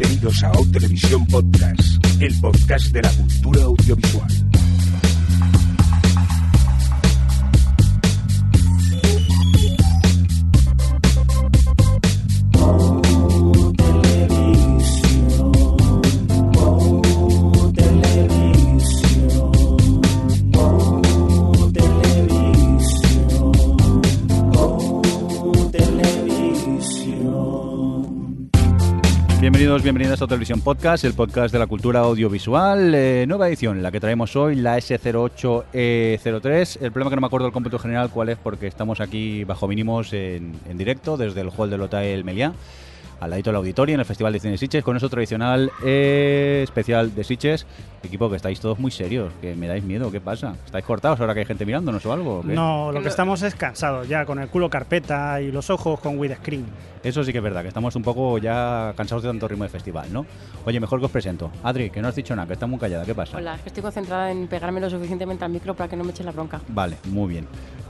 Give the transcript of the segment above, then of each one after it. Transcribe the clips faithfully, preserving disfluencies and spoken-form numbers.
Bienvenidos a O Televisión Podcast, el podcast de la cultura audiovisual. Bienvenidos, bienvenidas a Televisión Podcast, el podcast de la cultura audiovisual. Eh, nueva edición, la que traemos hoy, la ese cero ocho e cero tres. El problema es que no me acuerdo del cómputo general cuál es, porque estamos aquí bajo mínimos en, en directo desde el hall del Hotel Meliá, al ladito del auditorio, en el Festival de Cine de Sitges, con nuestro tradicional eh, especial de Sitges. Equipo, que estáis todos muy serios, que me dais miedo, ¿qué pasa? ¿Estáis cortados ahora que hay gente mirándonos o algo? ¿O qué? No, lo que estamos es cansados ya, con el culo carpeta y los ojos con widescreen. Eso sí que es verdad, que estamos un poco ya cansados de tanto ritmo de festival, ¿no? Oye, mejor que os presento. Adri, que no has dicho nada, que estás muy callada, ¿qué pasa? Hola, es que estoy concentrada en pegarme lo suficientemente al micro para que no me eches la bronca. Vale, muy bien.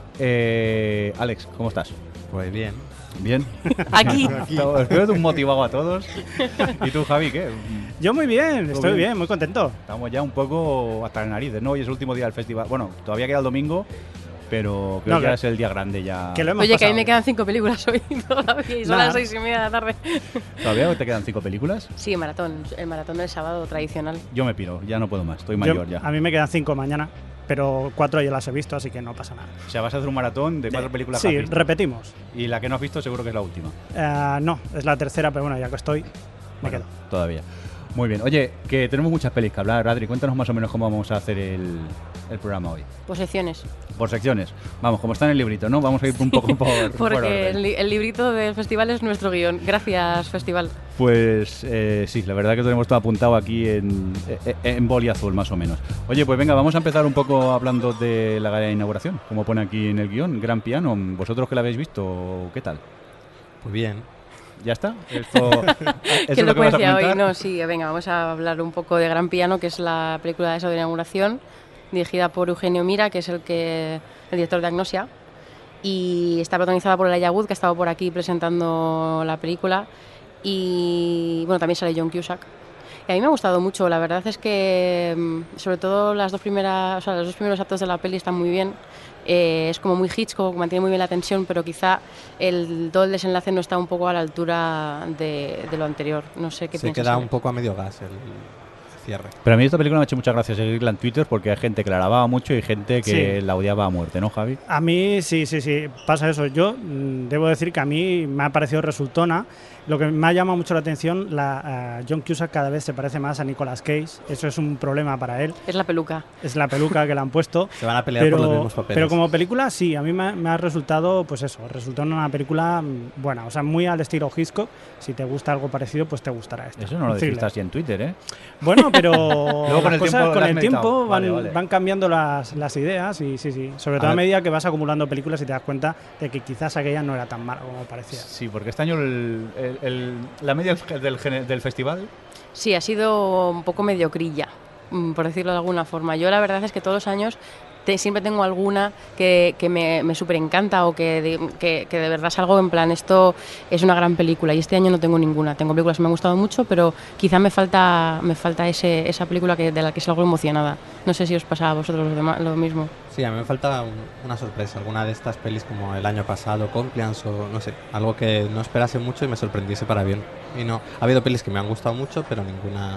Eh, Alex, ¿cómo estás? Pues bien. ¿Bien? Aquí. Os veo un motivado a todos. ¿Y tú, Javi, qué? Yo muy bien, estoy bien? bien, muy contento. Estamos ya un poco hasta las narices, ¿no? Hoy es el último día del festival. Bueno, todavía queda el domingo, pero creo No, que ya que- es el día grande ya. Que lo hemos Oye, que a pasado mí me bien. quedan cinco películas hoy todavía y son Nah. las seis y media de la tarde. ¿Todavía te quedan cinco películas? Sí, maratón, el maratón del sábado tradicional. Yo me piro, ya no puedo más, estoy Yo- mayor ya. A mí me quedan cinco mañana, pero cuatro ya las he visto, así que no pasa nada. O sea, vas a hacer un maratón de cuatro películas que Sí, has visto. repetimos. Y la que no has visto seguro que es la última. Eh, no, es la tercera, pero bueno, ya que estoy, me Bueno, quedo. todavía. Muy bien. Oye, que tenemos muchas pelis que hablar. Adri, cuéntanos más o menos cómo vamos a hacer el, el programa hoy. Posiciones. Por secciones. Vamos, como está en el librito, ¿no? Vamos a ir un poco por, por Porque orden. el, li- el librito del festival es nuestro guión. Gracias, festival. Pues eh, sí, la verdad que tenemos todo apuntado aquí en, en, en boli azul, más o menos. Oye, pues venga, vamos a empezar un poco hablando de la gala de inauguración, como pone aquí en el guión, Gran Piano. ¿Vosotros que la habéis visto, qué tal? Pues bien. ¿Ya está? Esto, ¿eso Qué es lo que vas a elocuencia hoy. comentar? No, sí, venga, vamos a hablar un poco de Gran Piano, que es la película de esa de inauguración, dirigida por Eugenio Mira, que es el que el director de Agnosia, y está protagonizada por Elijah Wood, que ha estado por aquí presentando la película, y bueno, también sale John Cusack. Y a mí me ha gustado mucho, la verdad es que mm, sobre todo las dos primeras, o sea, los dos primeros actos de la peli están muy bien. Eh, es como muy Hitchcock, mantiene muy bien la tensión, pero quizá el, todo el desenlace no está un poco a la altura de, de lo anterior. No sé qué Se piensas. queda Ale? un poco a medio gas el cierre. Pero a mí esta película me ha hecho muchas gracias seguirla en Twitter porque hay gente que la alababa mucho y gente que Sí. la odiaba a muerte, ¿no, Javi? A mí sí, sí, sí, pasa eso. Yo mm, debo decir que a mí me ha parecido resultona. Lo que me ha llamado mucho la atención, la, uh, John Cusack cada vez se parece más a Nicolas Cage. Eso es un problema para él. Es la peluca. Es la peluca que le han puesto. Se van a pelear pero, por los mismos papeles. pero como película, sí, a mí me, me ha resultado, pues eso, resultó una película mm, buena, o sea, muy al estilo Hitchcock. Si te gusta algo parecido, pues te gustará esta. Eso no lo Un dijiste thriller. así en Twitter, ¿eh? Bueno, pero Luego con las el cosas tiempo con las el has tiempo meditado. van, Vale, vale. van cambiando las, las ideas y sí, sí. Sobre A todo a, ver. medida que vas acumulando películas y te das cuenta de que quizás aquella no era tan mala como parecía. Sí, porque este año el- el- el- la media del, gene- del festival. Sí, ha sido un poco mediocrilla, mm, por decirlo de alguna forma. Yo la verdad es que todos los años te- siempre tengo alguna que, que me, me súper encanta o que de, que, que de verdad salgo en plan, esto es una gran película, y este año no tengo ninguna. Tengo películas que me han gustado mucho, pero quizá me falta me falta ese, esa película que, de la que salgo emocionada. No sé si os pasa a vosotros lo, dema- lo mismo. Sí, a mí me falta un- una sorpresa. Alguna de estas pelis como el año pasado, Compliance o no sé, algo que no esperase mucho y me sorprendiese para bien. Y no, ha habido pelis que me han gustado mucho, pero ninguna...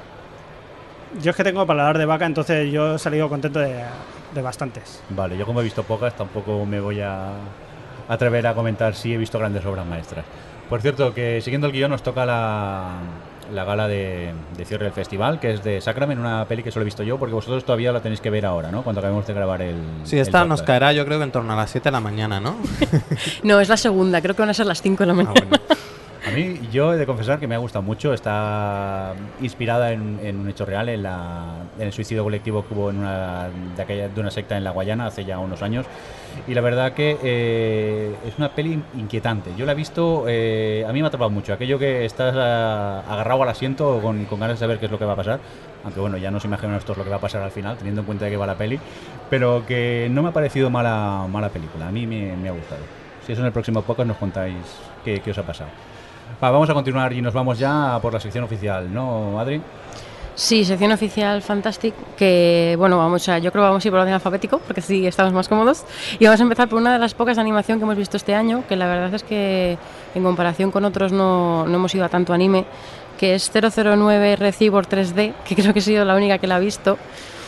Yo es que tengo paladar de vaca, entonces yo he salido contento de, de bastantes. Vale, yo como he visto pocas, tampoco me voy a atrever a comentar si he visto grandes obras maestras. Por cierto, que siguiendo el guión nos toca la, la gala de, de cierre del festival, que es de Sacrament, una peli que solo he visto yo, porque vosotros todavía la tenéis que ver ahora, ¿no? Cuando acabemos de grabar el Sí, el esta nos podcast. caerá yo creo que en torno a las siete de la mañana, ¿no? No, es la segunda, creo que van a ser las cinco de la Ah, mañana. bueno. A mí, yo he de confesar que me ha gustado mucho. Está inspirada en, en un hecho real, en, la, en el suicidio colectivo que hubo en una, de, aquella, de una secta en la Guayana hace ya unos años. Y la verdad que eh, es una peli inquietante. Yo la he visto, eh, a mí me ha atrapado mucho. Aquello que estás a, agarrado al asiento con, con ganas de saber qué es lo que va a pasar. Aunque bueno, ya nos imaginamos todos lo que va a pasar al final, teniendo en cuenta de qué va la peli. Pero que no me ha parecido mala, mala película. A mí me, me ha gustado. Si eso en el próximo podcast nos contáis qué, qué os ha pasado. Va, vamos a continuar y nos vamos ya por la sección oficial, ¿no, Adri? Sí, sección oficial Fantastic, que bueno, vamos a, yo creo que vamos a ir por orden alfabético, porque así estamos más cómodos. Y vamos a empezar por una de las pocas de animación que hemos visto este año, que la verdad es que en comparación con otros no, no hemos ido a tanto anime, que es cero cero nueve R Cyborg tres D, que creo que he sido la única que la ha visto.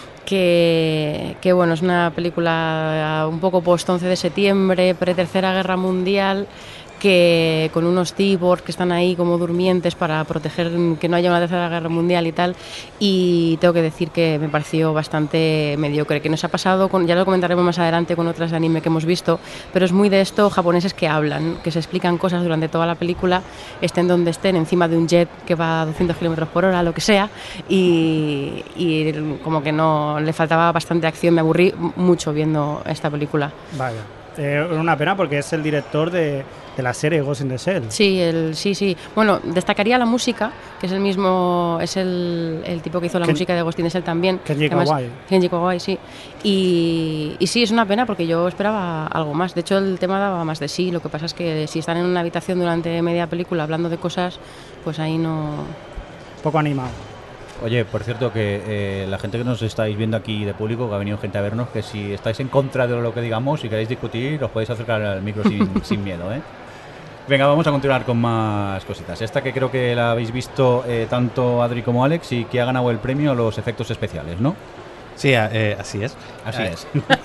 Que, que bueno, es una película un poco post once de septiembre, pre-tercera guerra mundial, que con unos cyborgs que están ahí como durmientes para proteger que no haya una tercera guerra mundial y tal, y tengo que decir que me pareció bastante mediocre, que nos ha pasado, con, ya lo comentaremos más adelante con otras de anime que hemos visto, pero es muy de esto japoneses que hablan, que se explican cosas durante toda la película, estén donde estén, encima de un jet que va a doscientos kilómetros por hora, lo que sea, y, y como que no, le faltaba bastante acción, me aburrí mucho viendo esta película. Vaya. Eh, una pena porque es el director de, de la serie Ghost in the Shell. Sí, el, sí, sí. Bueno, destacaría la música, que es el mismo, es el, el tipo que hizo la Ken, música de Ghost in the Shell también. Kenji Kawai. Kenji Kawai, sí. Y, y sí, es una pena porque yo esperaba algo más. De hecho, el tema daba más de sí. Lo que pasa es que si están en una habitación durante media película hablando de cosas, pues ahí no... Poco animado. Oye, por cierto, que eh, la gente que nos estáis viendo aquí de público, que ha venido gente a vernos, que si estáis en contra de lo que digamos, si queréis discutir, os podéis acercar al micro sin, sin miedo, ¿eh? Venga, vamos a continuar con más cositas. Esta que creo que la habéis visto eh, tanto Adri como Alex y que ha ganado el premio a los efectos especiales, ¿no? Sí, eh, así es. Así eh, es.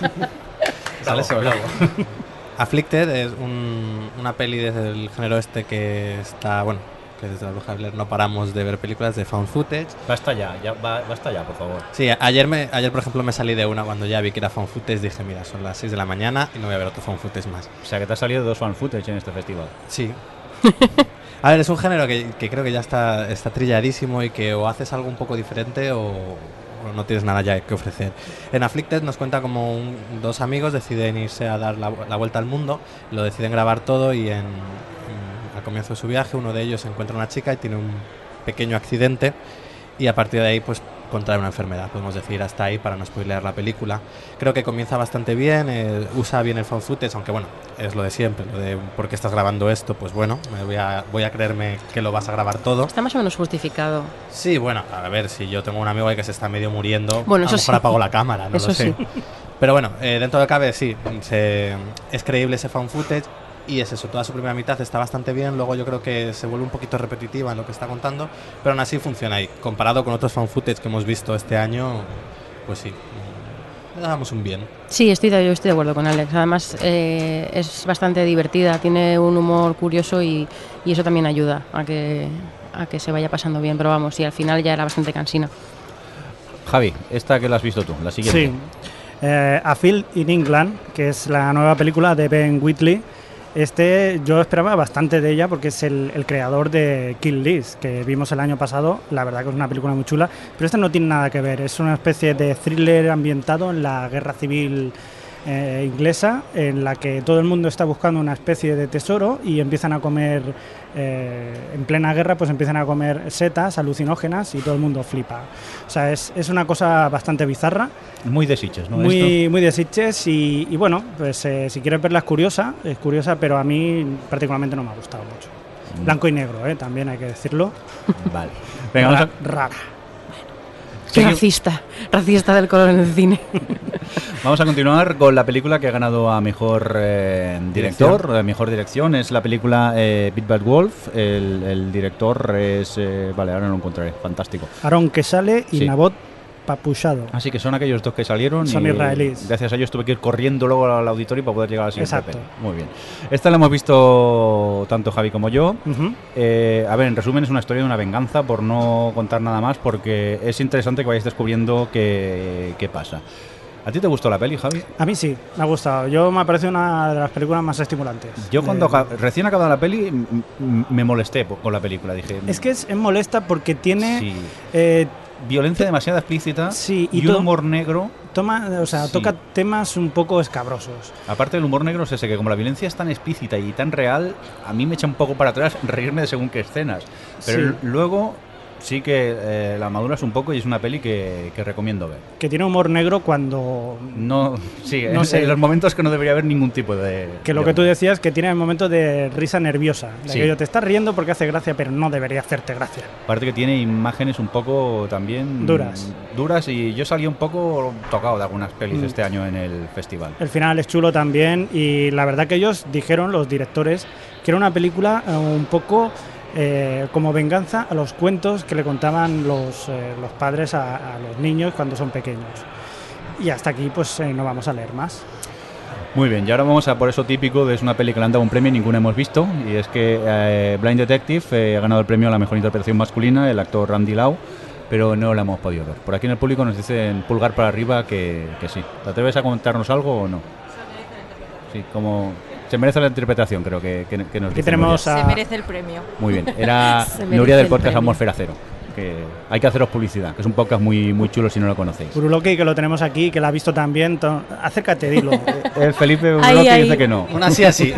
Sale sobre algo. Afflicted es un, una peli del género este que está, bueno, que desde la Bruja de Blair no paramos de ver películas de found footage. Basta ya, ya va, basta ya, por favor. Sí, ayer, me, ayer por ejemplo me salí de una cuando ya vi que era found footage, dije, mira, son las seis de la mañana y no voy a ver otro found footage más. O sea, que te ha salido dos fan footage en este festival. Sí. A ver, es un género que, que creo que ya está, está trilladísimo y que o haces algo un poco diferente o, o no tienes nada ya que ofrecer. En Afflicted nos cuenta como un, dos amigos deciden irse a dar la, la vuelta al mundo, lo deciden grabar todo y en, en, al comienzo de su viaje uno de ellos encuentra una chica y tiene un pequeño accidente y a partir de ahí pues contrae una enfermedad, podemos decir hasta ahí para no spoilear la película. Creo que comienza bastante bien, eh, usa bien el found footage, aunque bueno, es lo de siempre, lo de ¿por qué estás grabando esto? Pues bueno, me voy a, voy a creerme que lo vas a grabar todo. Está más o menos justificado. Sí, bueno, a ver, si yo tengo un amigo ahí que se está medio muriendo, bueno, a lo mejor sí. apago la cámara, no eso lo sé. Sí. Pero bueno, eh, dentro de cabe sí, se, es creíble ese found footage. Y es eso, toda su primera mitad está bastante bien, luego yo creo que se vuelve un poquito repetitiva en lo que está contando, pero aún así funciona ahí. Comparado con otros fan footage que hemos visto este año, pues sí, le damos un bien. Sí, estoy de, yo estoy de acuerdo con Alex. Además eh, es bastante divertida, tiene un humor curioso y, y eso también ayuda a que, a que se vaya pasando bien, pero vamos, y al final ya era bastante cansina. Javi, esta que la has visto tú, la siguiente. Sí, eh, A Field in England, que es la nueva película de Ben Wheatley. Este yo esperaba bastante de ella porque es el, el creador de Kill List, que vimos el año pasado. La verdad que es una película muy chula, pero esta no tiene nada que ver. Es una especie de thriller ambientado en la guerra civil eh, inglesa, en la que todo el mundo está buscando una especie de tesoro y empiezan a comer, eh, en plena guerra, pues empiezan a comer setas alucinógenas y todo el mundo flipa. O sea, es, es una cosa bastante bizarra. Muy de Sitges, ¿no? Muy, Esto? muy de Sitges y, y bueno, pues eh, si quieres verla es curiosa, es curiosa, pero a mí particularmente no me ha gustado mucho. Mm. Blanco y negro, ¿eh? También hay que decirlo. Vale. Venga, vamos a... Rara. Qué racista, racista del color en el cine. Vamos a continuar con la película que ha ganado a mejor eh, director, a mejor dirección. Es la película eh, Big Bad Wolf. El, el director es... Eh, vale, ahora no lo encontraré. Fantástico. Aaron Quesale y sí. Nabot Papuchado. Así que son aquellos dos que salieron. Son y israelíes. Gracias a ellos tuve que ir corriendo luego al auditorio para poder llegar a la siguiente Exacto. peli. Muy bien. Esta la hemos visto tanto Javi como yo. Uh-huh. Eh, a ver, en resumen es una historia de una venganza, por no contar nada más, porque es interesante que vayáis descubriendo qué, qué pasa. ¿A ti te gustó la peli, Javi? A mí sí, me ha gustado. Yo me ha parecido una de las películas más estimulantes. Yo cuando eh, recién acabada la peli m- m- me molesté con la película. Dije, es que es, es molesta porque tiene... Sí. Eh, violencia demasiado explícita sí, y, y un to- humor negro. Toma, o sea, Sí. toca temas un poco escabrosos. Aparte del humor negro es ese, que como la violencia es tan explícita y tan real, a mí me echa un poco para atrás reírme de según qué escenas. Pero Sí. luego sí que eh, la maduras un poco y es una peli que, que recomiendo ver. Que tiene humor negro cuando... No, sí, No en, sé. en los momentos que no debería haber ningún tipo de... Que lo de que tú humor. decías, que tiene momentos de risa nerviosa. De Sí. aquello, te estás riendo porque hace gracia, pero no debería hacerte gracia. Aparte que tiene imágenes un poco también... Duras. Duras y yo salí un poco tocado de algunas pelis Mm. este año en el festival. El final es chulo también y la verdad que ellos dijeron, los directores, que era una película eh, un poco eh, como venganza a los cuentos que le contaban los, eh, los padres a, a los niños cuando son pequeños. Y hasta aquí pues eh, no vamos a leer más. Muy bien, y ahora vamos a por eso típico de es una peli que le han dado un premio y ninguna hemos visto, y es que eh, Blind Detective eh, ha ganado el premio a la mejor interpretación masculina, el actor Randy Lau, pero no la hemos podido ver. Por aquí en el público nos dicen pulgar para arriba que, que sí. ¿Te atreves a contarnos algo o no? Sí, como... Se merece la interpretación, creo que, que, que nos Aquí dice tenemos Nuria. a... Se merece el premio. Muy bien, era Se merece Nuria del el podcast premio. Atmósfera Cero, que hay que haceros publicidad, que es un podcast muy, muy chulo si no lo conocéis. Uruloki, que lo tenemos aquí, que la ha visto también. to- Acércate, dilo. El Felipe Ahí, Uroki ahí. dice que no. Una así así.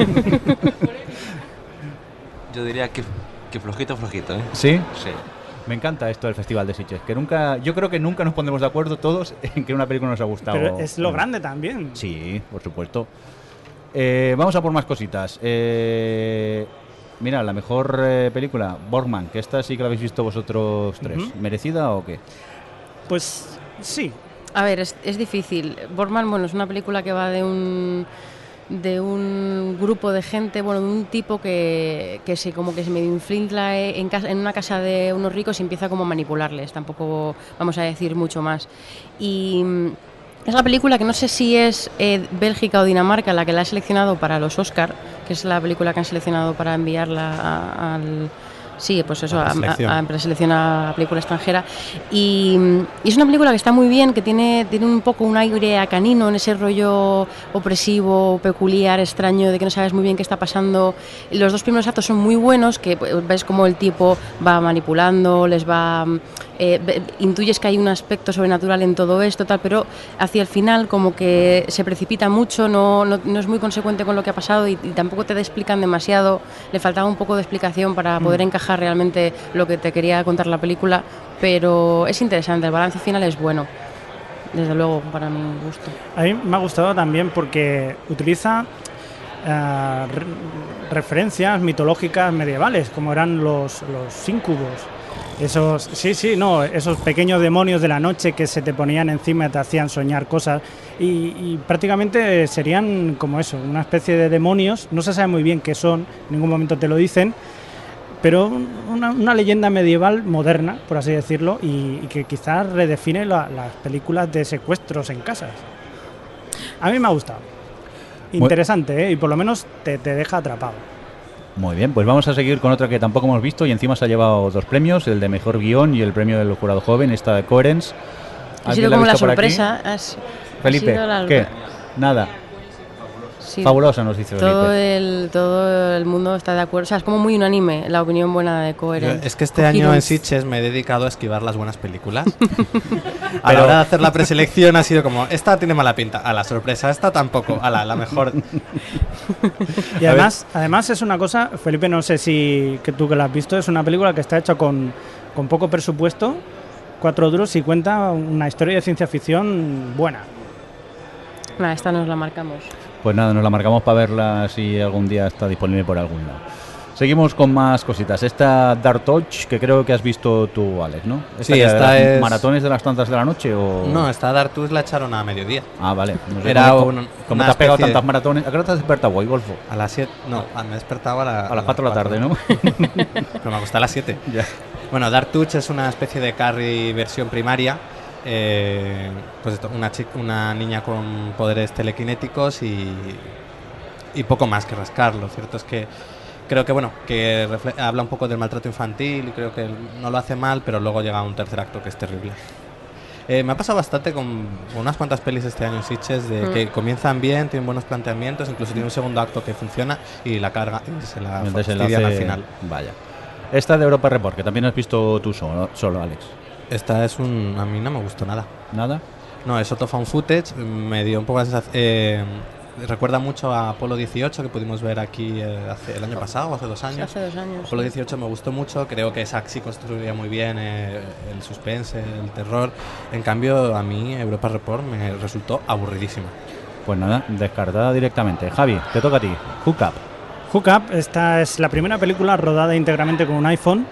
Yo diría que, que flojito, flojito, ¿eh? ¿Sí? Sí. Me encanta esto del Festival de Sitges, que nunca, yo creo que nunca nos pondremos de acuerdo todos en que una película nos ha gustado. Pero es lo grande también. Sí, por supuesto. Eh, vamos a por más cositas. Eh, mira, la mejor eh, película, Borgman, que esta sí que la habéis visto vosotros tres. Ujú. ¿Merecida o qué? Pues sí. A ver, es, es difícil. Borgman, bueno, es una película que va de un de un grupo de gente, bueno, de un tipo que, que se como que se medio infiltra en, casa, en una casa de unos ricos y empieza como a manipularles. Tampoco vamos a decir mucho más. Y mm, es la película que no sé si es eh, Bélgica o Dinamarca la que la ha seleccionado para los Oscar, que es la película que han seleccionado para enviarla a- al... Sí, pues eso, A a, preselección. a, a preselección a película extranjera. Y, y es una película que está muy bien, que tiene, tiene un poco un aire a canino en ese rollo opresivo, peculiar, extraño, de que no sabes muy bien qué está pasando. Los dos primeros actos son muy buenos, que pues, ves como el tipo va manipulando, les va... eh, ve- intuyes que hay un aspecto sobrenatural en todo esto, tal, pero hacia el final como que se precipita mucho, no, no, no es muy consecuente con lo que ha pasado y, y tampoco te explican demasiado. Le faltaba un poco de explicación para poder encajar realmente lo que te quería contar la película, pero es interesante, el balance final es bueno, desde luego, para mi gusto. A mí me ha gustado también porque utiliza eh, re- referencias mitológicas medievales, como eran los, los íncubos. Esos, sí, sí, no, esos pequeños demonios de la noche que se te ponían encima y te hacían soñar cosas. Y, y prácticamente serían como eso, una especie de demonios. No se sabe muy bien qué son, en ningún momento te lo dicen, pero una, una leyenda medieval moderna, por así decirlo, y, y que quizás redefine la- las películas de secuestros en casas. A mí me ha gustado. Interesante, ¿eh? Y por lo menos te, te deja atrapado. Muy bien, pues vamos a seguir con otra que tampoco hemos visto y encima se ha llevado dos premios, el de mejor guión y el premio del jurado joven, esta de Coherence. Ha ¿Alguien sido la ha como la visto por aquí? sorpresa. has- ha Felipe, sido la- ¿qué? Nada. sí, Fabulosa, nos dice todo Felipe. el, todo el mundo está de acuerdo. O sea, es como muy unánime la opinión buena de Coherence. Es que este Coherence. año en Sitges me he dedicado a esquivar las buenas películas. A la hora de hacer la preselección ha sido como, esta tiene mala pinta, a la sorpresa, esta tampoco, a la, la mejor. Y además, además es una cosa, Felipe, no sé si que tú que la has visto, es una película que está hecha con, con poco presupuesto, cuatro duros y cuenta una historia de ciencia ficción buena. Nada, esta nos la marcamos. Pues nada, nos la marcamos para verla si algún día está disponible por algún lado. Seguimos con más cositas. Esta Dark Touch, que creo que has visto tú, Alex, ¿no? Sí, que esta de las es- ¿Maratones de las tantas de la noche o...? No, esta Dark Tours la echaron a mediodía. Ah, vale. No sé Era cómo, un- cómo una te has pegado especie de- tantas maratones. ¿A qué hora te has despertado hoy, Golfo? A las siete, no, me he despertado a, la- A las cuatro de la tarde, ¿no? Pero me acosté a las siete. Ya. Bueno, Dark Touch es una especie de Carrie versión primaria. eh, pues esto, una, chica, una niña con poderes telequinéticos y, y poco más que rascar. Lo cierto es que creo que bueno que refle- habla un poco del maltrato infantil y creo que no lo hace mal, pero luego llega un tercer acto que es terrible. Eh, me ha pasado bastante con unas cuantas pelis este año en Sitges de Mm. que comienzan bien, tienen buenos planteamientos, incluso tiene un segundo acto que funciona y la carga y se la El fastidian desenlace, al final. Vaya. Esta de Europa Report, que también has visto tú solo, solo Alex. Esta es un... a mí no me gustó nada. ¿Nada? No, es Otto Found Footage, me dio un poco la sensación... eh, recuerda mucho a Apolo dieciocho, que pudimos ver aquí eh, hace, el año pasado, hace dos años. Hace dos años. Apolo sí. dieciocho me gustó mucho, creo que esa sí construía muy bien eh, el suspense, el terror. En cambio, a mí Europa Report me resultó aburridísima. Pues nada, descartada directamente. Javi, te toca a ti. Hook Up. Hook Up, esta es la primera película rodada íntegramente con un iPhone.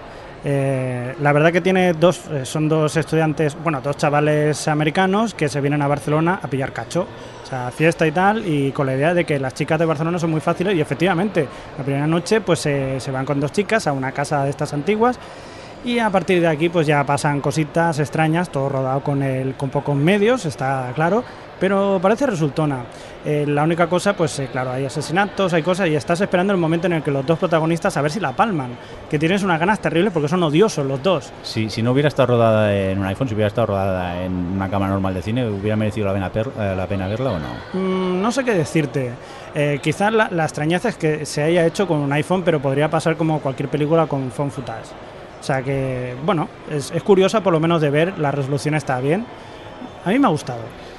Eh, la verdad que tiene dos, eh, son dos estudiantes, bueno, dos chavales americanos que se vienen a Barcelona a pillar cacho, o sea, fiesta y tal, y con la idea de que las chicas de Barcelona son muy fáciles, y efectivamente, la primera noche pues eh, se van con dos chicas a una casa de estas antiguas, y a partir de aquí pues ya pasan cositas extrañas, todo rodado con, el, con pocos medios, está claro, pero parece resultona. Eh, la única cosa, pues eh, claro, hay asesinatos, hay cosas, y estás esperando el momento en el que los dos protagonistas a ver si la palman, que tienes unas ganas terribles porque son odiosos los dos. Si, si no hubiera estado rodada en un iPhone, si hubiera estado rodada en una cámara normal de cine, ¿hubiera merecido la pena, per, eh, la pena verla o no? Mm, no sé qué decirte. Eh, quizás la, la extrañeza es que se haya hecho con un iPhone, pero podría pasar como cualquier película con phone footage. O sea que, bueno, es, es curiosa por lo menos de ver, la resolución está bien. A mí me ha gustado.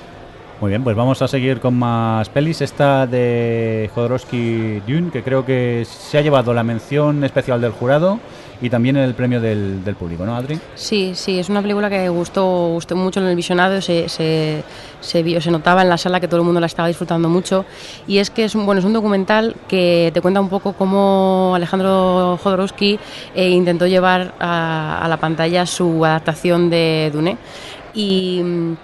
Muy bien, pues vamos a seguir con más pelis. Esta de Jodorowsky Dune, que creo que se ha llevado la mención especial del jurado y también el premio del, del público, ¿no, Adri? Sí, sí, es una película que gustó, gustó mucho en el visionado, se, se, se, vio, se notaba en la sala que todo el mundo la estaba disfrutando mucho, y es que es un, bueno, es un documental que te cuenta un poco cómo Alejandro Jodorowsky eh, intentó llevar a, a la pantalla su adaptación de Dune. Y...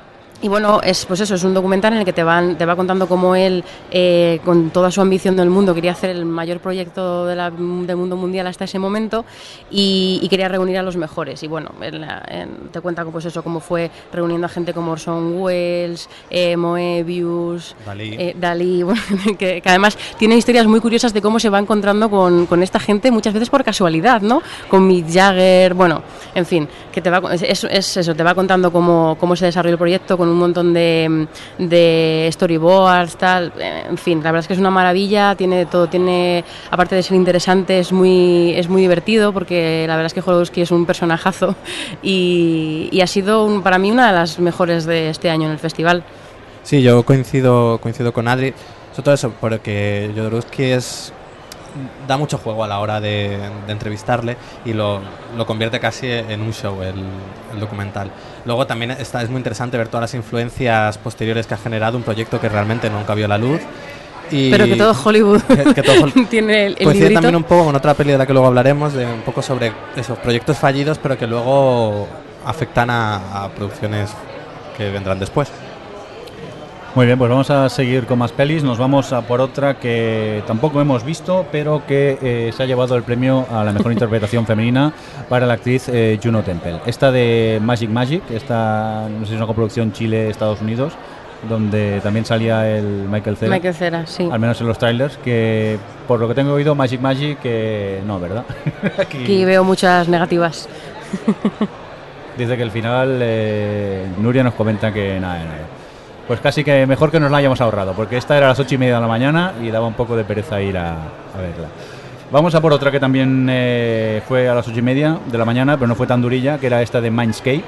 Y bueno, es pues eso, es un documental en el que te van te va contando cómo él, eh, con toda su ambición del mundo, quería hacer el mayor proyecto de la, del mundo mundial hasta ese momento, y, y quería reunir a los mejores. Y bueno, en la, en, te cuenta pues eso, cómo fue reuniendo a gente como Orson Welles, eh, Moebius, Dalí, eh, Dalí bueno, que, que además tiene historias muy curiosas de cómo se va encontrando con, con esta gente, muchas veces por casualidad, ¿no? Con Mick Jagger, bueno, en fin, que te va es, es eso, te va contando cómo, cómo se desarrolló el proyecto, con un montón de, de storyboards, tal, en fin, la verdad es que es una maravilla, tiene de todo, tiene, aparte de ser interesante, es muy, es muy divertido, porque la verdad es que Jodorowsky es un personajazo, y, y ha sido un, para mí una de las mejores de este año en el festival. Sí, yo coincido, coincido con Adri, sobre todo eso, porque Jodorowsky es... da mucho juego a la hora de, de entrevistarle, y lo, lo convierte casi en un show el, el documental. Luego también está, es muy interesante ver todas las influencias posteriores que ha generado un proyecto que realmente nunca vio la luz. Y pero que todo Hollywood que, que todo Hol- tiene el, el coincide librito. también un poco con otra peli de la que luego hablaremos, de un poco sobre esos proyectos fallidos, pero que luego afectan a, a producciones que vendrán después. Muy bien, pues vamos a seguir con más pelis. Nos vamos a por otra que tampoco hemos visto, pero que eh, se ha llevado el premio a la mejor interpretación femenina para la actriz eh, Juno Temple. Esta de Magic Magic, esta no sé si es una coproducción Chile-Estados Unidos, donde también salía el Michael Cera. Michael Cera, sí. Al menos en los trailers, que por lo que tengo oído, Magic Magic, que no, ¿verdad? Aquí, Aquí veo muchas negativas. dice que el final, eh, Nuria nos comenta que nada de nada. Pues casi que mejor que nos la hayamos ahorrado, porque esta era a las ocho y media de la mañana y daba un poco de pereza ir a, a verla. Vamos a por otra que también eh, fue a las ocho y media de la mañana, pero no fue tan durilla, que era esta de Mindscape.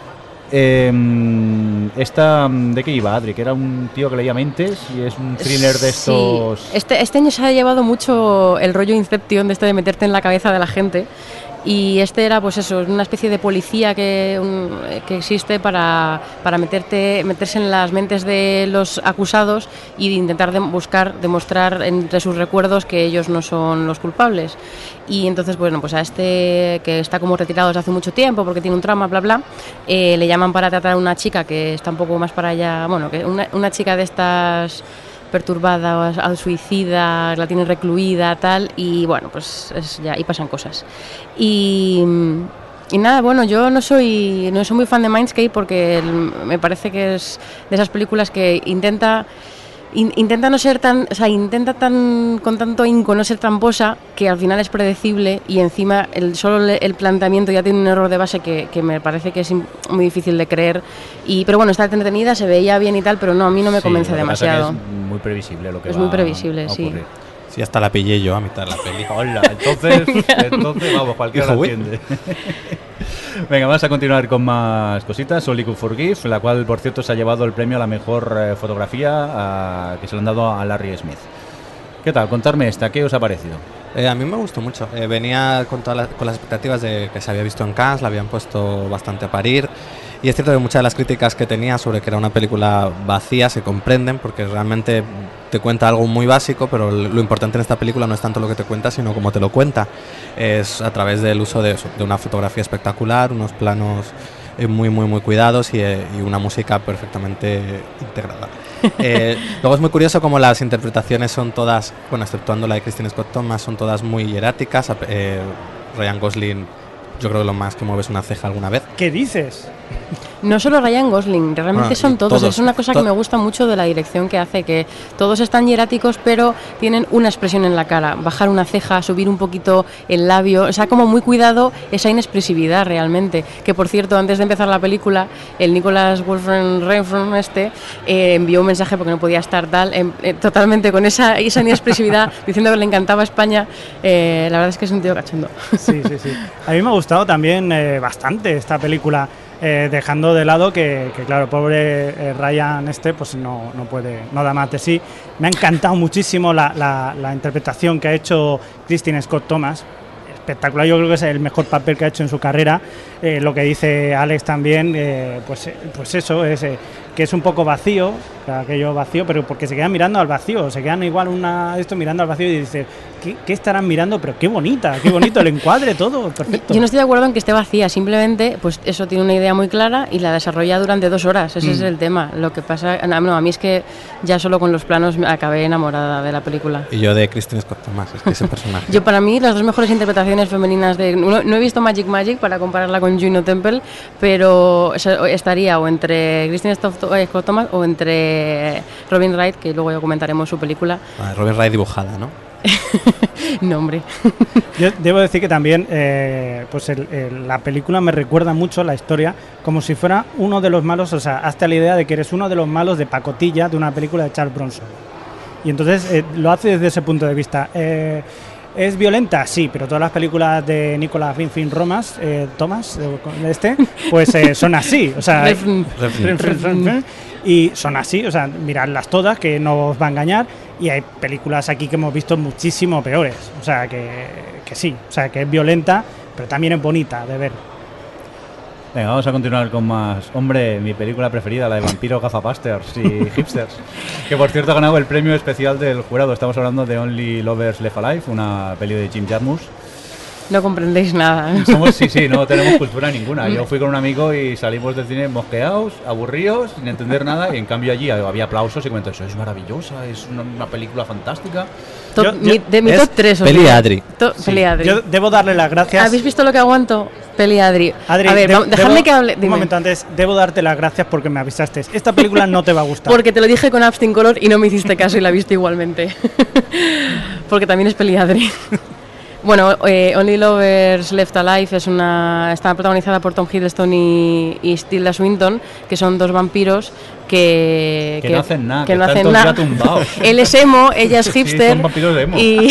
Eh, esta, ¿de qué iba, Adri? Que era un tío que leía mentes y es un thriller de estos... Sí. Este, este año se ha llevado mucho el rollo Inception, de esto de meterte en la cabeza de la gente. Y este era, pues eso, una especie de policía que, un, que existe para, para meterte, meterse en las mentes de los acusados y de intentar de buscar, demostrar entre sus recuerdos que ellos no son los culpables. Y entonces, bueno, pues a este, que está como retirado desde hace mucho tiempo porque tiene un trauma, bla, bla, eh, le llaman para tratar a una chica que está un poco más para allá, bueno, que una, una chica de estas... perturbada, al suicida, la tiene recluida, tal, y bueno, pues es ya, y pasan cosas. Y, y nada, bueno, yo no soy no soy muy fan de Mindscape porque el, me parece que es de esas películas que intenta in, intenta no ser tan, o sea, intenta tan con tanto ahínco no ser tramposa, que al final es predecible, y encima el solo el planteamiento ya tiene un error de base que, que me parece que es muy difícil de creer. Y pero bueno, está entretenida, se veía bien y tal, pero no, a mí no me Sí, convence lo que pasa demasiado. que es muy previsible lo que Es va muy previsible, a sí. ocurrir. Sí, hasta la pillé yo a mitad de la peli. Hola, entonces, entonces vamos, cualquiera Dijo, la "Uy". entiende. Venga, vamos a continuar con más cositas. Only Could Forgive, la cual, por cierto, se ha llevado el premio a la mejor eh, fotografía a, que se lo han dado a Larry Smith. ¿Qué tal? Contarme esta, ¿qué os ha parecido? Eh, a mí me gustó mucho. Eh, venía con, todas las, con las expectativas de que se había visto en Cannes, la habían puesto bastante a parir. Y es cierto que muchas de las críticas que tenía sobre que era una película vacía se comprenden, porque realmente te cuenta algo muy básico, pero lo importante en esta película no es tanto lo que te cuenta, sino cómo te lo cuenta. Es a través del uso de, de una fotografía espectacular, unos planos eh, muy, muy, muy cuidados y, eh, y una música perfectamente integrada. Eh, luego es muy curioso cómo las interpretaciones son todas, bueno, exceptuando la de Kristen Scott Thomas, son todas muy hieráticas. Eh, Ryan Gosling, yo creo que lo más que mueve es una ceja alguna vez. ¿Qué dices? No solo Ryan Gosling, realmente Bueno, son todos. todos. Es una cosa To- que me gusta mucho de la dirección que hace, que todos están hieráticos, pero tienen una expresión en la cara. Bajar una ceja, subir un poquito el labio, o sea, como muy cuidado esa inexpresividad realmente. Que, por cierto, antes de empezar la película, el Nicholas Wolfram Renfrew este eh, envió un mensaje porque no podía estar tal, eh, eh, totalmente con esa, esa inexpresividad, diciendo que le encantaba España. Eh, la verdad es que es un tío cachondo. Sí, sí, sí. A mí me ha gustado también eh, bastante esta película, eh, dejando de lado que, que claro, pobre eh, Ryan este, pues no, no puede, no da más de sí. Me ha encantado muchísimo la, la, la interpretación que ha hecho Kristen Scott Thomas. Espectacular, yo creo que es el mejor papel que ha hecho en su carrera. Eh, lo que dice Alex también, eh, pues, pues eso, es eh, que es un poco vacío, aquello vacío, pero porque se quedan mirando al vacío, se quedan igual una esto mirando al vacío y dice, ¿qué, qué estarán mirando? Pero qué bonita, qué bonito el encuadre, todo, perfecto. Yo no estoy de acuerdo en que esté vacía, simplemente pues eso tiene una idea muy clara y la desarrolla durante dos horas, ese mm. es el tema. Lo que pasa, no, no, a mí es que ya solo con los planos acabé enamorada de la película. Y yo de Kristen Scott Thomas, es que ese personaje. Yo para mí las dos mejores interpretaciones femeninas de... No, no he visto Magic Magic para compararla con Juno Temple, pero o sea, estaría o entre Kristen Scott Thomas o entre Robin Wright, que luego ya comentaremos su película. Ah, Robin Wright dibujada, ¿no? No, hombre. Yo debo decir que también eh, pues el, el, la película me recuerda mucho la historia como si fuera uno de los malos, o sea, hazte la idea de que eres uno de los malos de pacotilla de una película de Charles Bronson. Y entonces eh, lo hace desde ese punto de vista. Eh, ¿Es violenta? Sí, pero todas las películas de Nicolas Winding Thomas, eh, Thomas eh, este, pues eh, son así, o sea, y son así, o sea, miradlas todas, que no os va a engañar, y hay películas aquí que hemos visto muchísimo peores, o sea, que, que sí, o sea, que es violenta, pero también es bonita de ver. Venga, vamos a continuar con más. Hombre, mi película preferida, la de vampiros, gafapasters y hipsters. Que por cierto ha ganado el premio especial del jurado. Estamos hablando de Only Lovers Left Alive, una peli de Jim Jarmusch. No comprendéis nada. Somos, sí, sí, no tenemos cultura ninguna. Yo fui con un amigo y salimos del cine mosqueados, aburridos, sin entender nada. Y en cambio allí había aplausos y comenté, eso es maravillosa, es una, una película fantástica. Top, yo, yo, mi, de mi top tres. Peli Adri. To, sí. Peli Adri. Yo debo darle las gracias. ¿Habéis visto lo que aguanto? Peli Adri. Adri, a ver, debo, dejadme debo, que hable. Dime. Un momento antes, debo darte las gracias porque me avisaste. Esta película no te va a gustar. Porque te lo dije con Abstin Color y no me hiciste caso y la viste igualmente. Porque también es Peli Adri. Bueno, eh, Only Lovers Left Alive es una, está protagonizada por Tom Hiddleston y, y Tilda Swinton, que son dos vampiros que, que, que no hacen nada, que, que no están hacen todos nada. ya tumbados. Él es emo, ella es hipster. Sí, son vampiros de emo. Y,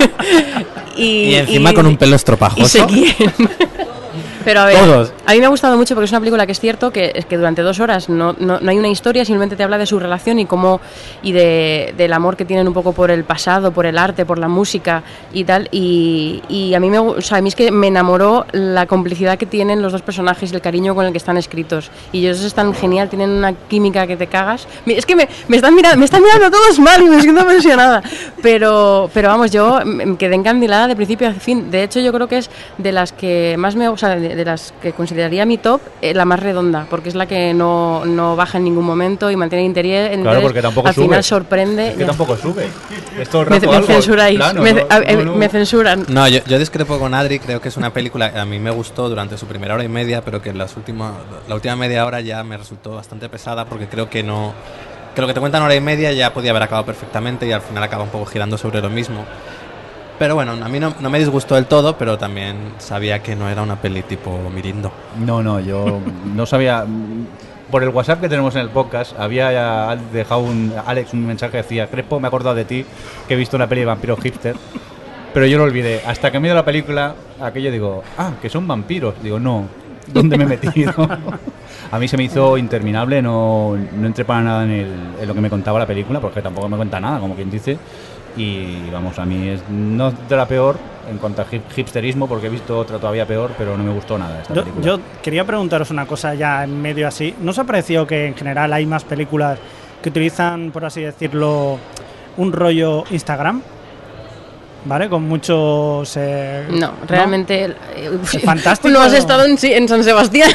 y, y encima y, con un pelo estropajoso. Y se quieren. Pero a ver, Todos. a mí me ha gustado mucho porque es una película que es cierto que, que durante dos horas no, no, no hay una historia, simplemente te habla de su relación y cómo y de, del amor que tienen un poco por el pasado, por el arte, por la música y tal. Y, y a mí me, o sea, a mí es que me enamoró la complicidad que tienen los dos personajes y el cariño con el que están escritos. Y ellos están genial, tienen una química que te cagas. Es que me, me están mirando, me están mirando todos mal y me siento mencionada. Pero, pero vamos, yo me quedé encandilada de principio a fin. De hecho, yo creo que es de las que más me, o sea, de, de las que consideraría mi top, eh, la más redonda, porque es la que no, no baja en ningún momento y mantiene interés. Claro, porque tampoco al sube. final sorprende. Es que tampoco sube. Es todo el rato me, me algo, censuráis, plano, me, no, a, no, no. me censuran. No, yo, yo discrepo con Adri, creo que es una película que a mí me gustó durante su primera hora y media, pero que en las últimas, la última media hora ya me resultó bastante pesada, porque creo que no... que lo que te cuentan hora y media ya podía haber acabado perfectamente y al final acaba un poco girando sobre lo mismo. Pero bueno, a mí no, no me disgustó del todo, pero también sabía que no era una peli tipo Mirindo. No, no, yo no sabía... por el WhatsApp que tenemos en el podcast, había dejado un, Alex un mensaje que decía: Crespo, me he acordado de ti, que he visto una peli de vampiros hipster. Pero yo lo olvidé. Hasta que me he ido a la película, aquello digo, ah, que son vampiros. Digo, no, ¿dónde me he metido? A mí se me hizo interminable, no, no entré para nada en, el, en lo que me contaba la película, porque tampoco me cuenta nada, como quien dice. Y vamos, a mí es no de la peor en cuanto a hipsterismo, porque he visto otra todavía peor, pero no me gustó nada esta yo, película. Yo quería preguntaros una cosa ya en medio así. ¿No os ha parecido que en general hay más películas que utilizan, por así decirlo, un rollo Instagram? ¿Vale? Con muchos... Eh, no, realmente... ¿no? Es fantástico. No has estado en, en San Sebastián.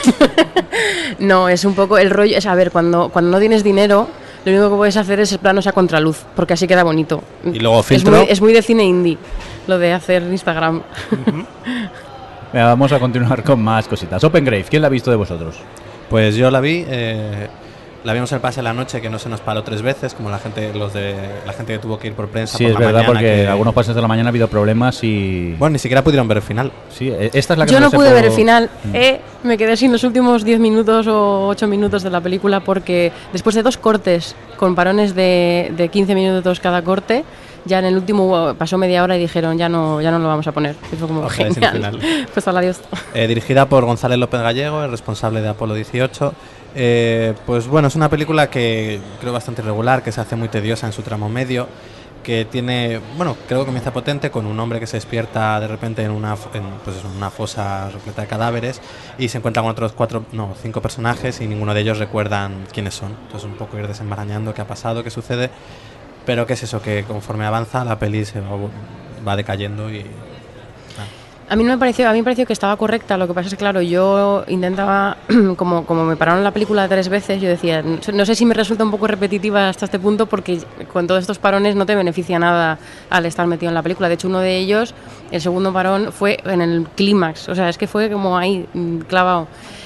No, es un poco el rollo... Es, a ver, cuando, cuando no tienes dinero, lo único que puedes hacer es planos a contraluz, porque así queda bonito. Y luego filtro... Es muy, es muy de cine indie, lo de hacer Instagram. Uh-huh. Venga, vamos a continuar con más cositas. Open Grave, ¿quién la ha visto de vosotros? Pues yo la vi... Eh... La vimos el pase de la noche, que no se nos paró tres veces, como la gente los de la gente que tuvo que ir por prensa. Sí, por es la verdad, mañana, porque que... en algunos pases de la mañana ha habido problemas y... Bueno, ni siquiera pudieron ver el final. Sí, esta es la que Yo no sé pude por... ver el final, eh, me quedé sin los últimos diez minutos o ocho minutos de la película, porque después de dos cortes, con parones de, de quince minutos cada corte, ya en el último pasó media hora y dijeron, ya no ya no lo vamos a poner. Y fue como, Ojalá sin genial. final. Pues al adiós. Eh, dirigida por González López Gallego, el responsable de Apolo dieciocho. Eh, pues bueno, es una película que creo bastante irregular, que se hace muy tediosa en su tramo medio, que tiene, bueno, creo que comienza potente con un hombre que se despierta de repente en una, en, pues eso, en una fosa repleta de cadáveres y se encuentra con otros cuatro, no, cinco personajes y ninguno de ellos recuerdan quiénes son. Entonces un poco ir desenmarañando qué ha pasado, qué sucede, pero qué es eso, que conforme avanza la peli se va, va decayendo y... A mí no me pareció, a mí me pareció que estaba correcta. Lo que pasa es que, claro, yo intentaba, como, como me pararon la película tres veces, yo decía, no sé si me resulta un poco repetitiva hasta este punto, porque con todos estos parones no te beneficia nada al estar metido en la película. De hecho, uno de ellos, el segundo parón, fue en el clímax, o sea, es que fue como ahí, clavado.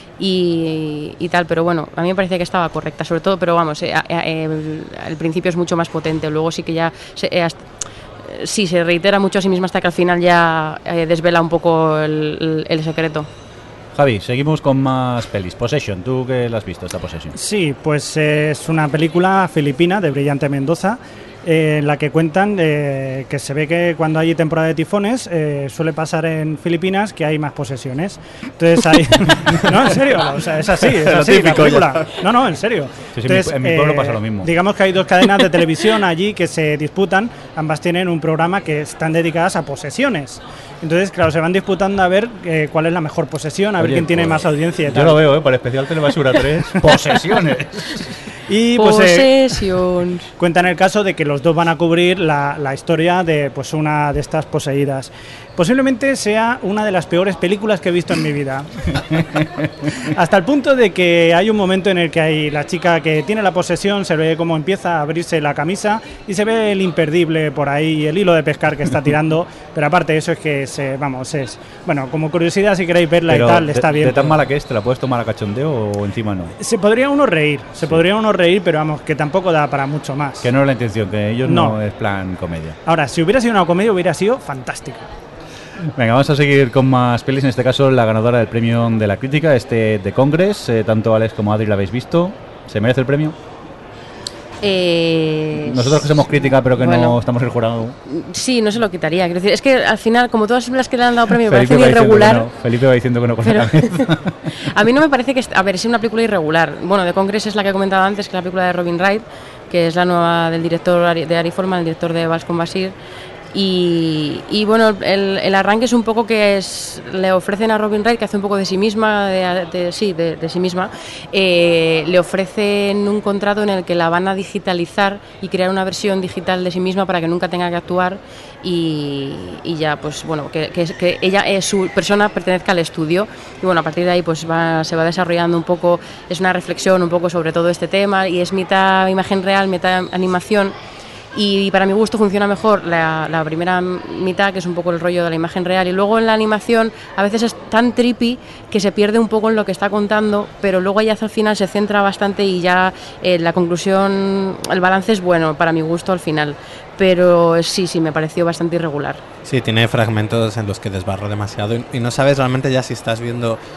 Y, y tal, pero bueno, a mí me parecía que estaba correcta, sobre todo, pero vamos, eh, eh, el, el principio es mucho más potente, luego sí que ya... Se, eh, hasta, sí, se reitera mucho a sí misma hasta que al final ya eh, desvela un poco el, el, el secreto. Javi, seguimos con más pelis. Possession, ¿tú qué la has visto esta Possession? Sí, pues eh, es una película filipina de Brillante Mendoza, eh, en la que cuentan eh, que se ve que cuando hay temporada de tifones eh, suele pasar en Filipinas que hay más posesiones. Entonces hay... no, en serio, o sea, es así, es así la película. No, no, en serio. Sí, sí, Entonces, en mi, en mi pueblo eh, pasa lo mismo. Digamos que hay dos cadenas de televisión allí que se disputan, ambas tienen un programa que están dedicadas a posesiones. Entonces, claro, se van disputando a ver eh, cuál es la mejor posesión, a Oye, ver quién tiene pues, más audiencia y yo tal. lo veo, ¿eh? Para Especial Telebasura tres, posesiones. Y pues eh, Possessions. cuentan el caso de que los dos van a cubrir la, la historia de pues una de estas poseídas. Posiblemente sea una de las peores películas que he visto en mi vida. Hasta el punto de que hay un momento en el que hay la chica que tiene la posesión, se ve cómo empieza a abrirse la camisa y se ve el imperdible por ahí, el hilo de pescar que está tirando. Pero aparte de eso es que, se, vamos, es... Bueno, como curiosidad, si queréis verla Pero y tal, de, está bien. ¿De tan mala que es, te la puedes tomar a cachondeo o encima no? Se podría uno reír, se Sí. podría uno reír, pero vamos, que tampoco da para mucho más. Que no es la intención, que ellos no, No. es plan comedia. Ahora, si hubiera sido una comedia, hubiera sido fantástico. Venga, vamos a seguir con más pelis. En este caso, la ganadora del premio de la crítica, este The Congress. Eh, tanto Alex como Adri la habéis visto. ¿Se merece el premio? Eh, Nosotros que somos crítica, pero que bueno. no estamos en el jurado. Sí, no se lo quitaría. Quiero decir, es que al final, como todas las que le han dado premio me Felipe parecen va diciendo irregular. que no, Felipe va diciendo que no con la Pero- cabeza. A mí no me parece que... est- A ver, es una película irregular. Bueno, The Congress es la que he comentado antes, que es la película de Robin Wright, que es la nueva del director Ari- de Ari Folman, el director de Vals con Basir. Y, y bueno, el, el arranque es un poco que es, le ofrecen a Robin Wright, que hace un poco de sí misma, de, de- sí, de, de sí misma, eh, le ofrecen un contrato en el que la van a digitalizar y crear una versión digital de sí misma para que nunca tenga que actuar y, y ya, pues bueno, que, que, que ella, eh, su persona pertenezca al estudio y bueno, a partir de ahí pues va, se va desarrollando un poco, es una reflexión un poco sobre todo este tema y es mitad imagen real, mitad animación. Y para mi gusto funciona mejor la, la primera mitad, que es un poco el rollo de la imagen real, y luego en la animación a veces es tan trippy que se pierde un poco en lo que está contando, pero luego ya hacia el final se centra bastante y ya eh, la conclusión, el balance es bueno para mi gusto al final, pero sí, sí, me pareció bastante irregular. Sí, tiene fragmentos en los que desbarro demasiado y, y no sabes realmente ya si estás viendo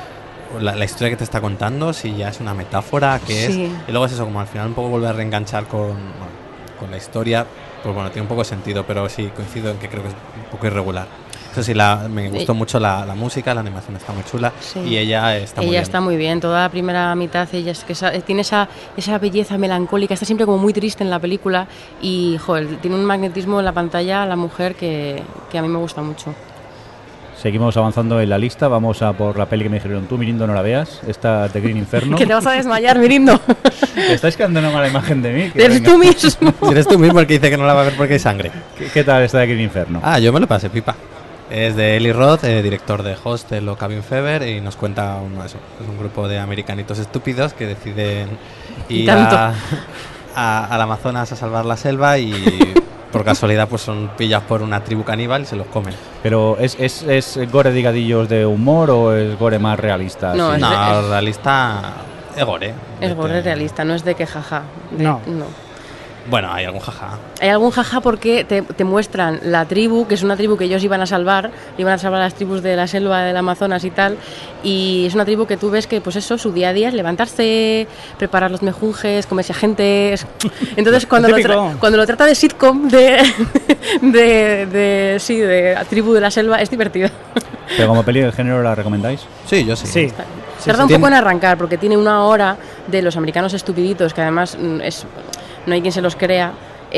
la, la historia que te está contando, si ya es una metáfora, qué Sí. es. Y luego es eso, como al final un poco vuelve a reenganchar con, bueno, con la historia, pues bueno, tiene un poco de sentido, pero sí coincido en que creo que es un poco irregular. Eso sí, la, me gustó Eh, mucho la, la música, la animación está muy chula Sí. y ella está muy ella bien. está muy bien, toda la primera mitad ella es que esa- tiene esa, esa belleza melancólica, está siempre como muy triste en la película y joder, tiene un magnetismo en la pantalla la mujer que, que a mí me gusta mucho. Seguimos avanzando en la lista. Vamos a por la peli que me dijeron tú, Mirindo, no la veas. Esta de Green Inferno. Que te vas a desmayar, Mirindo. Te estáis quedando una mala imagen de mí. que Eres venga. tú mismo. Si eres tú mismo el que dice que no la va a ver porque hay sangre. ¿Qué, qué tal esta de Green Inferno? Ah, yo me lo pasé, pipa. Es de Eli Roth, eh, director de Hostel o Cabin Fever, y nos cuenta un, eso, es un grupo de americanitos estúpidos que deciden Y ir tanto. a, a- al Amazonas a salvar la selva y por casualidad pues son pillados por una tribu caníbal y se los comen. Pero ¿es, es, es gore de gadillos de humor o es gore más realista? No, Sí. es- No, realista es gore. Es Vete- gore realista, no es de que jaja. De- No. Bueno, hay algún jaja. Hay algún jaja porque te, te muestran la tribu, que es una tribu que ellos iban a salvar, iban a salvar a las tribus de la selva del Amazonas y tal, y es una tribu que tú ves que, pues eso, su día a día es levantarse, preparar los mejunjes, comerse a gente. es- Entonces, cuando lo, típico. tra- cuando lo trata de sitcom, de, de, de, sí, de tribu de la selva, es divertido. Pero como peli del género, ¿la recomendáis? Sí, yo sí. Sí. Tarda un sí. poco en arrancar porque tiene una hora de los americanos estupiditos que además mm, es, no hay quien se los crea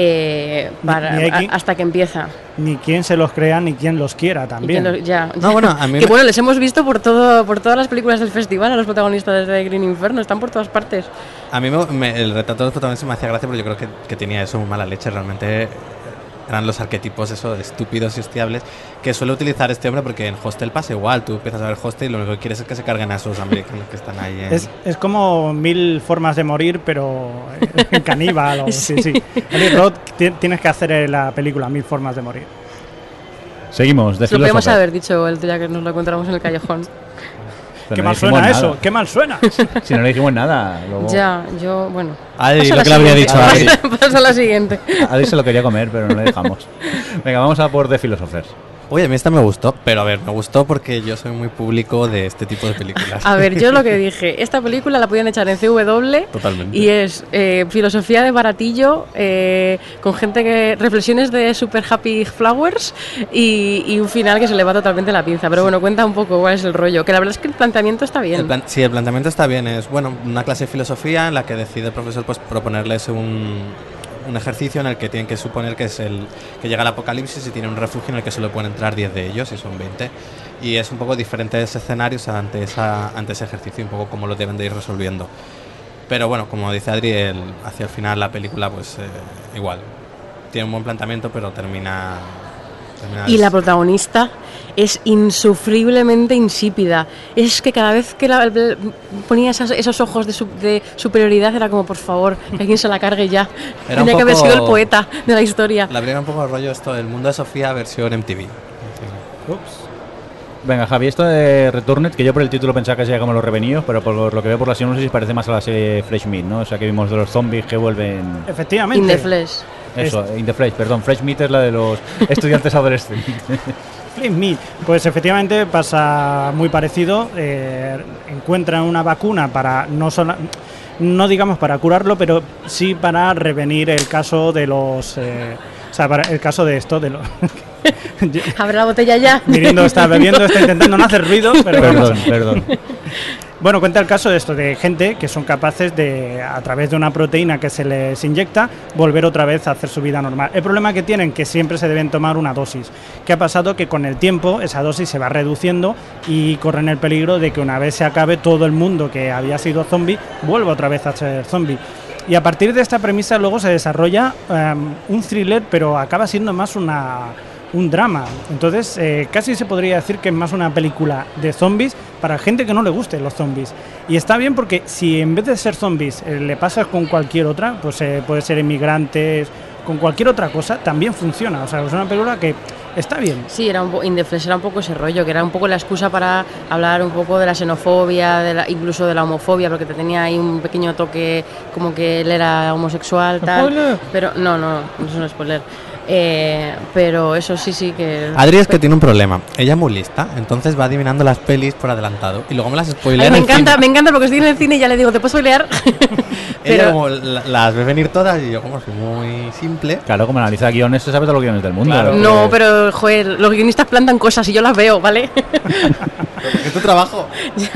eh, Ni- para, ni hay quien- a- hasta que empieza. Ni quien se los crea ni quien los quiera Y también. que los- ya, No, bueno, a mí que me- bueno, les hemos visto por todo por todas las películas del festival a los protagonistas de Green Inferno, están por todas partes. A mí me- me- el retrato de los protagonistas me hacía gracia, pero yo creo que, que tenía eso, muy mala leche. Realmente eran los arquetipos eso, estúpidos y hostiables que suele utilizar este hombre, porque en Hostel pasa igual. Tú empiezas a ver Hostel y lo único que quieres es que se carguen a esos americanos que están ahí. en- Es, es como mil formas de morir, pero en caníbal. O, sí, sí. Eli Roth, ti- tienes que hacer eh, la película Mil formas de morir. Seguimos. De Lo podemos Philosopher. haber dicho el día que nos lo encontramos en el callejón. Pero Qué no mal dijimos suena nada. eso, qué mal suena. Si no le dijimos nada. Luego... Ya, yo, bueno. Adri, Pasa lo la que le habría siguiente. dicho a Adri. Pasa a la siguiente. Adri se lo quería comer, pero no le dejamos. Venga, vamos a por The Philosophers. Oye, a mí esta me gustó, pero a ver, me gustó porque yo soy muy público de este tipo de películas. A ver, yo lo que dije, esta película la podían echar en C W Totalmente. y es eh, filosofía de baratillo, eh, con gente que. Reflexiones de Super Happy Flowers y, y un final que se le va totalmente la pinza. Pero bueno, cuenta un poco cuál es el rollo. Que la verdad es que el planteamiento está bien. El plan- sí, el planteamiento está bien. Es bueno una clase de filosofía en la que decide el profesor pues proponerles un, un ejercicio en el que tienen que suponer que es el que llega el apocalipsis y tiene un refugio en el que solo pueden entrar diez de ellos y son veinte. Y es un poco diferentes escenarios ante, esa, ante ese ejercicio y un poco cómo lo deben de ir resolviendo. Pero bueno, como dice Adri, el- hacia el final la película pues eh, igual. Tiene un buen planteamiento, pero termina... termina Y la des- protagonista es insufriblemente insípida. Es que cada vez que la, ponía esas- esos ojos de, su- de superioridad era como, por favor, que alguien se la cargue ya. Era un Tenía que haber poco- sido el poeta de la historia. La película un poco rollo esto, el mundo de Sofía versión M T V. Ups. Venga, Javi, esto de Returned, que yo por el título pensaba que sería como Los Revenidos, pero por lo que veo por la sinopsis parece más a la serie Fresh Meat, ¿no? O sea, que vimos de los zombies que vuelven... Efectivamente. In the flesh. Eso, In the Flesh, perdón. Fresh Meat es la de los estudiantes adolescentes. Flip Me. Pues efectivamente pasa muy parecido. Eh, encuentran una vacuna para no solo, no digamos para curarlo, pero sí para revenir el caso de los, eh, o sea, para el caso de esto de los. Abre la botella ya. Mirindo está bebiendo, está intentando no hacer ruido, pero no Perdón, pasa. perdón. Bueno, cuenta el caso de esto, de gente que son capaces de, a través de una proteína que se les inyecta, volver otra vez a hacer su vida normal. El problema que tienen que siempre se deben tomar una dosis. ¿Qué ha pasado? Que con el tiempo esa dosis se va reduciendo y corren el peligro de que una vez se acabe todo el mundo que había sido zombie, vuelva otra vez a ser zombie. Y a partir de esta premisa luego se desarrolla um, un thriller, pero acaba siendo más una... un drama. Entonces, eh, casi se podría decir que es más una película de zombies para gente que no le gusten los zombies. Y está bien porque si en vez de ser zombies eh, le pasas con cualquier otra, pues eh, puede ser inmigrantes, con cualquier otra cosa, también funciona. O sea, es una película que está bien. Sí, era un po- In the Flesh era un poco ese rollo, que era un poco la excusa para hablar un poco de la xenofobia, de la- incluso de la homofobia, porque te tenía ahí un pequeño toque como que él era homosexual, tal. ¡Spoiler! Pero no, no, no es un spoiler. Eh, pero eso sí, sí que... Adri es que tiene un problema. Ella es muy lista, entonces va adivinando las pelis por adelantado y luego me las spoilea. Ay, me en el encanta, cine. me encanta porque estoy en el cine y ya le digo, ¿te puedo spoilear? Ella Pero como la- las ve venir todas y yo como soy muy simple. Claro, como analiza guiones, se sabe todos los guiones del mundo. Claro. no, Eh, pero joder, los guionistas plantan cosas y yo las veo, ¿vale? Es tu trabajo.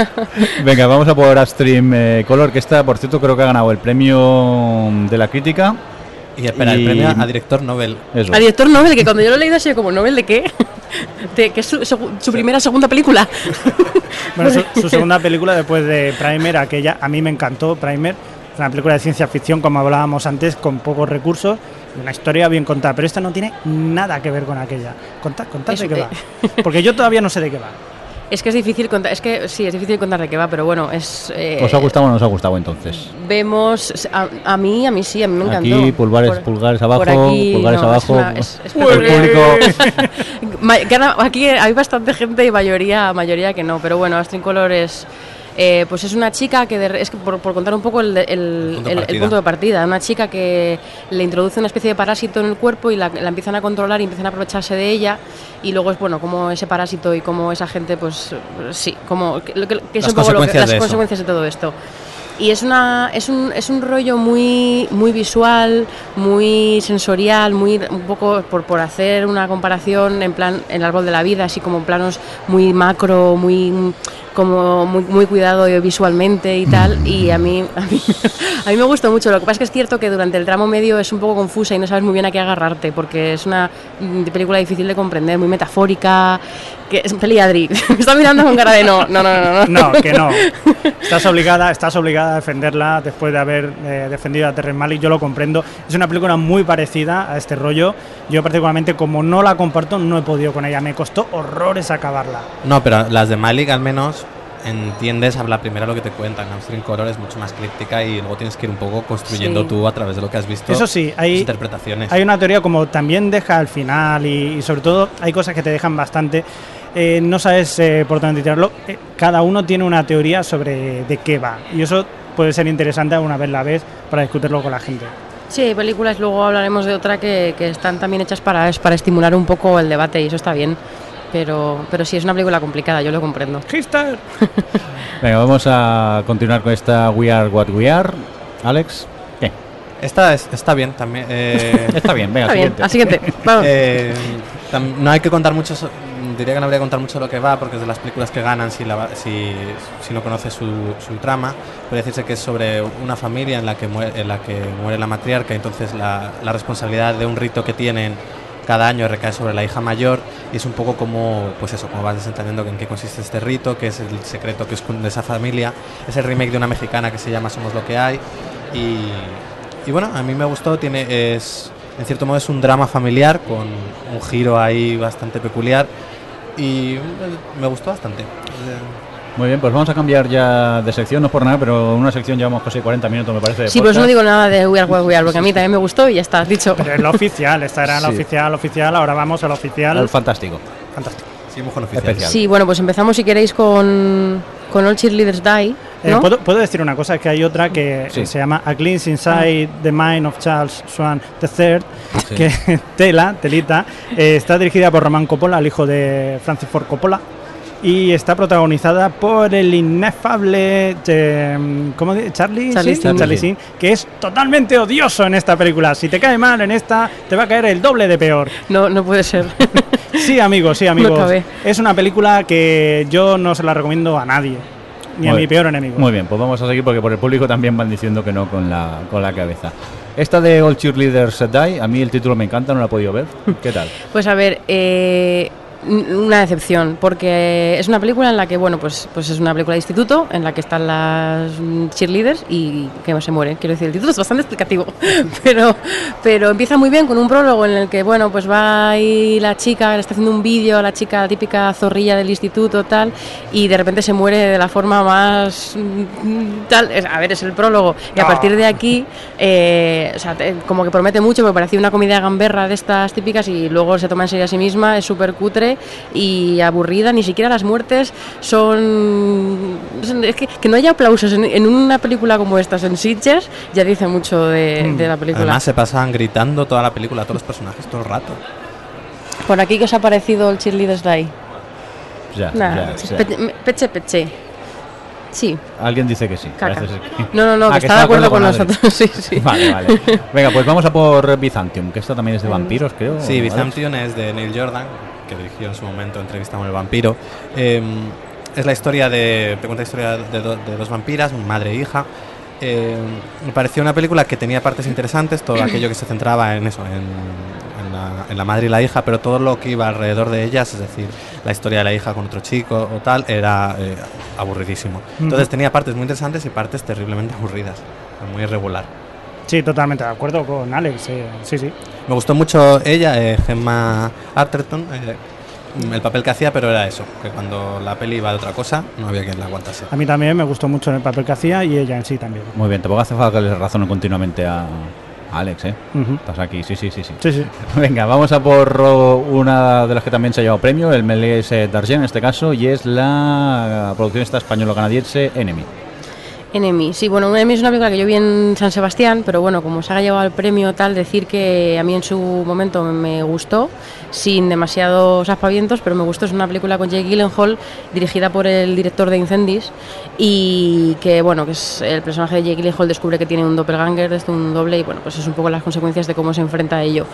Venga, vamos a por Upstream eh, Color, que esta, por cierto, creo que ha ganado el premio de la crítica. Y espera, Y- el premio a director Nobel. Eso. A director Nobel, que cuando yo lo he leído ha sido como, ¿Nobel de qué? De, que es su, su, su primera, segunda película. Bueno, su, su segunda película después de Primer, aquella, a mí me encantó Primer. Es una película de ciencia ficción, como hablábamos antes, con pocos recursos y una historia bien contada. Pero esta no tiene nada que ver con aquella. Contad, contad de Eso, qué eh. va. Porque yo todavía no sé de qué va. Es que es difícil contar, es que sí, es difícil contar de qué va, pero bueno, es... eh, ¿Os ha gustado o no os ha gustado entonces? Vemos, a, a mí, a mí sí, a mí me encantó. Aquí, pulgares, Por- pulgares abajo, por aquí, pulgares no, abajo. es una- es- es el espectacular. público. Ma- gana- Aquí hay bastante gente y mayoría, mayoría que no, pero bueno, Upstream Color es... eh, pues es una chica que, de- es que por, por contar un poco el, de- el, El punto de el- el partida. punto de partida, una chica que le introduce una especie de parásito en el cuerpo y la, la empiezan a controlar y empiezan a aprovecharse de ella, y luego es bueno como ese parásito y como esa gente, pues sí, como que, que- que es Las un poco lo que- consecuencias las de eso. consecuencias de todo esto. Y es una es un, es un rollo muy muy visual, muy sensorial, muy un poco por, por hacer una comparación en plan el árbol de la vida, así como planos muy macro, muy como muy, muy cuidado visualmente y tal, y a mí, a mí a mí me gustó mucho. Lo que pasa es que es cierto que durante el tramo medio es un poco confusa y no sabes muy bien a qué agarrarte, porque es una mm, película difícil de comprender, muy metafórica, que es peli Adri. Me está mirando con cara de no, no, no, no, no. No, que no. Estás obligada, estás obligada a defenderla después de haber eh, defendido a Terrence Malick. Yo lo comprendo. Es una película muy parecida a este rollo. Yo particularmente, como no la comparto, no he podido con ella. Me costó horrores acabarla. No, pero las de Malik al menos entiendes a la primera lo que te cuentan. Upstream Color es mucho más críptica y luego tienes que ir un poco construyendo Sí. tú a través de lo que has visto. Eso sí, tus hay, interpretaciones. hay una teoría como también deja al final y, y sobre todo hay cosas que te dejan bastante. Eh, no sabes eh, por dónde tirarlo. Eh, cada uno tiene una teoría sobre de qué va y eso puede ser interesante una vez la vez para discutirlo con la gente. Sí, hay películas, luego hablaremos de otra que, que están también hechas para, es para estimular un poco el debate y eso está bien. Pero, pero sí, es una película complicada, yo lo comprendo. Hister. Venga, vamos a continuar con esta We Are What We Are. Alex, ¿qué? Esta es- está bien también. eh, Está bien, venga, Está bien, siguiente. al siguiente. Vamos. eh, tam- no hay que contar mucho, so- diría que no habría que contar mucho lo que va, porque es de las películas que ganan si, la, va- si, si no conoces su, su trama. Podría decirse que es sobre una familia en la que muere, en la, que muere la matriarca, entonces la, la responsabilidad de un rito que tienen cada año recae sobre la hija mayor y es un poco como, pues eso, como vas desentendiendo en qué consiste este rito, qué es el secreto que esconde esa familia. Es el remake de una mexicana que se llama Somos lo que hay y, y bueno, a mí me gustó, tiene, es, en cierto modo es un drama familiar con un giro ahí bastante peculiar y me gustó bastante. Muy bien, pues vamos a cambiar ya de sección, no es por nada, pero en una sección llevamos casi cuarenta minutos, me parece. de Sí, por eso no podcast. digo nada de We Are What We Are, porque a mí también me gustó y ya está, dicho. Pero es la oficial, esta era la Sí. oficial, oficial, ahora vamos a la oficial. Al fantástico. Fantástico. Seguimos con oficial. Especial. Sí, bueno, pues empezamos si queréis con, con All Cheerleaders Die, Eh, ¿no? ¿puedo, puedo decir una cosa, que hay otra que Sí. se llama A Glimpse Inside the Mind of Charles Swan tercero, Sí. que tela, telita, eh, está dirigida por Roman Coppola, el hijo de Francis Ford Coppola, y está protagonizada por el inefable eh, ¿cómo dice? Charlie, Charlie ¿sí? Sheen. Charlie Sheen, que es totalmente odioso en esta película. Si te cae mal en esta, te va a caer el doble de peor. No, no puede ser. Sí, amigos, sí, amigos. cabe. Es una película que yo no se la recomiendo a nadie, ni a Muy mi bien. peor enemigo. Muy bien, pues vamos a seguir porque por el público también van diciendo que no con la, con la cabeza. Esta de All Cheerleaders Die, a mí el título me encanta, no la he podido ver. ¿Qué tal? Pues a ver, eh, n- una decepción, porque es una película en la que, bueno, pues, pues es una película de instituto, en la que están las mm, cheerleaders y que se mueren. Quiero decir, el título es bastante explicativo, pero, pero empieza muy bien con un prólogo en el que, bueno, pues va ahí la chica, le está haciendo un vídeo a la chica, la típica zorrilla del instituto, tal, y de repente se muere de la forma más mm, tal. Es- A ver, es el prólogo, y a No. partir de aquí, eh, o sea, te- como que promete mucho, me parecía una comedia gamberra de estas típicas y luego se toma en serio a sí misma, es súper cutre predecible y aburrida. Ni siquiera las muertes son... Es que, que no haya aplausos en, en una película como estas en Sitges ya dice mucho de, mm. de la película. Además se pasaban gritando toda la película, todos los personajes, todo el rato. Por aquí, ¿qué os ha parecido el Cheerleaders Die? Ya, Nah, ya, ya. Peche, peche, peche. Sí. Alguien dice que sí. Caca. Parece ser que- No, no, no, Ah, que que está de acuerdo con, Adri. nosotros. Sí, sí. Vale, vale. Venga, pues vamos a por Byzantium, que esto también es de vampiros, creo. Sí, Alex. Byzantium es de Neil Jordan, que dirigió en su momento Entrevista con el vampiro. Eh, es la historia de... Te cuenta la historia de, do- de dos vampiras, madre e hija. Eh, me pareció una película que tenía partes interesantes, todo aquello que se centraba en eso, en, en, la, en la madre y la hija, pero todo lo que iba alrededor de ellas, es decir, la historia de la hija con otro chico o tal, era eh, aburridísimo. Entonces tenía partes muy interesantes y partes terriblemente aburridas, muy irregular. Sí, totalmente de acuerdo con Alex. eh, sí, sí. Me gustó mucho ella, eh, Gemma Arterton, eh, el papel que hacía, pero era eso, que cuando la peli iba de otra cosa, no había quien la aguantase. A mí también me gustó mucho el papel que hacía y ella en sí también. Muy bien, tampoco hace falta que le razonen continuamente a a Alex, ¿eh? Ujú. Estás aquí, sí, sí, sí, sí. Sí, sí. Venga, vamos a por oh, una de las que también se ha llevado premio, el Méliès d'Argent en este caso, y es la producción esta españolo-canadiense Enemy. Enemy, sí, bueno, Enemy es una película que yo vi en San Sebastián, pero bueno, como se ha llevado el premio tal, decir que a mí en su momento me gustó, sin demasiados aspavientos, pero me gustó. Es una película con Jake Gyllenhaal, dirigida por el director de Incendies, y que, bueno, que es el personaje de Jake Gyllenhaal descubre que tiene un doppelganger, es un doble, y bueno, pues es un poco las consecuencias de cómo se enfrenta a ello.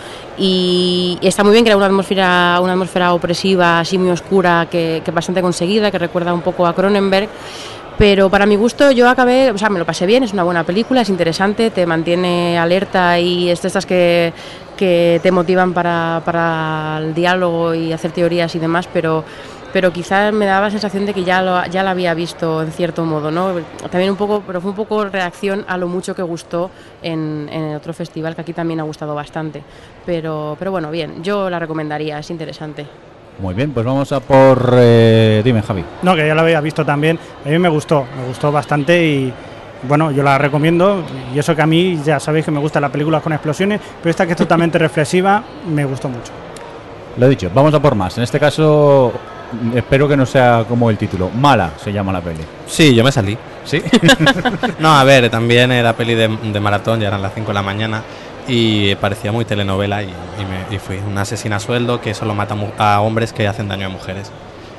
Y está muy bien, crea una atmósfera, una atmósfera opresiva, así muy oscura, que, que bastante conseguida, que recuerda un poco a Cronenberg. Pero para mi gusto yo acabé, o sea, me lo pasé bien, es una buena película, es interesante, te mantiene alerta y es de estas que, que te motivan para, para el diálogo y hacer teorías y demás, pero, pero quizás me daba la sensación de que ya, lo, ya la había visto en cierto modo, ¿no? También un poco, pero fue un poco reacción a lo mucho que gustó en, en el otro festival, que aquí también ha gustado bastante. Pero, pero bueno, bien, yo la recomendaría, es interesante. Muy bien, pues vamos a por... Eh, dime, Javi. No, que ya lo había visto también. A mí me gustó, me gustó bastante y bueno, yo la recomiendo. Y eso que a mí, ya sabéis que me gustan las películas con explosiones, pero esta que es totalmente reflexiva, me gustó mucho. Lo he dicho, vamos a por más. En este caso, espero que no sea como el título. Mala se llama la peli. Sí, yo me salí. ¿Sí? No, a ver, también era peli de, de maratón, ya eran las cinco de la mañana y parecía muy telenovela y, y, me, y fui una asesina a sueldo que solo mata mu- a hombres que hacen daño a mujeres.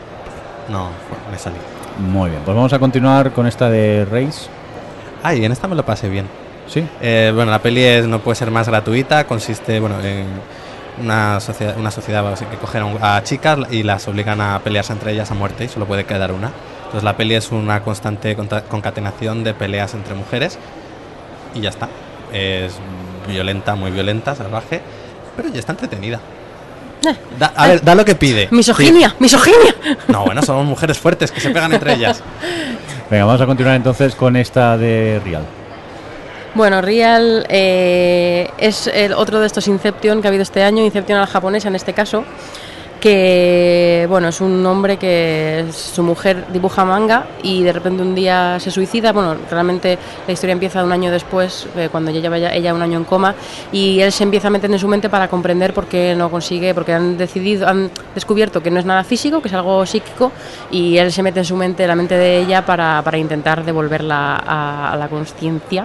No, me salí. Muy bien, pues vamos a continuar con esta de Race. Ay, en esta me lo pasé bien. ¿Sí? Eh, bueno, la peli es, no puede ser más gratuita, consiste bueno, en una sociedad, una sociedad que cogen a, un- a chicas y las obligan a pelearse entre ellas a muerte y solo puede quedar una. Entonces la peli es una constante conta- concatenación de peleas entre mujeres y ya está. Es violenta, muy violenta, salvaje, pero ya está entretenida. Da- a ver, da lo que pide. ¡Misoginia! Sí. ¡Misoginia! No, bueno, son mujeres fuertes que se pegan entre ellas. Venga, vamos a continuar entonces con esta de Real. Bueno, Real eh, es el otro de estos Inception que ha habido este año, Inception a la japonesa en este caso, que bueno, es un hombre que su mujer dibuja manga y de repente un día se suicida. Bueno, realmente la historia empieza un año después, eh, cuando ella lleva ya- ella un año en coma, y él se empieza a meter en su mente para comprender por qué no consigue, porque han decidido, han descubierto que no es nada físico, que es algo psíquico, y él se mete en su mente, la mente de ella, para, para intentar devolverla a, a la consciencia.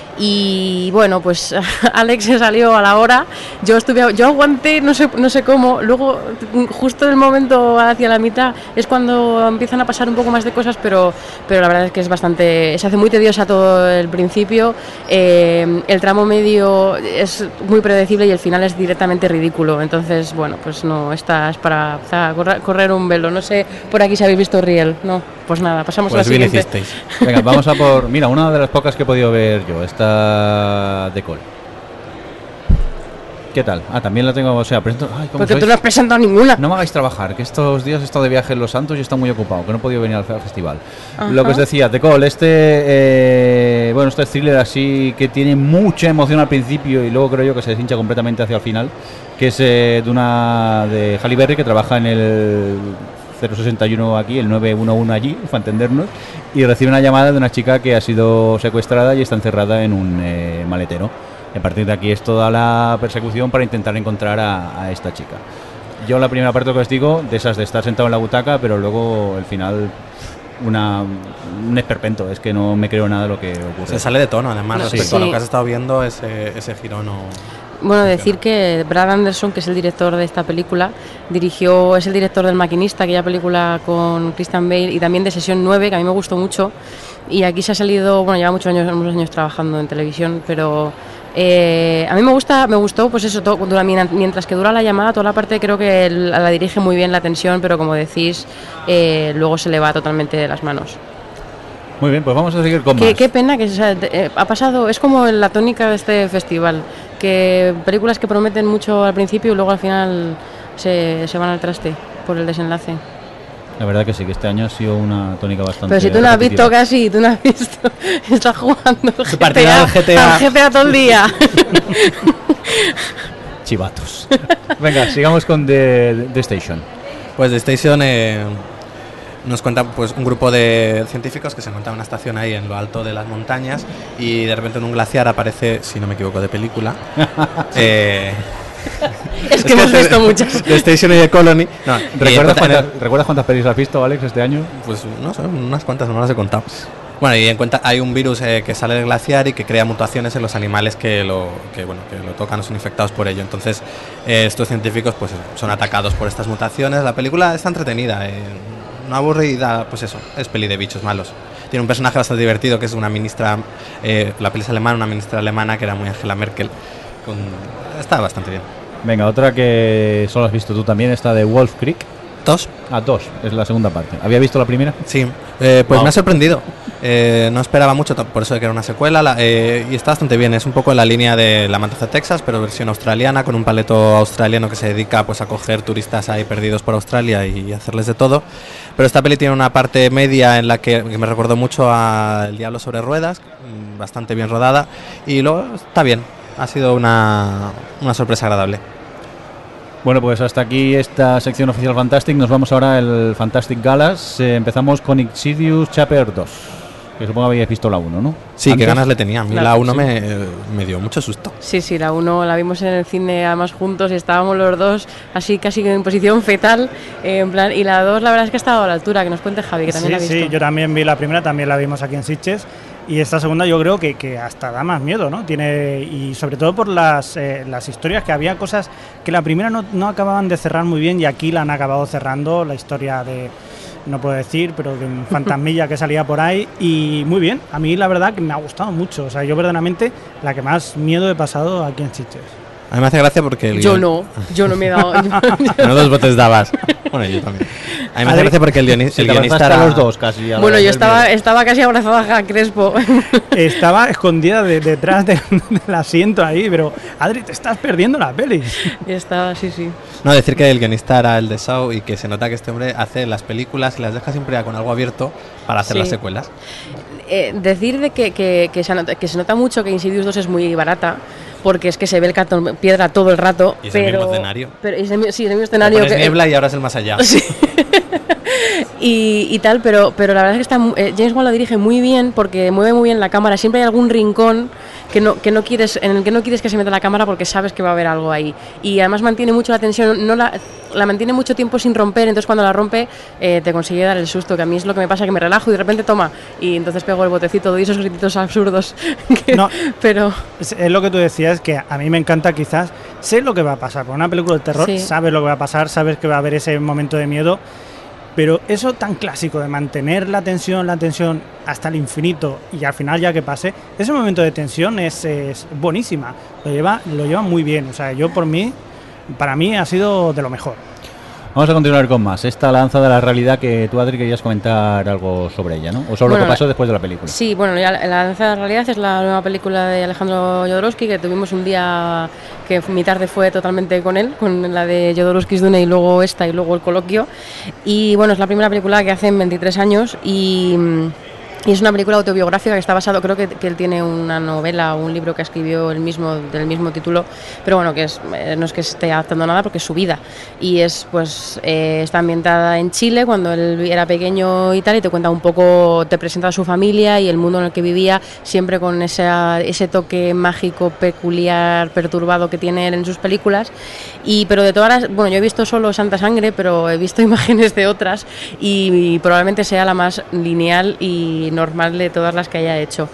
Y bueno, pues Alex se salió a la hora, yo estuve, yo aguanté, no sé, no sé cómo, luego justo en el momento hacia la mitad es cuando empiezan a pasar un poco más de cosas, pero, pero la verdad es que es bastante, se hace muy tediosa todo el principio, eh, el tramo medio es muy predecible y el final es directamente ridículo, entonces bueno, pues no, esta es para, para correr, correr un velo, no sé por aquí si habéis visto Riel, no, pues nada, pasamos Pues a la bien siguiente. hicisteis. Venga, vamos a por... Mira, una de las pocas que he podido ver yo, esta de Cole. ¿Qué tal? Ah, también la tengo, o sea, presento... Ay, ¿cómo Porque sois? tú no has presentado ninguna. No me hagáis trabajar, que estos días he estado de viaje en Los Santos y he estado muy ocupado, que no he podido venir al fe- al festival. Ajá. Lo que os decía, The Call, este, eh, bueno, este thriller así que tiene mucha emoción al principio y luego creo yo que se deshincha completamente hacia el final, que es eh, de una de Halle Berry que trabaja en el cero sesenta y uno aquí, el nueve uno uno allí, para entendernos, y recibe una llamada de una chica que ha sido secuestrada y está encerrada en un eh, maletero. Y a partir de aquí es toda la persecución para intentar encontrar a, a esta chica. Yo la primera parte, lo que os digo, de esas de estar sentado en la butaca, pero luego el final, una, un esperpento. Es que no me creo nada de lo que ocurre. Se sale de tono, además, No, respecto sí. a lo que has estado viendo, ese, ese giro no... Bueno, decir que Brad Anderson, que es el director de esta película, dirigió, es el director del Maquinista, aquella película con Christian Bale, y también de Sesión nueve, que a mí me gustó mucho. Y aquí se ha salido, bueno, lleva muchos años, muchos años trabajando en televisión, pero eh, a mí me gusta, me gustó, pues eso, todo, dura- mientras que dura la llamada, toda la parte creo que la, la dirige muy bien la tensión, pero como decís, eh, luego se le va totalmente de las manos. Muy bien, pues vamos a seguir con Qué, más. qué pena que o sea, eh, ha pasado, es como la tónica de este festival, que películas que prometen mucho al principio y luego al final se, se van al traste por el desenlace. La verdad que sí, que este año ha sido una tónica bastante Pero si tú no has repetitiva. visto casi, tú no has visto, estás jugando el partida G T A, del G T A. al G T A todo el día. Chivatos. Venga, sigamos con The, The Station. Pues The Station eh, nos cuenta pues un grupo de científicos que se encuentran en una estación ahí en lo alto de las montañas y de repente en un glaciar aparece, si no me equivoco, de película. eh, Es que hemos visto muchas. The Station y The Colony. No, y ¿Recuerdas encuentran- cuántas, ¿Recuerdas cuántas pelis has visto, Alex, este año? Pues no sé, unas cuantas, no las he contado. Bueno, y en cuenta hay un virus eh, que sale del glaciar y que crea mutaciones en los animales que lo, que, bueno, que lo tocan o son infectados por ello. Entonces, eh, estos científicos pues son atacados por estas mutaciones. La película está entretenida, eh, no aburrida, pues eso, es peli de bichos malos. Tiene un personaje bastante divertido que es una ministra, eh, la peli es alemana, una ministra alemana que era muy Angela Merkel. Con, está bastante bien. Venga, otra que solo has visto tú también, esta de Wolf Creek. ¿Dos? Ah, dos, es la segunda parte. ¿Había visto la primera? Sí, eh, pues Wow. me ha sorprendido. Eh, no esperaba mucho, t- por eso de que era una secuela. La- eh, y está bastante bien. Es un poco en la línea de La Matanza de Texas, pero versión australiana, con un paleto australiano que se dedica pues, a coger turistas ahí perdidos por Australia y hacerles de todo. Pero esta peli tiene una parte media en la que, que me recordó mucho a El Diablo sobre Ruedas, mm, bastante bien rodada. Y luego está bien. Ha sido una, una sorpresa agradable. Bueno, pues hasta aquí esta sección oficial Fantastic. Nos vamos ahora al Fantastic Galas. Eh, empezamos con Insidious Chapter dos, que supongo que habéis visto la uno, ¿no? Sí, Antes. qué ganas le tenía. A mí Claro, la uno sí. me, me dio mucho susto. Sí, sí, la uno la vimos en el cine además juntos y estábamos los dos así casi en posición fetal, eh, en plan, y la dos la verdad es que ha estado a la altura, que nos cuente Javi, que también Sí, la ha visto. sí, yo también vi la primera, también la vimos aquí en Sitges. Y esta segunda yo creo que, que hasta da más miedo, ¿no? Tiene, y sobre todo por las, eh, las historias, que había cosas que la primera no, no acababan de cerrar muy bien y aquí la han acabado cerrando, la historia de, no puedo decir, pero de un fantasmilla que salía por ahí. Y muy bien, a mí la verdad que me ha gustado mucho. O sea, yo verdaderamente la que más miedo he pasado aquí en Sitges. A mí me hace gracia porque... el Yo guion- no, yo no me he dado. Bueno, dos botes dabas. Bueno, yo también. A mí me hace Adri- gracia porque el, guioni- Si el te guionista abrazaste era... a los dos casi. a la Bueno, vez yo del estaba, miedo. estaba casi abrazada a Crespo. Estaba escondida de- detrás de- del asiento ahí, pero Adri, te estás perdiendo la peli. Estaba, sí, sí. No, decir que el guionista era el de Saw y que se nota que este hombre hace las películas y las deja siempre con algo abierto para hacer Sí. las secuelas. Eh, decir de que, que, que, se nota, que se nota mucho que Insidious dos es muy barata, porque es que se ve el cartón piedra todo el rato. Y es el pero, mismo escenario. Pero, es el mi- sí, es el mismo Le escenario. pones que- niebla y ahora es el más allá. Sí. y, y tal, pero, pero la verdad es que está, mu- eh, James Wan lo dirige muy bien porque mueve muy bien la cámara. Siempre hay algún rincón que no, que no quieres, en el que no quieres que se meta la cámara porque sabes que va a haber algo ahí. Y además mantiene mucho la tensión, no la, la mantiene mucho tiempo sin romper, entonces cuando la rompe eh, te consigue dar el susto, que a mí es lo que me pasa, que me relajo y de repente toma, y entonces pego el botecito, doy esos grititos absurdos. que- No. Pero Es, es lo que tú decías, que a mí me encanta quizás, sé lo que va a pasar, por una película de terror Sí. sabes lo que va a pasar, sabes que va a haber ese momento de miedo, pero eso tan clásico de mantener la tensión, la tensión hasta el infinito y al final ya que pase, ese momento de tensión es, es buenísima, lo lleva, lo lleva muy bien, o sea, yo por mí, para mí ha sido de lo mejor. Vamos a continuar con más. Esta lanza de la realidad que tú, Adri, querías comentar algo sobre ella, ¿no? O sobre Bueno, lo que pasó la- después de la película. sí, bueno, ya La la danza de la realidad es la nueva película de Alejandro Jodorowsky, que tuvimos un día que mi tarde fue totalmente con él, con la de Jodorowsky's Dune y luego esta y luego el coloquio. Y bueno, es la primera película que hace en veintitrés años y, Y es una película autobiográfica que está basado, creo que, que él tiene una novela o un libro que escribió el mismo, del mismo título, pero bueno, que es, eh, no es que esté adaptando nada porque es su vida. Y es, pues, eh, está ambientada en Chile cuando él era pequeño y tal, y te cuenta un poco, te presenta a su familia y el mundo en el que vivía, siempre con ese, ese toque mágico, peculiar, perturbado que tiene él en sus películas. Y, pero de todas las, bueno, yo he visto solo Santa Sangre, pero he visto imágenes de otras y, y probablemente sea la más lineal y normal de todas las que haya hecho.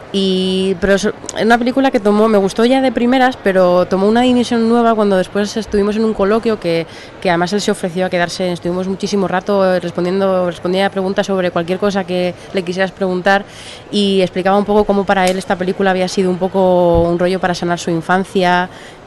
Y pero es una película que tomó, me gustó ya de primeras, pero tomó una dimensión nueva cuando después estuvimos en un coloquio que, que además él se ofreció a quedarse, estuvimos muchísimo rato respondiendo, respondía a preguntas sobre cualquier cosa que le quisieras preguntar y explicaba un poco cómo para él esta película había sido un poco un rollo para sanar su infancia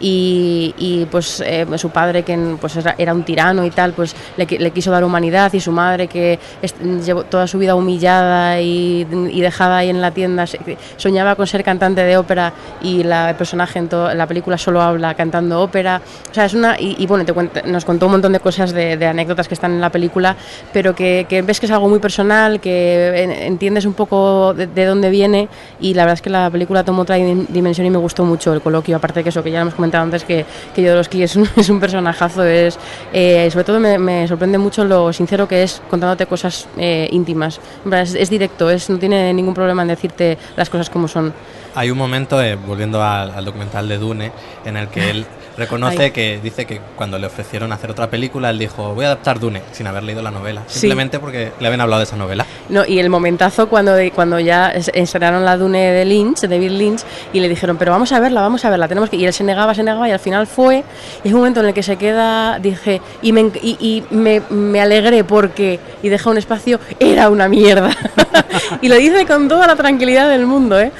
y, y pues eh, su padre que pues era un tirano y tal, pues le, le quiso dar humanidad, y su madre que est- llevó toda su vida humillada y, y dejada ahí en la tienda, soñaba con ser cantante de ópera y la, el personaje en, to, en la película solo habla cantando ópera. O sea, es una y, y bueno, te cuenta, nos contó un montón de cosas de, de anécdotas que están en la película, pero que, que ves que es algo muy personal, que en, entiendes un poco de, de dónde viene, y la verdad es que la película tomó otra dimensión y me gustó mucho el coloquio, aparte de que eso que ya hemos comentado antes, que, que Jodorowsky es un, es un personajazo, es eh, sobre todo me, me sorprende mucho lo sincero que es contándote cosas eh, íntimas. Es, es directo, es, no tiene ningún problema en decirte las cosas como son. Hay un momento, eh, volviendo al, al documental de Dune, en el que él reconoce Ay. que dice que cuando le ofrecieron hacer otra película, él dijo, voy a adaptar Dune, sin haber leído la novela, simplemente sí. porque le habían hablado de esa novela. No, y el momentazo cuando, de, cuando ya estrenaron la Dune de Lynch, de David Lynch, y le dijeron, pero vamos a verla, vamos a verla, tenemos que... Y él se negaba, se negaba, y al final fue, y es un momento en el que se queda, dije, y me, y, y me, me alegré porque, y deja un espacio, era una mierda. Y lo dice con toda la tranquilidad del mundo, ¿eh?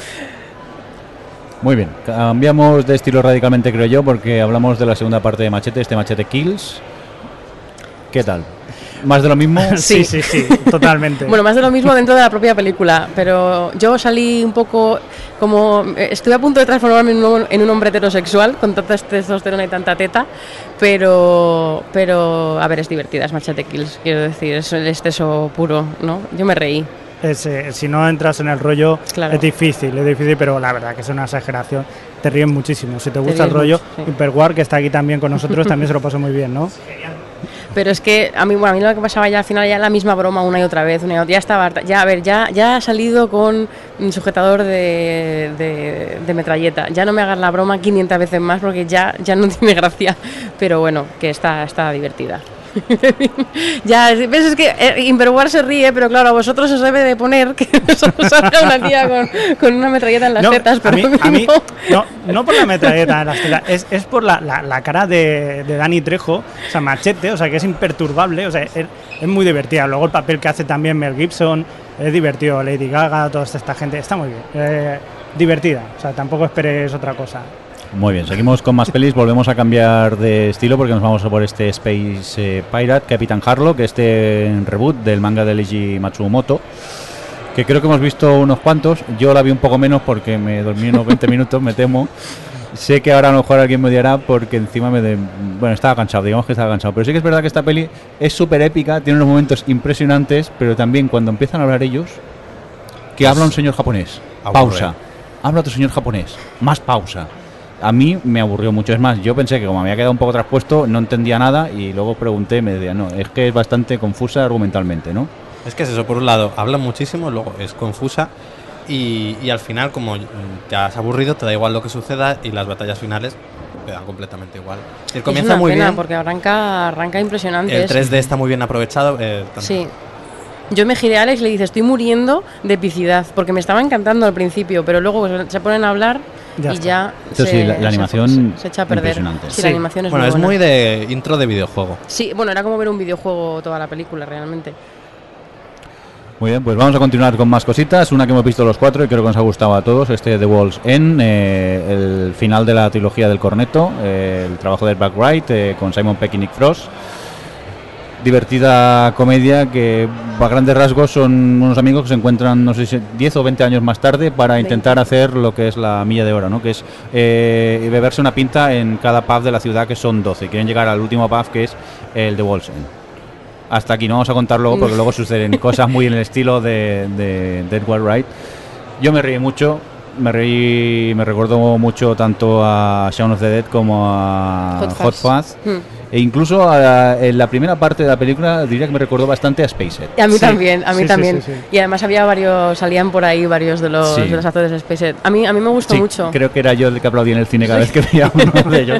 Muy bien, cambiamos de estilo radicalmente, creo yo, porque hablamos de la segunda parte de Machete, este Machete Kills. ¿Qué tal? ¿Más de lo mismo? Sí, sí, sí, totalmente. Bueno, más de lo mismo dentro de la propia película, pero yo salí un poco como... Estuve a punto de transformarme en un, en un hombre heterosexual con tanta testosterona y tanta teta, pero, pero a ver, es divertida, es Machete Kills, quiero decir, es el exceso puro, ¿no? Yo me reí. Es, eh, si no entras en el rollo, claro. es difícil, es difícil, pero la verdad que es una exageración. Te ríes muchísimo. Si te gusta te el rollo, mucho, sí. Hyperwar, que está aquí también con nosotros, también se lo pasó muy bien, ¿no? Pero es que a mí, bueno, a mí lo que pasaba ya al final ya la misma broma una y otra vez, una y otra, ya estaba harta. Ya, a ver, ya, ya ha salido con un sujetador de, de, de metralleta. Ya no me hagas la broma quinientas veces más porque ya, ya no tiene gracia. Pero bueno, que está, está divertida. Ya, ves, es que eh, Hyperwar se ríe, pero claro, a vosotros os debe de poner que os salga una tía con, con una metralleta en las no, tetas, pero a mí, a mí no. no, no por la metralleta en las tetas, es, es por la, la, la cara de, de Danny Trejo, o sea, Machete, o sea, que es imperturbable, o sea, es, es muy divertida. Luego el papel que hace también Mel Gibson es divertido, Lady Gaga, toda esta gente, está muy bien, eh, divertida, o sea, tampoco esperes otra cosa. Muy bien, seguimos con más pelis, volvemos a cambiar de estilo porque nos vamos a por este Space eh, Pirate, Captain Harlock, este reboot del manga de Leiji Matsumoto, que creo que hemos visto unos cuantos. Yo la vi un poco menos porque me dormí unos veinte minutos, me temo. Sé que ahora a lo mejor alguien me odiará porque encima me... De... Bueno, estaba cansado, digamos que estaba cansado, pero sí que es verdad que esta peli es súper épica, tiene unos momentos impresionantes, pero también cuando empiezan a hablar ellos, que habla un señor japonés, Aburre. pausa, habla otro señor japonés, más pausa. A mí me aburrió mucho. Es más, yo pensé que como me había quedado un poco traspuesto, no entendía nada y luego pregunté y me decía, no, es que es bastante confusa argumentalmente, ¿no? Es que es eso, por un lado, habla muchísimo, luego es confusa y, y al final, como te has aburrido, te da igual lo que suceda y las batallas finales te dan completamente igual. El comienza es una muy pena, bien, porque arranca, arranca impresionante. el tres D está muy bien aprovechado. Eh, sí. Yo me giré a Alex y le dije, estoy muriendo de epicidad, porque me estaba encantando al principio, pero luego pues, se ponen a hablar Ya y está. ya Eso se, sí, la, la animación se, se echa a perder. impresionante. Sí, Sí. la animación es bueno, muy es buena. muy de intro de videojuego. Sí, bueno, era como ver un videojuego toda la película, realmente. Muy bien, pues vamos a continuar con más cositas. Una que hemos visto los cuatro y creo que nos ha gustado a todos, este The Wall's End, eh, el final de la trilogía del Corneto, eh, el trabajo de Buck Wright eh, con Simon Pegg y Nick Frost. Divertida comedia que a grandes rasgos son unos amigos que se encuentran, no sé si diez o veinte años más tarde para intentar hacer lo que es la milla de oro, ¿no? Que es eh, beberse una pinta en cada pub de la ciudad, que son doce. Quieren llegar al último pub, que es el The Wall's End. hasta aquí, no vamos a contar luego porque luego suceden cosas muy en el estilo de, de, de Edgar Wright. Yo me reí mucho, me reí, me recordó mucho tanto a Shaun of the Dead como a Hot Hot Fuzz. Fuzz. Hmm. E incluso a, en la primera parte de la película diría que me recordó bastante a Spaced. Y a mí Sí. también, a mí Sí, sí, también. sí, sí. Y además había varios, salían por ahí varios de los, Sí. de los actores de Space. A mí, a mí me gustó Sí, mucho. creo que era yo el que aplaudía en el cine cada vez que veía uno de ellos.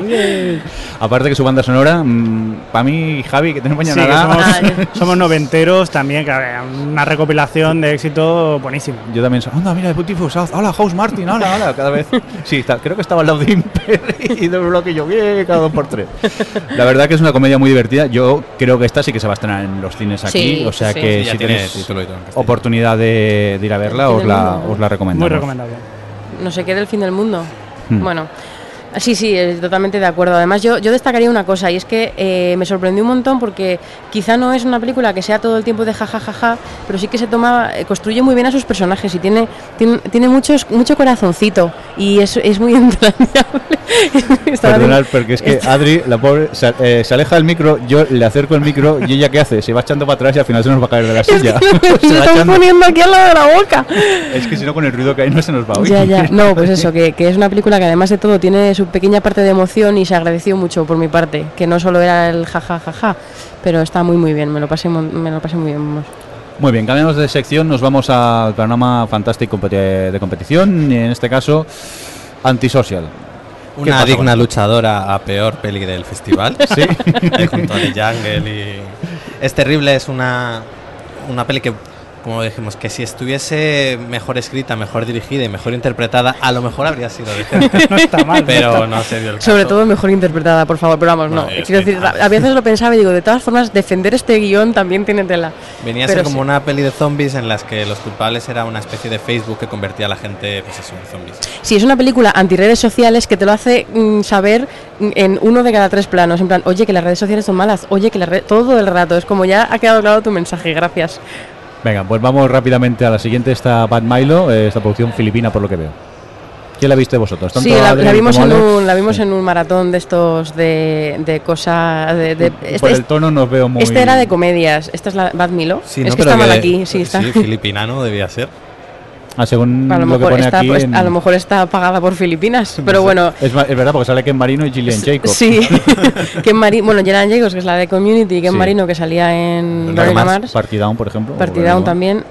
Aparte que su banda sonora, para mí, Javi, que te no Sí, engaña que nada. somos, Ah, ya. somos noventeros también, que a ver, una recopilación de éxito buenísima. Yo también soy, anda, mira, Beautiful South, hola, House Martin, hola, hola, cada vez. Sí, está, creo que estaba al lado de Imper y de bloque y yo, bien, cada dos por tres. La verdad que es una comedia muy divertida. Yo creo que esta sí que se va a estrenar en los cines aquí, Sí, o sea sí. que Sí, ya si tiene tenéis título y todo en castellano. oportunidad de, de ir a verla, ¿El os fin del la, mundo? os la recomendamos. Muy recomendable. No sé qué del fin del mundo. Hmm. Bueno, sí, sí, eh, totalmente de acuerdo. Además, yo, yo destacaría una cosa, y es que eh, me sorprendió un montón porque quizá no es una película que sea todo el tiempo de jajajaja, pero sí que se toma, eh, construye muy bien a sus personajes y tiene, tiene, tiene muchos, mucho corazoncito y es, es muy entrañable. Estaba Perdonad, bien- porque es que Est- Adri, la pobre, se, eh, se aleja del micro, yo le acerco el micro y ella ¿qué hace? Se va echando para atrás y al final se nos va a caer de la silla. Se Se va están echando. poniendo aquí al lado de la boca. Es que si no, con el ruido que hay no se nos va a oír. Ya, ya. No, pues eso, que, que es una película que además de todo tiene su pequeña parte de emoción y se agradeció mucho por mi parte, que no solo era el jajajaja, pero está muy muy bien, me lo pasé, mon- me lo pasé muy bien. Vamos. Muy bien, cambiamos de sección, nos vamos al panorama fantástico competi- de competición, y en este caso, Antisocial. ¿Qué Una pasa digna con- luchadora a peor peli del festival. Sí. Ahí junto a The Jungle y... Es terrible, es una, una peli que, como dijimos, que si estuviese mejor escrita, mejor dirigida y mejor interpretada, a lo mejor habría sido decente. No está mal. Pero no se dio el caso. Sobre todo mejor interpretada, por favor, pero vamos, no. No, es Quiero que- decir, a veces lo pensaba y digo, de todas formas, defender este guión también tiene tela. Venía a Pero ser como sí. una peli de zombies en las que los culpables era una especie de Facebook que convertía a la gente, pues eso, en zombies. Sí, es una película antirredes sociales que te lo hace mm, saber mm, en uno de cada tres planos. En plan, oye, que las redes sociales son malas, oye, que las redes... todo el rato. Es como ya ha quedado claro tu mensaje, gracias. Venga, pues vamos rápidamente a la siguiente, esta Bad Milo, eh, esta producción filipina por lo que veo. ¿Quién la viste vosotros? ¿Tanto Sí, la, Adri la vimos, como en Alex? un, la vimos Sí. en un maratón de estos de, de cosas... De, de- Por este, el tono nos veo muy... este era de comedias, esta es la Bad Milo. Sí, es ¿no? que Pero está mal que- aquí, sí, está. Sí, filipinano debía ser. Ah, según A lo, lo que mejor pone está, aquí pues, en- a lo mejor está pagada por Filipinas, pero bueno... Es, ma- es verdad, porque sale Ken Marino y Gillian Jacob. Sí, Ken Mari bueno, Gillian Jacobs, que es la de Community, y Ken Sí. Marino, que salía en Verónica Verónica Mars. Mars. Party Down, por ejemplo. Party o Down algo. también.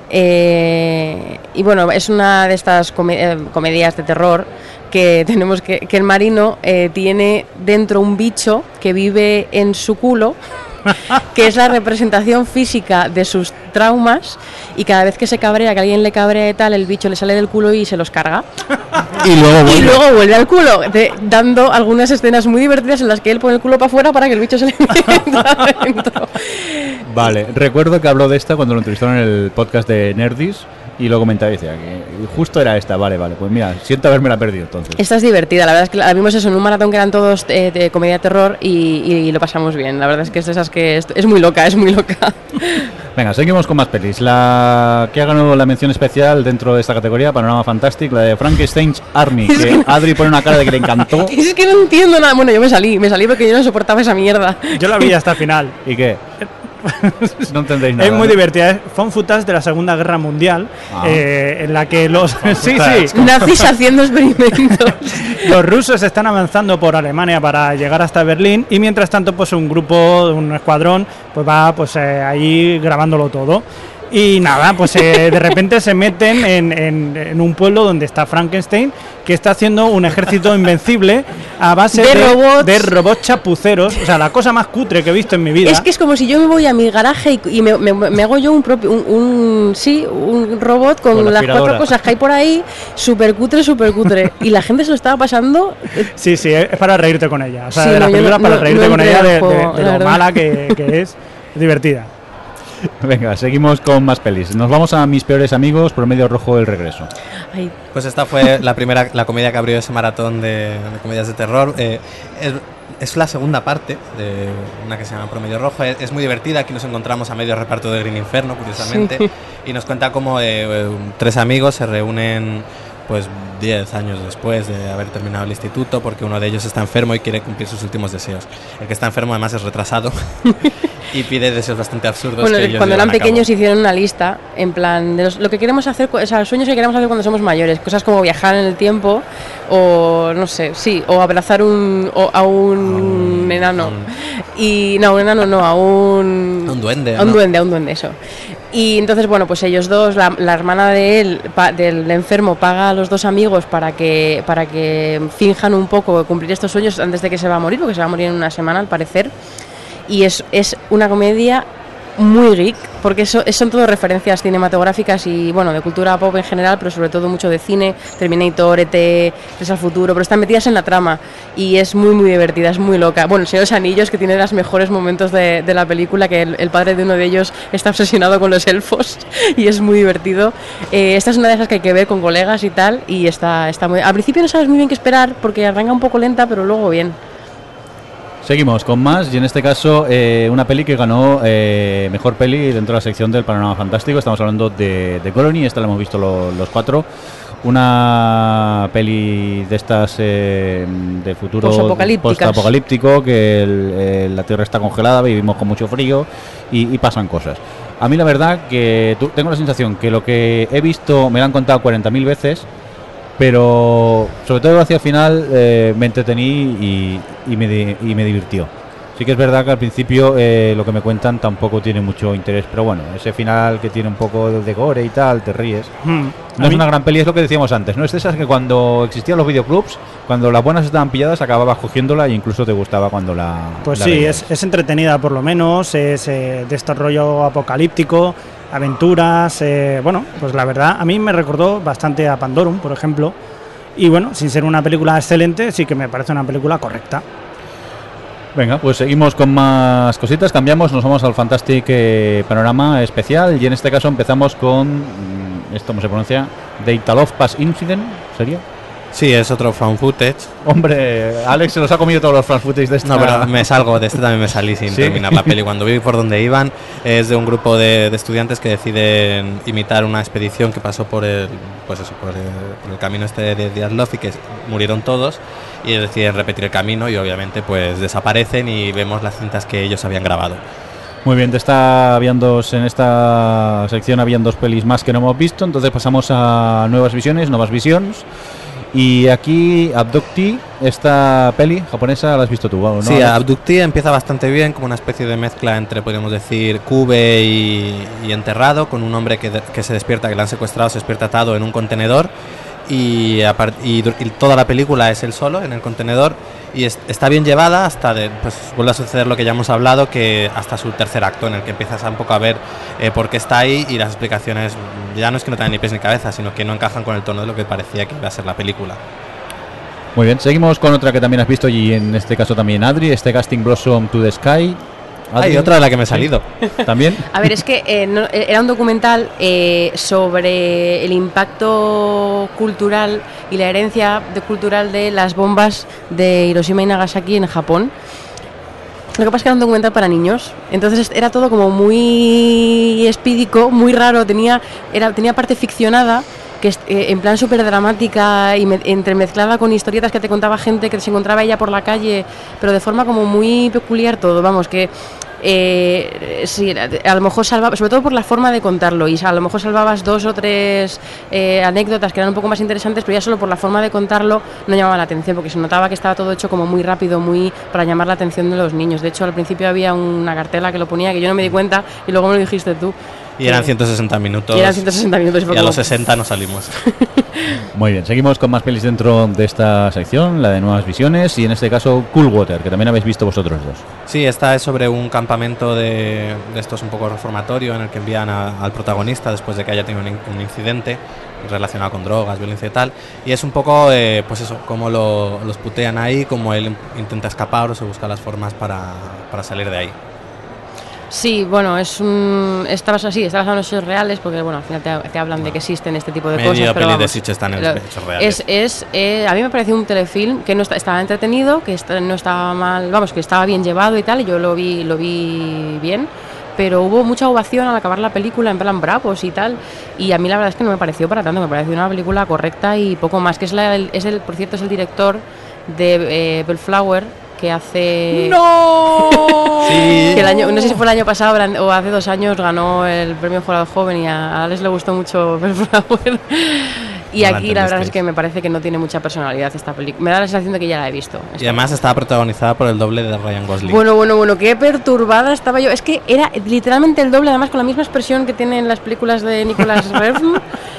eh, y bueno, es una de estas come- eh, comedias de terror que tenemos que, que el marino eh, tiene dentro un bicho que vive en su culo, que es la representación física de sus traumas, y cada vez que se cabrea, que alguien le cabrea y tal, el bicho le sale del culo y se los carga. Y luego Y vuelve. luego vuelve al culo, de- dando algunas escenas muy divertidas en las que él pone el culo para afuera para que el bicho se le meta adentro. Vale, recuerdo que habló de esta cuando lo entrevistaron en el podcast de Nerdis y lo comentaba y decía que justo era esta. Vale, vale, pues mira, siento haberme la perdido entonces. Esta es divertida, la verdad es que la vimos eso en un maratón que eran todos eh, de comedia de terror y, y- y lo pasamos bien. La verdad es que es de esas que es, es muy loca, es muy loca. Venga, seguimos con más pelis. La que ha ganado la mención especial dentro de esta categoría, Panorama Fantastic, la de Frankenstein's Army, que Adri pone una cara de que le encantó. Es que no entiendo nada. Bueno, yo me salí, me salí porque yo no soportaba esa mierda. Yo la vi hasta el final. ¿Y qué? No entendéis nada. Es muy ¿no? divertida. Es Fun footage de la Segunda Guerra Mundial, Ah. eh, en la que los sí, footage. sí, Nazis haciendo experimentos. los rusos están avanzando por Alemania para llegar hasta Berlín y mientras tanto pues un grupo, un escuadrón, pues va pues eh, ahí grabándolo todo. Y nada, pues eh, de repente se meten en, en- en un pueblo donde está Frankenstein, que está haciendo un ejército invencible a base De de, robots. de robots chapuceros. O sea, la cosa más cutre que he visto en mi vida. Es que es como si yo me voy a mi garaje y, y me, me- me hago yo un propio, un, un- sí, un robot con, Con la las aspiradora. cuatro cosas que hay por ahí, súper cutre, súper cutre. Y la gente se lo estaba pasando. eh, Sí, sí, es para reírte con ella. O sea, Sí, de no, la yo película no- para no- reírte no con entré ella al de, de- juego, de la lo verdad. mala que, que es. Divertida. Venga, seguimos con más pelis. Nos vamos a Mis Peores Amigos, Promedio Rojo, El Regreso. Ay, Pues esta fue la primera, la comedia que abrió ese maratón de, de comedias de terror. Eh, es, es la segunda parte de una que se llama Promedio Rojo. Es, es muy divertida. Aquí nos encontramos a medio reparto de Green Inferno, curiosamente. Sí. Y nos cuenta cómo eh, eh, tres amigos se reúnen pues diez años después de haber terminado el instituto, porque uno de ellos está enfermo y quiere cumplir sus últimos deseos. El que está enfermo además es retrasado y pide deseos bastante absurdos. Bueno, que ellos cuando eran llevan a pequeños cabo. hicieron una lista en plan de los- lo que queremos hacer, o sea, los sueños que queremos hacer cuando somos mayores, cosas como viajar en el tiempo o no sé, sí, o abrazar un o a un, un- enano. a un- Y no, un enano no, a un A un duende, a un ¿no? duende, a un duende, eso. Y entonces, bueno, pues ellos dos, la, la hermana de él, pa- del enfermo, paga a los dos amigos para que para que finjan un poco cumplir estos sueños antes de que se va a morir, porque se va a morir en una semana al parecer. Y es, es una comedia muy geek, porque eso, son todo referencias cinematográficas y bueno, de cultura pop en general, pero sobre todo mucho de cine, Terminator, E T, Tres al futuro, pero están metidas en la trama y es muy muy divertida, es muy loca. Bueno, El Señor de los Anillos, que tiene los mejores momentos de, de la película, que el, el padre de uno de ellos está obsesionado con los elfos y es muy divertido. Eh, esta es una de esas que hay que ver con colegas y tal, y está, está muy... Al principio no sabes muy bien qué esperar, porque arranca un poco lenta, pero luego bien. Seguimos con más y en este caso eh, una peli que ganó eh, mejor peli dentro de la sección del Panorama Fantástico. Estamos hablando de, de Colony, esta la hemos visto lo- los cuatro. Una peli de estas eh, de futuro Posapocalípticas. postapocalíptico, que el- eh, la Tierra está congelada, vivimos con mucho frío y, y pasan cosas. A mí la verdad que tu- tengo la sensación que lo que he visto me lo han contado cuarenta mil veces, pero sobre todo hacia el final eh, me entretení y, y, me di- y me divirtió. Sí que es verdad que al principio eh, lo que me cuentan tampoco tiene mucho interés, pero bueno, ese final que tiene un poco de gore y tal, te ríes. Hmm. No A es mí- una gran peli, es lo que decíamos antes, ¿no? Es de esas que cuando existían los videoclubs, cuando las buenas estaban pilladas, acababas cogiéndola e incluso te gustaba cuando la... Pues la sí, veías. es, es entretenida por lo menos, es eh, de este rollo apocalíptico, aventuras, eh, bueno, pues la verdad a mí me recordó bastante a Pandorum, por ejemplo, y bueno, sin ser una película excelente, sí que me parece una película correcta. Venga, pues seguimos con más cositas, cambiamos, nos vamos al Fantastic eh, Panorama especial y en este caso empezamos con, mm, esto cómo se pronuncia, The Italov Pass Incident, ¿sería? Sí, es otro found footage. Hombre, Alex se los ha comido todos los fan footage de esta... No, pero me salgo, de este también me salí sin ¿Sí? terminar la peli. Cuando vi por dónde iban, es de un grupo de, de estudiantes que deciden imitar una expedición que pasó por el, pues eso, por el, por el camino este de Diatlov y que murieron todos, y ellos deciden repetir el camino y obviamente pues desaparecen y vemos las cintas que ellos habían grabado. Muy bien, de esta habían dos, en esta sección habían dos pelis más que no hemos visto, entonces pasamos a nuevas visiones, nuevas visions. Y aquí Abductee, esta peli japonesa, ¿la has visto tú? ¿No? Sí, Alex? Abductee empieza bastante bien, como una especie de mezcla entre, podríamos decir, Cube y, y Enterrado, con un hombre que, de- que se despierta, que le han secuestrado, se despierta atado en un contenedor y, apar- y, du- y toda la película es él solo en el contenedor y es- está bien llevada hasta, de, pues vuelve a suceder lo que ya hemos hablado, que hasta su tercer acto, en el que empiezas a un poco a ver eh, por qué está ahí y las explicaciones ya no es que no tengan ni pies ni cabeza, sino que no encajan con el tono de lo que parecía que iba a ser la película. Muy bien, seguimos con otra que también has visto y en este caso también Adri, este Casting Blossom to the Sky. Adri, Hay otra de la que me he salido. ¿También? A ver, es que eh, no- era un documental eh, sobre el impacto cultural y la herencia de- cultural de las bombas de Hiroshima y Nagasaki en Japón. Lo que pasa es que era un documental para niños, entonces era todo como muy espídico, muy raro, tenía, era, tenía parte ficcionada, que es, eh, en plan súper dramática y me- entremezclada con historietas que te contaba gente que se encontraba ella por la calle, pero de forma como muy peculiar todo, vamos, que eh, sí, a lo mejor salvaba, sobre todo por la forma de contarlo, y a lo mejor salvabas dos o tres eh, anécdotas que eran un poco más interesantes, pero ya solo por la forma de contarlo no llamaba la atención, porque se notaba que estaba todo hecho como muy rápido, muy para llamar la atención de los niños. De hecho, al principio había una cartela que lo ponía, que yo no me di cuenta, y luego me lo dijiste tú. Y eran que- ciento sesenta minutos. y eran ciento sesenta minutos. Y, fue Y a como- los sesenta no salimos. Muy bien, seguimos con más pelis dentro de esta sección, la de Nuevas Visiones, y en este caso Cool Water, que también habéis visto vosotros dos. Sí, esta es sobre un campamento de, de estos un poco reformatorio en el que envían a- al protagonista después de que haya tenido un, in- un incidente relacionado con drogas, violencia y tal. Y es un poco, eh, pues eso, cómo lo- los putean ahí, cómo él intenta escapar o se busca las formas para, para salir de ahí. Sí, bueno, es un, está basado, sí, está basado en hechos reales, porque bueno, al final te, te hablan de que existen este tipo de Medio cosas. Pero peli de vamos, Sitges están en lo- hechos reales. Es, es, eh, a mí me pareció un telefilm que no está, estaba entretenido, que está- no estaba mal, vamos, que estaba bien llevado y tal, y yo lo vi, lo vi bien. pero hubo mucha ovación al acabar la película, en plan bravos y tal, y a mí la verdad es que no me pareció para tanto, me pareció una película correcta y poco más, que es, la, el, es el, por cierto, es el director de eh, Bellflower, que hace... ¡No! Sí. que el año, no sé si fue el año pasado o hace dos años ganó el premio Jurado Joven y a Alex le gustó mucho Bellflower. Y No la aquí la verdad es entendisteis. que me parece que no tiene mucha personalidad esta película. Me da la sensación de que ya la he visto. Y además estaba protagonizada por el doble de Ryan Gosling. Bueno, bueno, bueno, qué perturbada estaba yo. Es que era literalmente el doble, además con la misma expresión que tienen las películas de Nicolas Refn.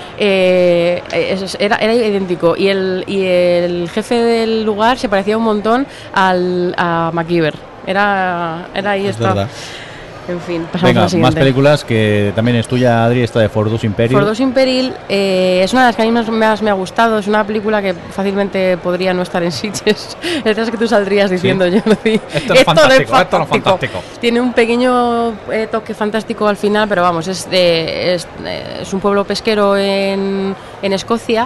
Eh, es- era, era idéntico. Y el, y el jefe del lugar se parecía un montón al, a MacGyver. Era, era ahí, Es está. verdad. En fin, pasamos a Venga, la más siguiente. películas que también es tuya, Adri, esta de Fordus Imperium. Fordus Imperil eh, es una de las que a mí más, más me ha gustado. Es una película que fácilmente podría no estar en Sitges. Es que tú saldrías diciendo, Jordi, Esto es fantástico, esto es fantástico. Tiene un pequeño eh, toque fantástico al final, pero vamos, es, de, es, eh, es un pueblo pesquero en, en Escocia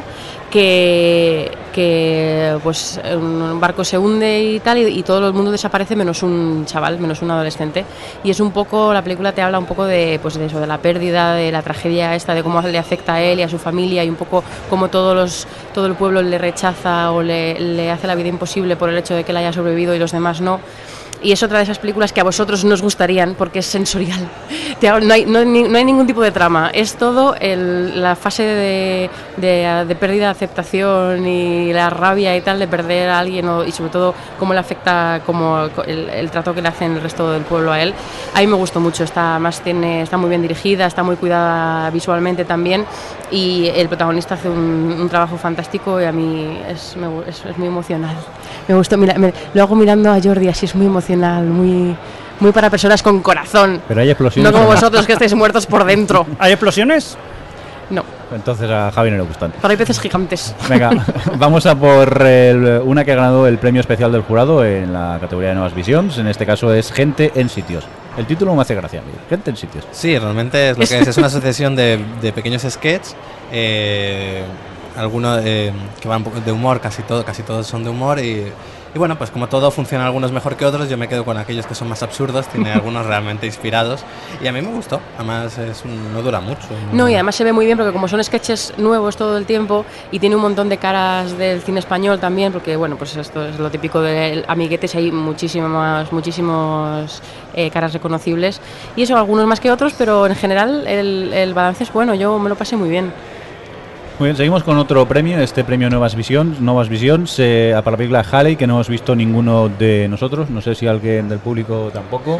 que, que pues un barco se hunde y tal, y, y todo el mundo desaparece menos un chaval, menos un adolescente. Y es un poco, la película te habla un poco de, pues de eso, de la pérdida, de la tragedia esta, de cómo le afecta a él y a su familia, y un poco cómo todos los, todo el pueblo le rechaza o le, le hace la vida imposible por el hecho de que él haya sobrevivido y los demás no. Y es otra de esas películas que a vosotros nos gustarían porque es sensorial. Te hago- No hay, no, hay ni- no hay ningún tipo de trama. Es todo el- la fase de, de- de pérdida de aceptación y la rabia y tal de perder a alguien, o- y sobre todo cómo le afecta como el, el trato que le hacen el resto del pueblo a él. A mí me gustó mucho. Está, más tiene, está muy bien dirigida, está muy cuidada visualmente también, y el protagonista hace un, un trabajo fantástico y a mí es, me gu- es, es muy emocional. Me gustó, mira, me- lo hago mirando a Jordi, así es muy emocional, muy, muy para personas con corazón. Pero hay explosiones. No como ¿o vosotros que estáis muertos por dentro. ¿Hay explosiones? No, Entonces a Javi no le gustan. pero hay peces gigantes. Venga, vamos a por el- una que ha ganado el premio especial del jurado en la categoría de Nuevas Visions. En este caso es Gente en Sitios. El título me hace gracia. Gente en Sitios. Sí, realmente es lo que es. Es una asociación de, de pequeños sketches. Eh, algunos eh, que van un poco de humor, casi todo, casi todos son de humor. Y, y bueno, pues como todo funciona algunos mejor que otros, yo me quedo con aquellos que son más absurdos. Tiene algunos realmente inspirados. Y a mí me gustó. Además, es un- no dura mucho. No, y además se ve muy bien porque como son sketches nuevos todo el tiempo y tiene un montón de caras del cine español también, porque bueno, pues esto es lo típico de amiguetes, hay muchísimas, muchísimos eh, caras reconocibles, y eso, algunos más que otros, pero en general el, el balance es bueno, yo me lo pasé muy bien. Muy bien, seguimos con otro premio, este premio Nuevas Visions, Nuevas Visions eh, para la película Halley, que no hemos visto ninguno de nosotros, no sé si alguien del público tampoco.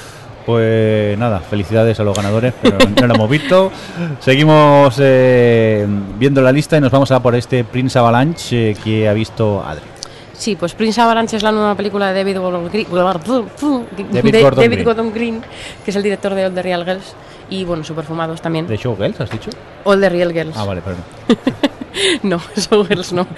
Pues nada, felicidades a los ganadores, pero no lo hemos visto. Seguimos eh, viendo la lista y nos vamos a por este Prince Avalanche eh, que ha visto Adri. Sí, pues Prince Avalanche es la nueva película de David Gordon Green, David de- Gordon David Green. Gordon Green, que es el director de All the Real Girls, y bueno, Superfumados también. ¿De Showgirls has dicho? All the Real Girls. Ah, vale, perdón. No, Showgirls no.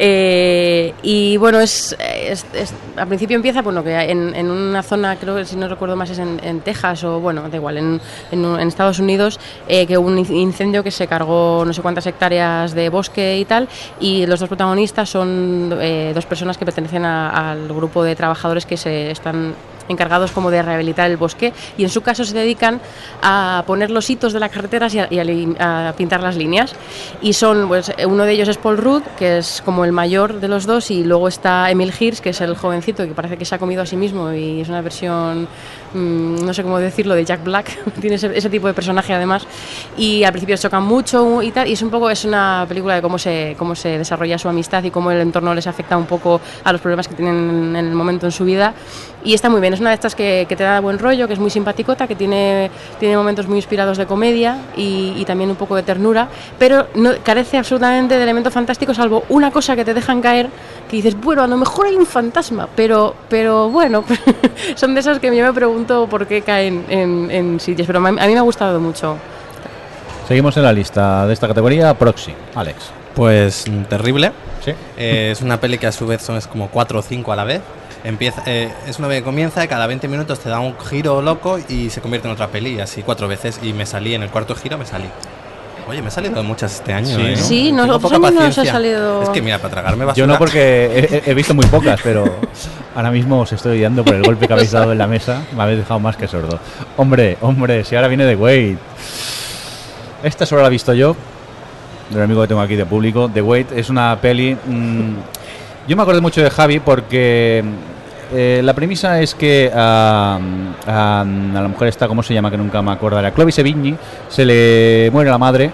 Eh, y bueno, es, es- es- al principio empieza, bueno, que en, en una zona, creo que si no recuerdo más es en, en Texas o bueno, da igual, en, en, en Estados Unidos, eh, que hubo un incendio que se cargó no sé cuántas hectáreas de bosque y tal, y los dos protagonistas son eh, dos personas que pertenecen a- al grupo de trabajadores que se están encargados como de rehabilitar el bosque, y en su caso se dedican a poner los hitos de las carreteras y a, y a li- a pintar las líneas, y son, pues uno de ellos es Paul Rudd, que es como el mayor de los dos, y luego está Emil Hirsch, que es el jovencito que parece que se ha comido a sí mismo y es una versión, mmm, no sé cómo decirlo, de Jack Black. Tiene ese, ese tipo de personaje además, y al principio se chocan mucho y tal, y es un poco, es una película de cómo se, cómo se desarrolla su amistad y cómo el entorno les afecta un poco a los problemas que tienen en el momento en su vida, y está muy bien. Es una de estas que, que te da buen rollo, que es muy simpaticota, que tiene, tiene momentos muy inspirados de comedia y, y también un poco de ternura, pero no, carece absolutamente de elemento fantástico, salvo una cosa que te dejan caer, que dices, bueno, a lo mejor hay un fantasma, pero, pero bueno, son de esas que yo me pregunto por qué caen en, en sitios, pero a mí, a mí me ha gustado mucho. Seguimos en la lista de esta categoría, Proxy. Alex. Pues mm, terrible. Sí. Eh, es una peli que a su vez son es como cuatro o cinco a la vez. Empieza, eh, es una peli que comienza y cada veinte minutos te da un giro loco y se convierte en otra peli, y así cuatro veces, y me salí en el cuarto giro, me salí. Oye, me he salido de muchas este año, Sí, ¿eh? ¿no? Sí, no, Tengo otros poca años no os ha paciencia. salido- Es que mira, para tragarme basura... Yo no, porque he, he visto muy pocas, pero ahora mismo os estoy dando por el golpe que habéis dado en la mesa. Me habéis dejado más que sordo. Hombre, hombre, si ahora viene The Wait. Esta solo la he visto yo, del amigo que tengo aquí de público. The Wait es una peli... mmm, yo me acordé mucho de Javi porque eh, la premisa es que a, a, a la mujer esta, ¿cómo se llama? Que nunca me acuerdo. A Clovis Sevigny se le muere la madre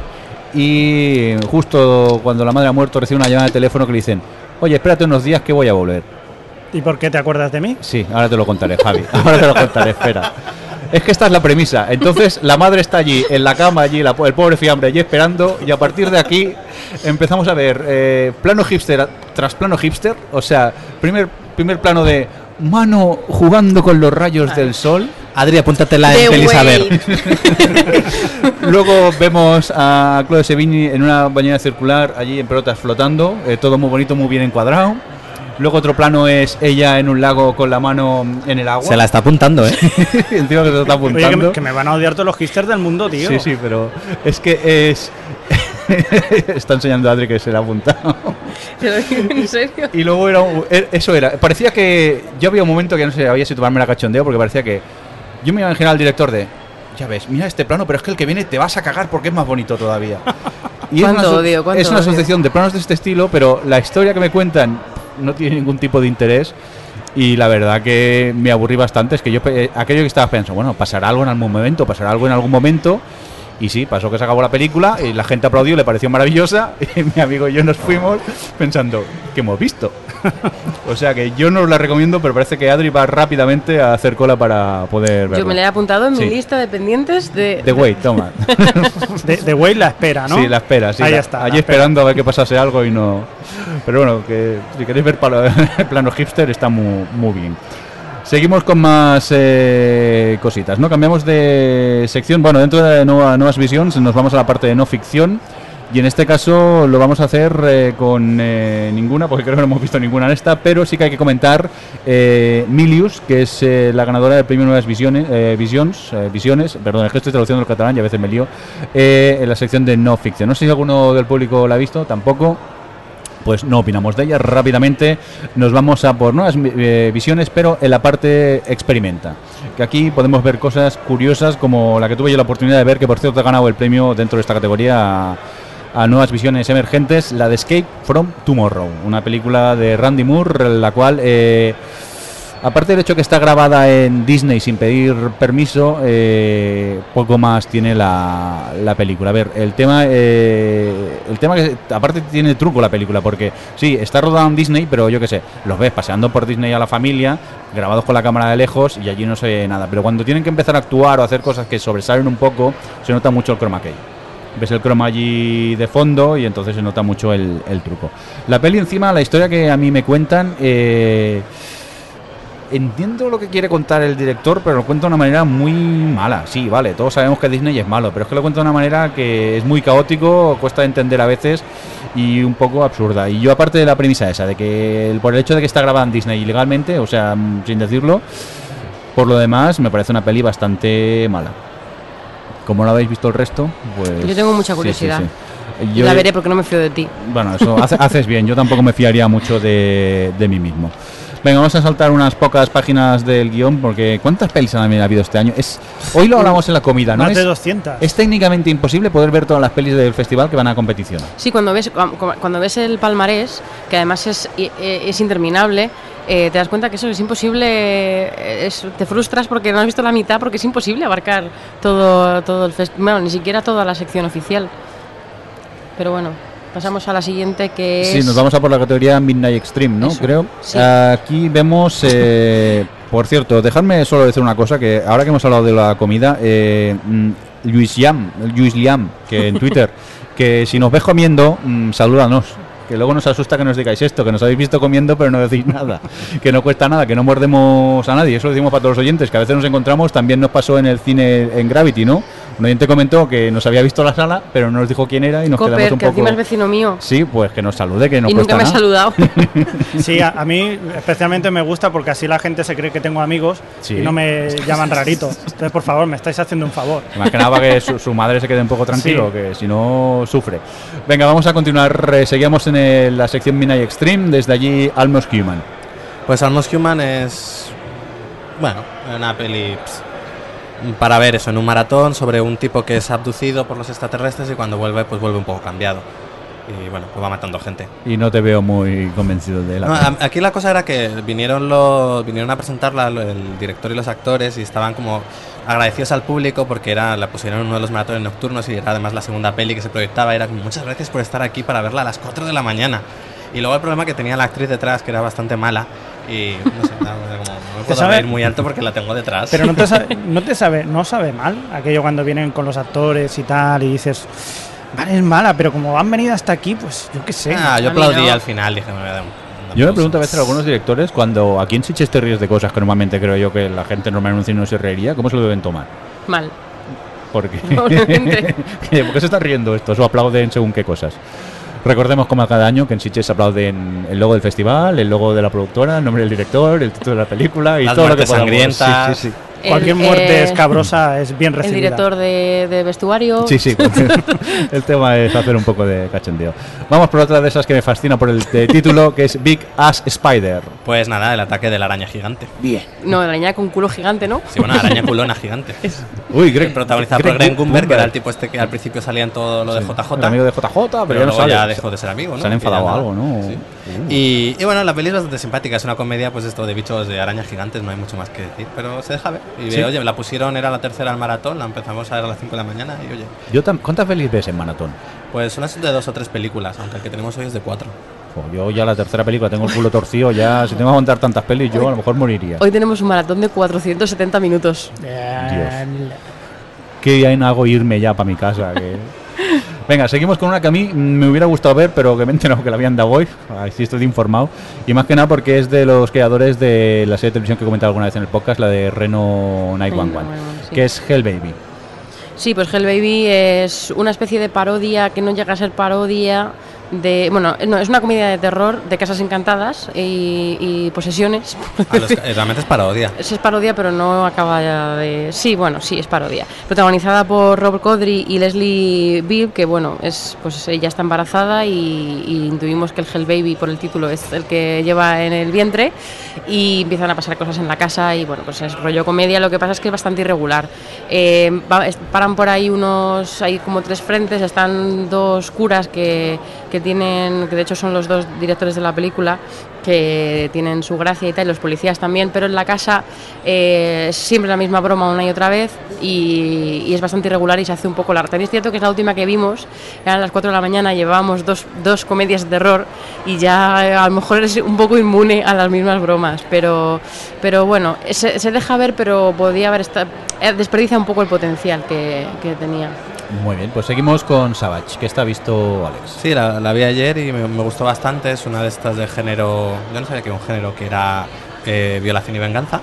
y justo cuando la madre ha muerto recibe una llamada de teléfono que le dicen: oye, espérate unos días que voy a volver. ¿Y por qué te acuerdas de mí? Sí, ahora te lo contaré, Javi. Ahora te lo contaré, espera. Es que esta es la premisa. Entonces la madre está allí, en la cama, allí, la, el pobre fiambre allí esperando, y a partir de aquí empezamos a ver eh, plano hipster tras plano hipster. O sea, primer, primer plano de mano jugando con los rayos del sol. Adri, apúntatela en The Pelis a ver. Wait. Luego vemos a Chloe Sevigny en una bañera circular, allí en pelotas flotando, eh, todo muy bonito, muy bien encuadrado. Luego otro plano es ella en un lago con la mano en el agua. Se la está apuntando, ¿eh? Encima que se lo está Oye, apuntando. que me, que me van a odiar todos los hipsters del mundo, tío. Sí, sí, pero es que es... Está enseñando a Adri que se le ha apuntado. Pero, ¿en serio? Y luego era un- er- eso era. Parecía que... Yo había un momento que no sé, había si tomarme la cachondeo, porque parecía que... Yo me iba a imaginar al director de... Ya ves, mira este plano, pero es que el que viene te vas a cagar porque es más bonito todavía. Y es ¿Cuánto una, aso- odio, cuánto es una odio? asociación de planos de este estilo, pero la historia que me cuentan no tiene ningún tipo de interés. Y la verdad que me aburrí bastante. Es que yo, pe- aquello que estaba pensando, bueno, pasará algo en algún momento, pasará algo en algún momento. Y sí, pasó que se acabó la película y la gente aplaudió, le pareció maravillosa. Y mi amigo y yo nos fuimos pensando, ¿qué hemos visto? O sea que yo no os la recomiendo, pero parece que Adri va rápidamente a hacer cola para poder verla. Yo me la he apuntado en Sí. mi lista de pendientes de... The Wait, toma. De, de Wade la espera, ¿no? Sí, la espera, sí. Ahí la- está. Allí la espera. esperando a ver que pasase algo y no. Pero bueno, que si queréis ver para el plano hipster está muy, muy bien. Seguimos con más eh, cositas, ¿no? Cambiamos de sección. Bueno, dentro de nueva, Nuevas Visions nos vamos a la parte de no ficción. Y en este caso lo vamos a hacer eh, con eh, ninguna, porque creo que no hemos visto ninguna en esta, pero sí que hay que comentar eh, Milius, que es eh, la ganadora del premio Nuevas Visiones, eh, Visions, eh, Visiones, perdón, es que estoy traduciendo el catalán y a veces me lío, eh, en la sección de no ficción. No sé si alguno del público la ha visto, tampoco. Pues no opinamos de ella. Rápidamente nos vamos a por nuevas eh, visiones, pero en la parte experimenta. Que aquí podemos ver cosas curiosas como la que tuve yo la oportunidad de ver, que por cierto ha ganado el premio dentro de esta categoría a, a nuevas visiones emergentes, la de Escape from Tomorrow, una película de Randy Moore, la cual... Eh, aparte del hecho que está grabada en Disney sin pedir permiso, eh, poco más tiene la, la película. A ver, el tema, eh, el tema que aparte tiene truco la película, porque sí, está rodada en Disney, pero yo qué sé, los ves paseando por Disney a la familia, grabados con la cámara de lejos y allí no se ve nada. Pero cuando tienen que empezar a actuar o hacer cosas que sobresalen un poco, se nota mucho el chroma key. Ves el croma allí de fondo y entonces se nota mucho el, el truco. La peli encima, la historia que a mí me cuentan... Eh, Entiendo lo que quiere contar el director, pero lo cuenta de una manera muy mala. Sí, vale, todos sabemos que Disney es malo, pero es que lo cuenta de una manera que es muy caótico, cuesta de entender a veces y un poco absurda. Y yo, aparte de la premisa esa, de que el- por el hecho de que está grabada en Disney ilegalmente, o sea, mm, sin decirlo, por lo demás me parece una peli bastante mala. Como no habéis visto el resto, pues... Yo tengo mucha sí, curiosidad. sí, sí. Y Yo- la veré porque no me fío de ti. Bueno, eso hace- haces bien. Yo tampoco me fiaría mucho de, de mí mismo. Venga, vamos a saltar unas pocas páginas del guión, porque ¿cuántas pelis han habido este año? Es Hoy lo hablamos en la comida, ¿no? Más de Es, doscientas. es técnicamente imposible poder ver todas las pelis del festival que van a competición. Sí, cuando ves, cu- cuando ves el palmarés, que además es, i- eh, es interminable, eh, te das cuenta que eso es imposible, eh, es- te frustras porque no has visto la mitad, porque es imposible abarcar todo, todo el festival, bueno, ni siquiera toda la sección oficial. Pero bueno, pasamos a la siguiente, que es... Sí, nos vamos a por la categoría Midnight Extreme, ¿no? Eso, Creo. sí. Aquí vemos, eh, por cierto, dejadme solo decir una cosa, que ahora que hemos hablado de la comida, eh, mm, Luis Liam, Luis Liam, que en Twitter, que si nos ves comiendo, mm, salúdanos. Que luego nos asusta que nos digáis esto, que nos habéis visto comiendo pero no decís nada, que no cuesta nada, que no mordemos a nadie. Eso lo decimos para todos los oyentes, que a veces nos encontramos, también nos pasó en el cine en Gravity, ¿no? Un oyente comentó que nos había visto la sala, pero no nos dijo quién era y nos Cooper, quedamos un que poco... encima es vecino mío. Sí, pues que nos salude, que no y cuesta nunca me ha nada. saludado. Sí, a, a mí especialmente me gusta porque así la gente se cree que tengo amigos Sí. y no me llaman rarito. Entonces, por favor, me estáis haciendo un favor. Más que nada para que su, su madre se quede un poco tranquilo, Sí. que si no sufre. Venga, vamos a continuar. Eh, seguimos en el- la sección Midnight Extreme, desde allí Almost Human. Pues Almost Human es, bueno, una peli ps, para ver eso en un maratón sobre un tipo que es abducido por los extraterrestres y cuando vuelve pues vuelve un poco cambiado y bueno, pues va matando gente. Y no te veo muy convencido de la No, peli. a- aquí la cosa era que vinieron los vinieron a presentarla lo- el director y los actores y estaban como agradecidos al público porque era la pusieron en uno de los maratones nocturnos y era además la segunda peli que se proyectaba. Era como muchas gracias por estar aquí para verla a las cuatro de la mañana. Y luego el problema que tenía la actriz detrás, que era bastante mala y no sé, nada, como, no me puedo sabe? reír muy alto porque la tengo detrás. Pero no te sabe, no te sabe, no sabe mal aquello cuando vienen con los actores y tal y dices, vale, es mala, pero como han venido hasta aquí, pues yo qué sé. Ah, yo A mí aplaudí no. al final, dije, me voy a dar un, un Yo me aplauso. pregunto a veces a algunos directores, cuando aquí en Sitges te ríes de cosas que normalmente creo yo que la gente normal en un cine no se reiría, ¿cómo se lo deben tomar? Mal. Porque Obviamente. ¿Por qué se está riendo estos o aplauden según qué cosas? Recordemos como cada año que en Sitges aplauden el logo del festival, el logo de la productora, el nombre del director, el título de la película y Las todo lo que muertes podamos. sangrientas. Sí, sí, Cualquier El, muerte eh, escabrosa es bien El recibida. director de, de vestuario. sí. Sí, sí. El tema es hacer un poco de cachondeo. Vamos por otra de esas que me fascina por el de título, que es Big Ass Spider. Pues nada, el ataque de la araña gigante. No, la araña con culo gigante, ¿no? Sí, bueno, araña culona gigante. Uy, Greg, Protagonizada Greg por Greg Gumber, que era el Gumber. tipo este que al principio salía en todo lo de Sí, J J. el amigo de J J, pero, pero ya no luego sale. ya dejó de ser amigo, ¿no? Se han Que ya enfadado nada. algo, ¿no? Sí. Uh. Y, y bueno, la peli es bastante simpática, es una comedia, pues esto de bichos de arañas gigantes, no hay mucho más que decir, pero se deja ver. Y Sí. ve, oye, la pusieron, era la tercera al maratón, la empezamos a ver a las cinco de la mañana y oye, Yo tam- ¿Cuántas pelis ves en maratón? pues son así de dos o tres películas, aunque el que tenemos hoy es de cuatro. Jo, yo ya la tercera película tengo el culo torcido, ya si tengo que aguantar tantas pelis yo a lo mejor moriría. Hoy tenemos un maratón de cuatrocientos setenta minutos. Eh, ¿Qué bien hago irme ya para mi casa? que- Venga, seguimos con una que a mí me hubiera gustado ver, pero que me he enterado que la habían dado hoy. Así estoy informado. Y más que nada porque es de los creadores de la serie de televisión que he comentado alguna vez en el podcast, la de Reno nueve once, Sí. que es Hell Baby. Sí, pues Hell Baby es una especie de parodia que no llega a ser parodia de... Bueno, no, es una comedia de terror de casas encantadas y, y posesiones. A los- eh, realmente es parodia. Es parodia, pero no acaba ya de... Sí, bueno, sí, es parodia. Protagonizada por Robert Codry y Leslie Bibb, que bueno, es pues ella está embarazada y, y intuimos que el Hell Baby, por el título, es el que lleva en el vientre y empiezan a pasar cosas en la casa y bueno, pues es rollo comedia. Lo que pasa es que es bastante irregular. Eh, va- es- paran por ahí unos... Hay como tres frentes, están dos curas que, que tienen... que de hecho son los dos directores de la película, que tienen su gracia y tal, y los policías también, pero en la casa eh, es siempre la misma broma una y otra vez y, y es bastante irregular y se hace un poco larga. También es cierto que es la última que vimos, eran las cuatro de la mañana, llevábamos dos, dos comedias de terror y ya eh, a lo mejor eres un poco inmune a las mismas bromas, pero, pero bueno, se, se deja ver, pero podía haber estado, eh, desperdicia un poco el potencial que, que tenía. Muy bien, pues seguimos con Savage, que está visto Alex. Sí, la, la vi ayer y me, me gustó bastante. Es una de estas de género. Yo no sabía que era un género que era eh, violación y venganza.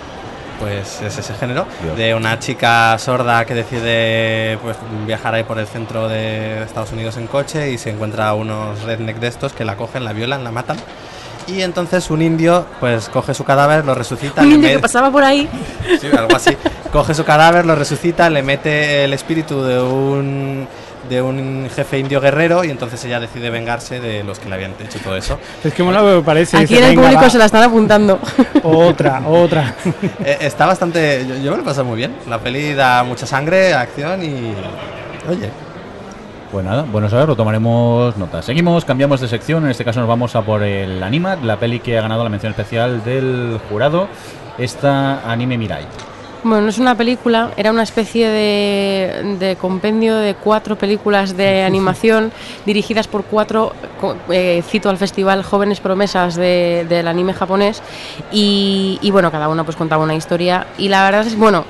Pues es ese género. Dios. De una chica sorda que decide pues, viajar ahí por el centro de Estados Unidos en coche y se encuentra a unos redneck de estos que la cogen, la violan, la matan. Y entonces un indio pues coge su cadáver, lo resucita. Un le niño que met- pasaba por ahí. Sí, algo así. Coge su cadáver, lo resucita, le mete el espíritu de un de un jefe indio guerrero y entonces ella decide vengarse de los que le habían hecho todo eso. Es que mola lo que parece. Aquí dice, en el "Venga, público va". se la están apuntando. Otra, otra. Eh, está bastante... Yo, yo me lo he pasado muy bien. La peli da mucha sangre, acción y... Oye, Pues nada, bueno saberlo, tomaremos nota. Seguimos, cambiamos de sección, en este caso nos vamos a por el Animat, la peli que ha ganado la mención especial del jurado, esta Anime Mirai. Bueno, no es una película, era una especie de, de compendio de cuatro películas de animación dirigidas por cuatro, co- eh, cito al festival, jóvenes promesas de- del anime japonés y, y bueno, cada una pues contaba una historia y la verdad es, bueno,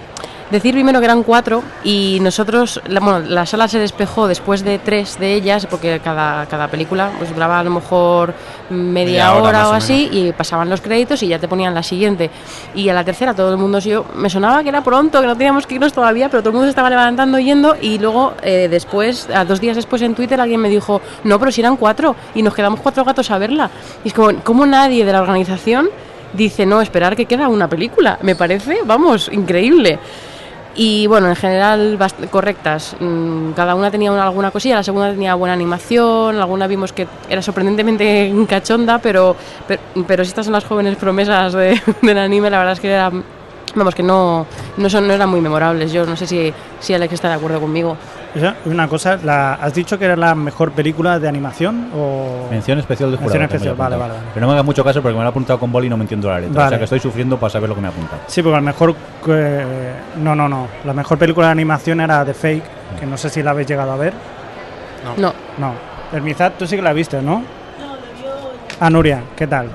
Decir primero que eran cuatro y nosotros, la, bueno, la sala se despejó después de tres de ellas, porque cada, cada película pues duraba a lo mejor media, media hora, hora o así, y pasaban los créditos y ya te ponían la siguiente. Y a la tercera todo el mundo, yo, me sonaba que era pronto, que no teníamos que irnos todavía, pero todo el mundo se estaba levantando yendo, y luego eh, después, a dos días después en Twitter alguien me dijo, no, pero si eran cuatro, y nos quedamos cuatro gatos a verla. Y es como, como nadie de la organización dice, no, esperar que queda una película. Me parece, vamos, increíble. Y bueno, en general bast- correctas. Mm, cada una tenía una, alguna cosilla. La segunda tenía buena animación, alguna vimos que era sorprendentemente cachonda, pero, pero, pero si estas son las jóvenes promesas de, del anime, la verdad es que era, vamos, que no, no, son, no eran muy memorables. Yo no sé si, si Alex está de acuerdo conmigo. Una cosa, la, ¿has dicho que era la mejor película de animación o...? Mención especial de jurado. Mención especial, vale, vale, vale. Pero no me hagas mucho caso porque me lo he apuntado con boli y no me entiendo la letra. Vale. O sea que estoy sufriendo para saber lo que me apunta. Sí, porque a lo mejor... Eh, no, no, no. La mejor película de animación era The Fake, que no sé si la habéis llegado a ver. No. No. El Mizat, tú sí que la viste, ¿no? No, la vio... Ah, Nuria, ¿qué tal?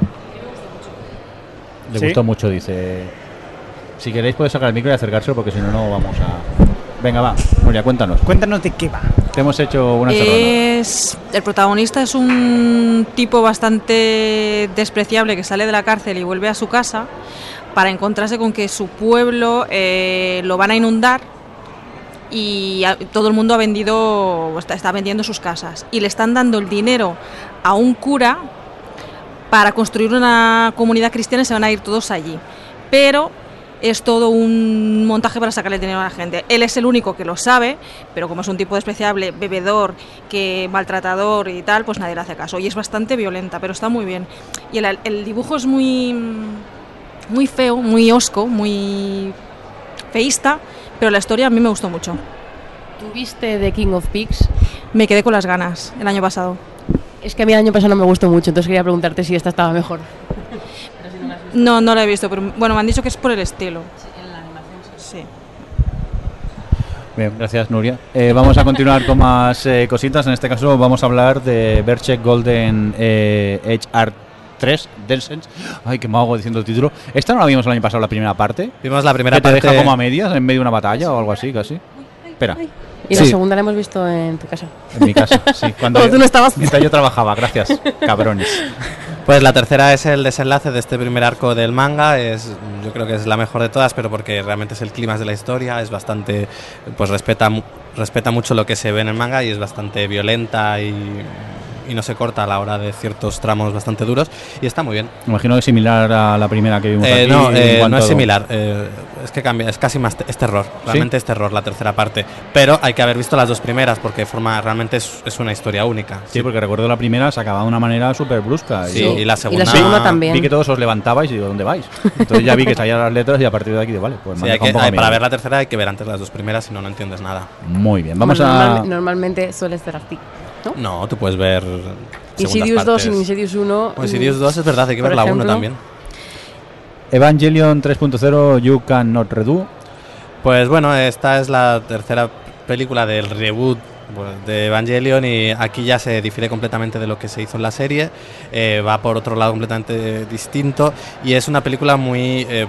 Le ¿Sí? gustó mucho, dice... Si queréis podéis sacar el micro y acercárselo porque si no, no vamos a... Venga, va, Nuria, cuéntanos. Cuéntanos de qué va. Te hemos hecho una encerrona. Es el protagonista es un tipo bastante despreciable que sale de la cárcel y vuelve a su casa para encontrarse con que su pueblo eh, lo van a inundar y a, todo el mundo ha vendido está, está vendiendo sus casas y le están dando el dinero a un cura para construir una comunidad cristiana y se van a ir todos allí, pero es todo un montaje para sacarle dinero a la gente. Él es el único que lo sabe, pero como es un tipo despreciable, bebedor, que maltratador y tal, pues nadie le hace caso. Y es bastante violenta, pero está muy bien. Y el, el dibujo es muy, muy feo, muy hosco, muy feísta, pero la historia a mí me gustó mucho. ¿Tuviste The King of Pigs? Me quedé con las ganas el año pasado. Es que a mí el año pasado no me gustó mucho, entonces quería preguntarte si esta estaba mejor. No, no la he visto, pero bueno, me han dicho que es por el estilo. Sí, en la animación sí. Sí. Bien, gracias, Nuria. Eh, vamos a continuar con más eh, cositas. En este caso vamos a hablar de Berserk Golden eh, Age Art tres, Descent. Ay, que me hago diciendo el título. ¿Esta no la vimos el año pasado, la primera parte? Vimos la primera ¿Que te parte... deja como a medias en medio de una batalla o algo así, casi? Espera. Y la Sí. segunda la hemos visto en tu casa. En mi casa, sí. Cuando Cuando tú no estabas. Mientras yo trabajaba, gracias, cabrones. Pues la tercera es el desenlace de este primer arco del manga. Es, yo creo que es la mejor de todas, pero porque realmente es el clímax de la historia. Es bastante, pues respeta, mu- respeta mucho lo que se ve en el manga y es bastante violenta y, y no se corta a la hora de ciertos tramos bastante duros. Y está muy bien. Me imagino que es similar a la primera que vimos Eh, aquí. no, en eh, cuanto no es a- similar. eh, es que cambia, es casi más, te- es terror. Realmente es terror la tercera parte. Pero hay que haber visto las dos primeras porque forma realmente es, es una historia única. Sí, porque recuerdo la primera se acababa de una manera súper brusca. Sí, yo y la segunda, segunda también. vi que todos os levantabais y digo, ¿dónde vais? Entonces ya vi que salían las letras y a partir de aquí, de vale, pues me Sí, han hay dejado que- un poco hay- a para miedo. ver la tercera hay que ver antes las dos primeras, si no, no entiendes nada. Muy bien, vamos Bueno, a... normal- normalmente suele ser así, ¿no? No, tú puedes ver. Insidious dos y Insidious uno. Pues Insidious dos es verdad, hay que por ver la uno ejemplo. también. Evangelion tres punto cero, You Can Not Redo. Pues bueno, esta es la tercera película del reboot pues, de Evangelion y aquí ya se difiere completamente de lo que se hizo en la serie. Eh, va por otro lado completamente distinto y es una película muy. Eh,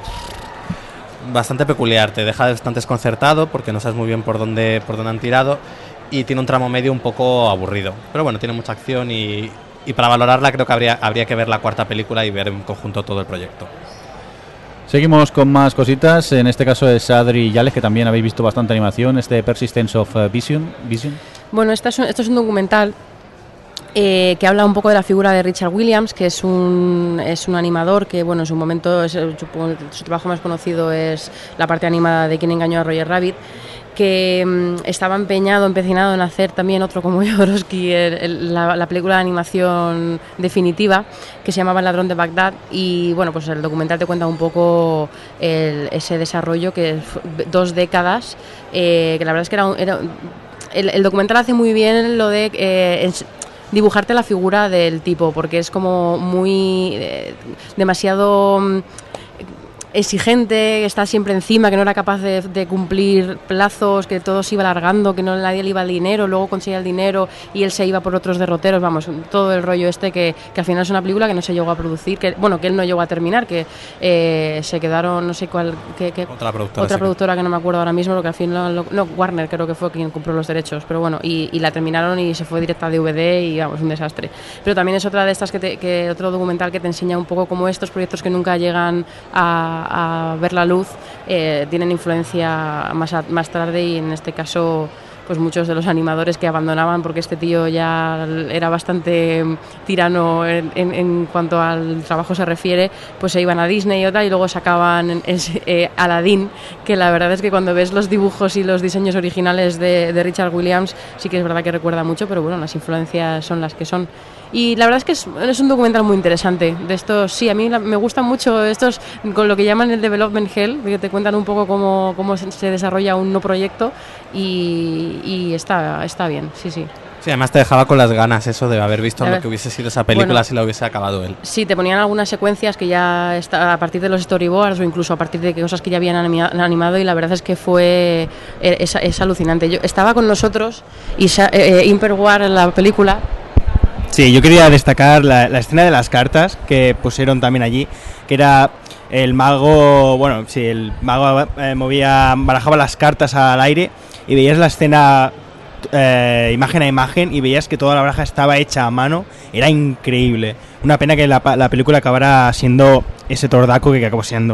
bastante peculiar, te deja bastante desconcertado porque no sabes muy bien por dónde, por dónde han tirado y tiene un tramo medio un poco aburrido. Pero bueno, tiene mucha acción y, y para valorarla creo que habría, habría que ver la cuarta película y ver en conjunto todo el proyecto. Seguimos con más cositas, en este caso es Adri y Yales, que también habéis visto bastante animación, este Persistence of uh, Vision. Vision. Bueno, esta es un- esto es un documental eh, que habla un poco de la figura de Richard Williams, que es un, es un animador que, bueno, en su momento es, eh, supongo, su trabajo más conocido es la parte animada de Quien engañó a Roger Rabbit, que mm, estaba empeñado, empecinado en hacer también otro como Jodorowsky, el- el- la, la película de animación definitiva, que se llamaba El ladrón de Bagdad, y bueno, pues el documental te cuenta un poco el- ese desarrollo, que fue dos décadas, eh, que la verdad es que era, un- era el, el documental hace muy bien lo de eh, ens- dibujarte la figura del tipo, porque es como muy eh, demasiado mm, exigente, está siempre encima, que no era capaz de, de cumplir plazos, que todo se iba alargando, que no nadie le iba el dinero, luego conseguía el dinero y él se iba por otros derroteros, vamos, todo el rollo este que, que al final es una película que no se llegó a producir, que bueno, que él no llegó a terminar, que eh, se quedaron, no sé cuál, que, que, otra productora, otra sí. productora que no me acuerdo ahora mismo, lo que al final, lo, no, Warner creo que fue quien compró los derechos, pero bueno, y, y la terminaron y se fue directa a D V D y vamos, un desastre. Pero también es otra de estas que, te, que otro documental que te enseña un poco cómo estos proyectos que nunca llegan a a ver la luz, eh, tienen influencia más, a, más tarde y en este caso pues muchos de los animadores que abandonaban porque este tío ya era bastante tirano en, en, en cuanto al trabajo se refiere, pues se iban a Disney y otra y luego sacaban ese, eh, Aladdin, que la verdad es que cuando ves los dibujos y los diseños originales de, de Richard Williams sí que es verdad que recuerda mucho, pero bueno, las influencias son las que son. Y la verdad es que es, es un documental muy interesante. De estos, sí, a mí la, me gustan mucho estos, con lo que llaman el development hell, que te cuentan un poco cómo, cómo se, se desarrolla un no proyecto y, y está, está bien, sí, sí. Sí, además te dejaba con las ganas eso de haber visto ver, lo que hubiese sido esa película bueno, si la hubiese acabado él. Sí, te ponían algunas secuencias que ya está, a partir de los storyboards o incluso a partir de cosas que ya habían animado y la verdad es que fue es, es alucinante. Yo estaba con nosotros y eh, Imperwar en la película. Sí, yo quería destacar la, la escena de las cartas que pusieron también allí, que era el mago, bueno, sí, el mago eh, movía, barajaba las cartas al aire y veías la escena eh, imagen a imagen y veías que toda la baraja estaba hecha a mano, era increíble. Una pena que la, la película acabara siendo ese tordaco que acabó siendo.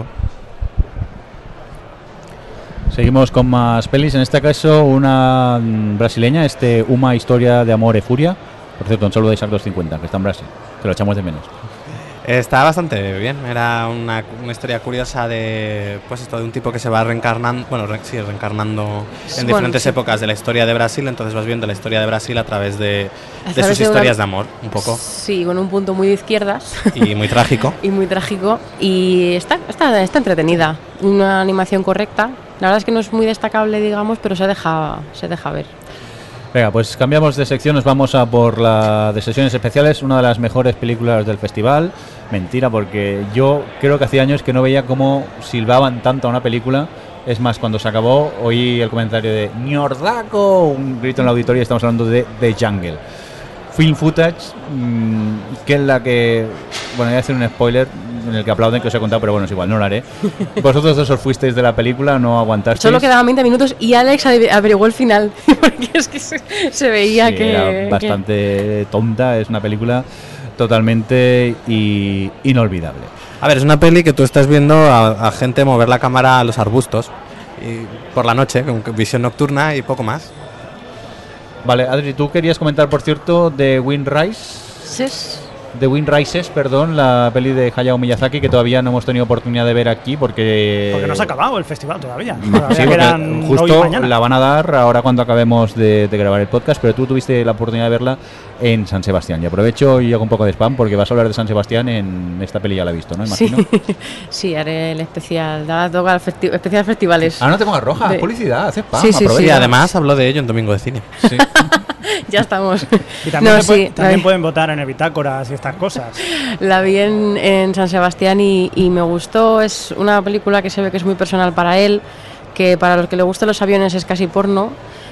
Seguimos con más pelis, en este caso una brasileña, este Uma Historia de Amor e Furia. Por cierto, un saludo de Isaac doscientos cincuenta, que está en Brasil, que lo echamos de menos. Está bastante bien, era una, una historia curiosa de pues esto de un tipo que se va reencarnando, bueno, re, sí, reencarnando en bueno, diferentes sí. épocas de la historia de Brasil, entonces vas viendo la historia de Brasil a través de, a de través sus de historias una, de amor, un poco. Sí, con un punto muy de izquierdas. Y muy trágico. y muy trágico, y está, está, está entretenida, una animación correcta, la verdad es que no es muy destacable, digamos, pero se deja, se deja ver. Venga, pues cambiamos de sección, nos vamos a por la de sesiones especiales, una de las mejores películas del festival. Mentira, porque yo creo que hacía años que no veía cómo silbaban tanto a una película. Es más, cuando se acabó oí el comentario de ¡Ñordaco! Un grito en la auditoría, estamos hablando de The Jungle. Film footage, mmm, que es la que... Bueno, voy a hacer un spoiler en el que aplauden que os he contado, pero bueno, es igual, no lo haré. Vosotros dos os fuisteis de la película, no aguantasteis. Solo quedaban veinte minutos y Alex averiguó el final, porque es que se, se veía sí, que... era bastante que... tonta, es una película totalmente y, inolvidable. A ver, es una peli que tú estás viendo a, a gente mover la cámara a los arbustos y por la noche, con visión nocturna y poco más. Vale, Adri, tú querías comentar, por cierto, de Wind Rises. The Wind Rises, perdón, la peli de Hayao Miyazaki que todavía no hemos tenido oportunidad de ver aquí porque... Porque no se ha acabado el festival todavía. Todavía sí, quedan justo hoy y mañana. La van a dar ahora cuando acabemos de, de grabar el podcast, pero tú tuviste la oportunidad de verla en San Sebastián. Y aprovecho y hago un poco de spam porque vas a hablar de San Sebastián en esta peli, ya la he visto, ¿no? Imagino. Sí, sí, haré el especial, da toca el festi especial festivales. Ah, no te pongas roja, de... publicidad, hace spam, sí, sí, sí, además habló de ello en Domingo de Cine. Sí. Ya estamos. Y también, no, sí, puede, también la... pueden votar en el Bitácoras y estas cosas. La vi en, en San Sebastián y, y me gustó. Es una película que se ve que es muy personal para él, que para los que le gustan los aviones es casi porno.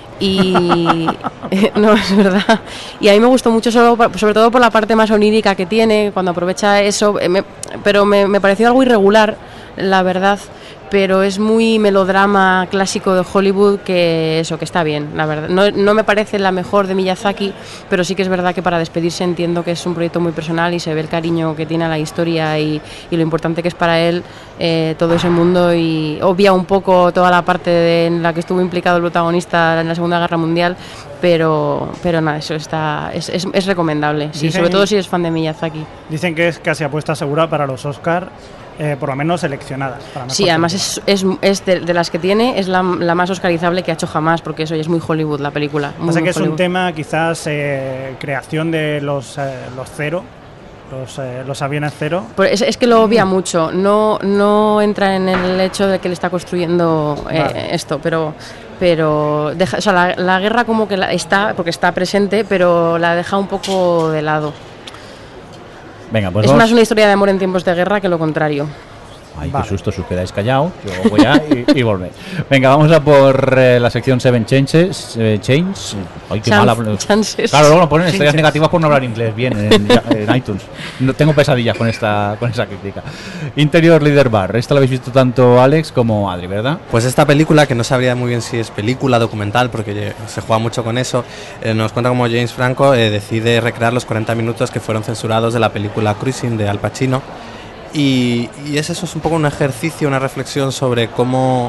Y no, es verdad. Y a mí me gustó mucho, solo, sobre todo por la parte más onírica que tiene, cuando aprovecha eso. Me, pero me, me pareció algo irregular, la verdad. Pero es muy melodrama clásico de Hollywood, que eso, que está bien, la verdad. No, no me parece la mejor de Miyazaki, pero sí que es verdad que para despedirse entiendo que es un proyecto muy personal y se ve el cariño que tiene a la historia y, y lo importante que es para él eh, todo ese mundo, y obvia un poco toda la parte de, en la que estuvo implicado el protagonista en la Segunda Guerra Mundial, pero, pero nada, eso está es, es, es recomendable, sí, dicen, sobre todo si eres fan de Miyazaki. Dicen que es casi apuesta segura para los Oscar. Eh, por lo menos seleccionadas. Para sí, además es, es, es de, de las que tiene, es la, la más oscarizable que ha hecho jamás, porque eso ya es muy Hollywood la película. Muy, Pasa muy que es Hollywood. un tema quizás eh, creación de los, eh, los cero, los, eh, los aviones cero. Pues es, es que lo obvia mucho, no, no entra en el hecho de que le está construyendo eh, vale. esto, pero... pero deja, o sea, la, la guerra como que la, está, porque está presente, pero la deja un poco de lado. Venga, pues es vamos. más una historia de amor en tiempos de guerra que lo contrario. Ay, Vale. qué susto, si os quedáis callados, yo voy a y, y volver. Venga, vamos a por eh, la sección Seven Changes. Eh, change. Ay, qué Chan- mala. chances. Claro, luego nos ponen estrellas negativas por no hablar inglés bien en, en iTunes. No tengo pesadillas con esta con esa crítica. Interior Leader Bar. Esta la habéis visto tanto Alex como Adri, ¿verdad? Pues esta película, que no sabría muy bien si es película, documental, porque se juega mucho con eso, eh, nos cuenta cómo James Franco eh, decide recrear los cuarenta minutos que fueron censurados de la película Cruising de Al Pacino. Y, y es eso, es un poco un ejercicio, una reflexión sobre cómo...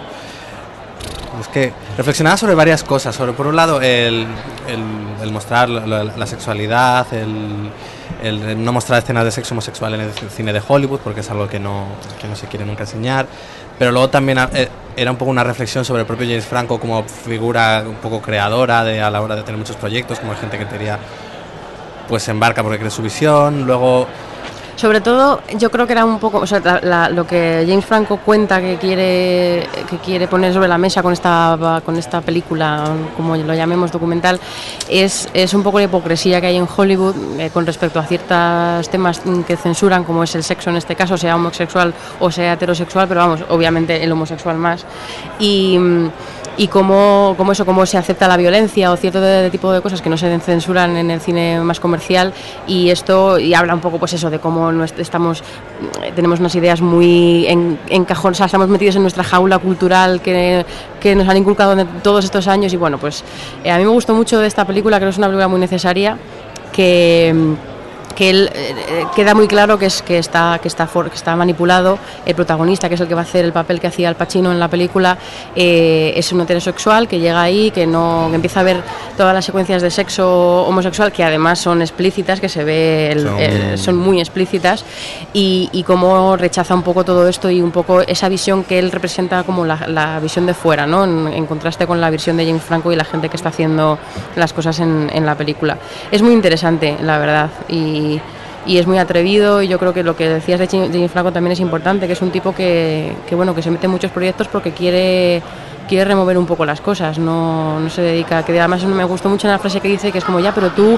Es que reflexionaba sobre varias cosas, sobre por un lado el, el, el mostrar la, la, la sexualidad, el, el no mostrar escenas de sexo homosexual en el cine de Hollywood, porque es algo que no, que no se quiere nunca enseñar, pero luego también eh, era un poco una reflexión sobre el propio James Franco como figura un poco creadora de, a la hora de tener muchos proyectos, como hay gente que tenía, pues se embarca porque cree su visión, luego... Sobre todo, yo creo que era un poco, o sea, la, la, lo que James Franco cuenta que quiere que quiere poner sobre la mesa con esta con esta película, como lo llamemos documental, es, es un poco la hipocresía que hay en Hollywood eh, con respecto a ciertos temas que censuran, como es el sexo en este caso, sea homosexual o sea heterosexual, pero vamos, obviamente el homosexual más. Y y cómo, cómo eso, cómo se acepta la violencia o cierto de, de tipo de cosas que no se censuran en el cine más comercial, y esto y habla un poco pues eso de cómo estamos tenemos unas ideas muy en, encajonadas, o sea, estamos metidos en nuestra jaula cultural que, que nos han inculcado en todos estos años. Y bueno, pues eh, a mí me gustó mucho de esta película, creo que es una película muy necesaria, que que él eh, queda muy claro que es que está que está for, que está manipulado. El protagonista, que es el que va a hacer el papel que hacía Al Pacino en la película, eh, es un heterosexual que llega ahí, que no que empieza a ver todas las secuencias de sexo homosexual, que además son explícitas, que se ve el, son... Eh, son muy explícitas, y, y cómo rechaza un poco todo esto y un poco esa visión que él representa como la, la visión de fuera, ¿no? En, en contraste con la visión de James Franco y la gente que está haciendo las cosas en, en la película. Es muy interesante, la verdad, y y es muy atrevido, y yo creo que lo que decías de James Franco también es importante, que es un tipo que, que bueno, que se mete en muchos proyectos porque quiere quiere remover un poco las cosas, no, no se dedica, que además me gustó mucho una frase que dice que es como, ya, pero tú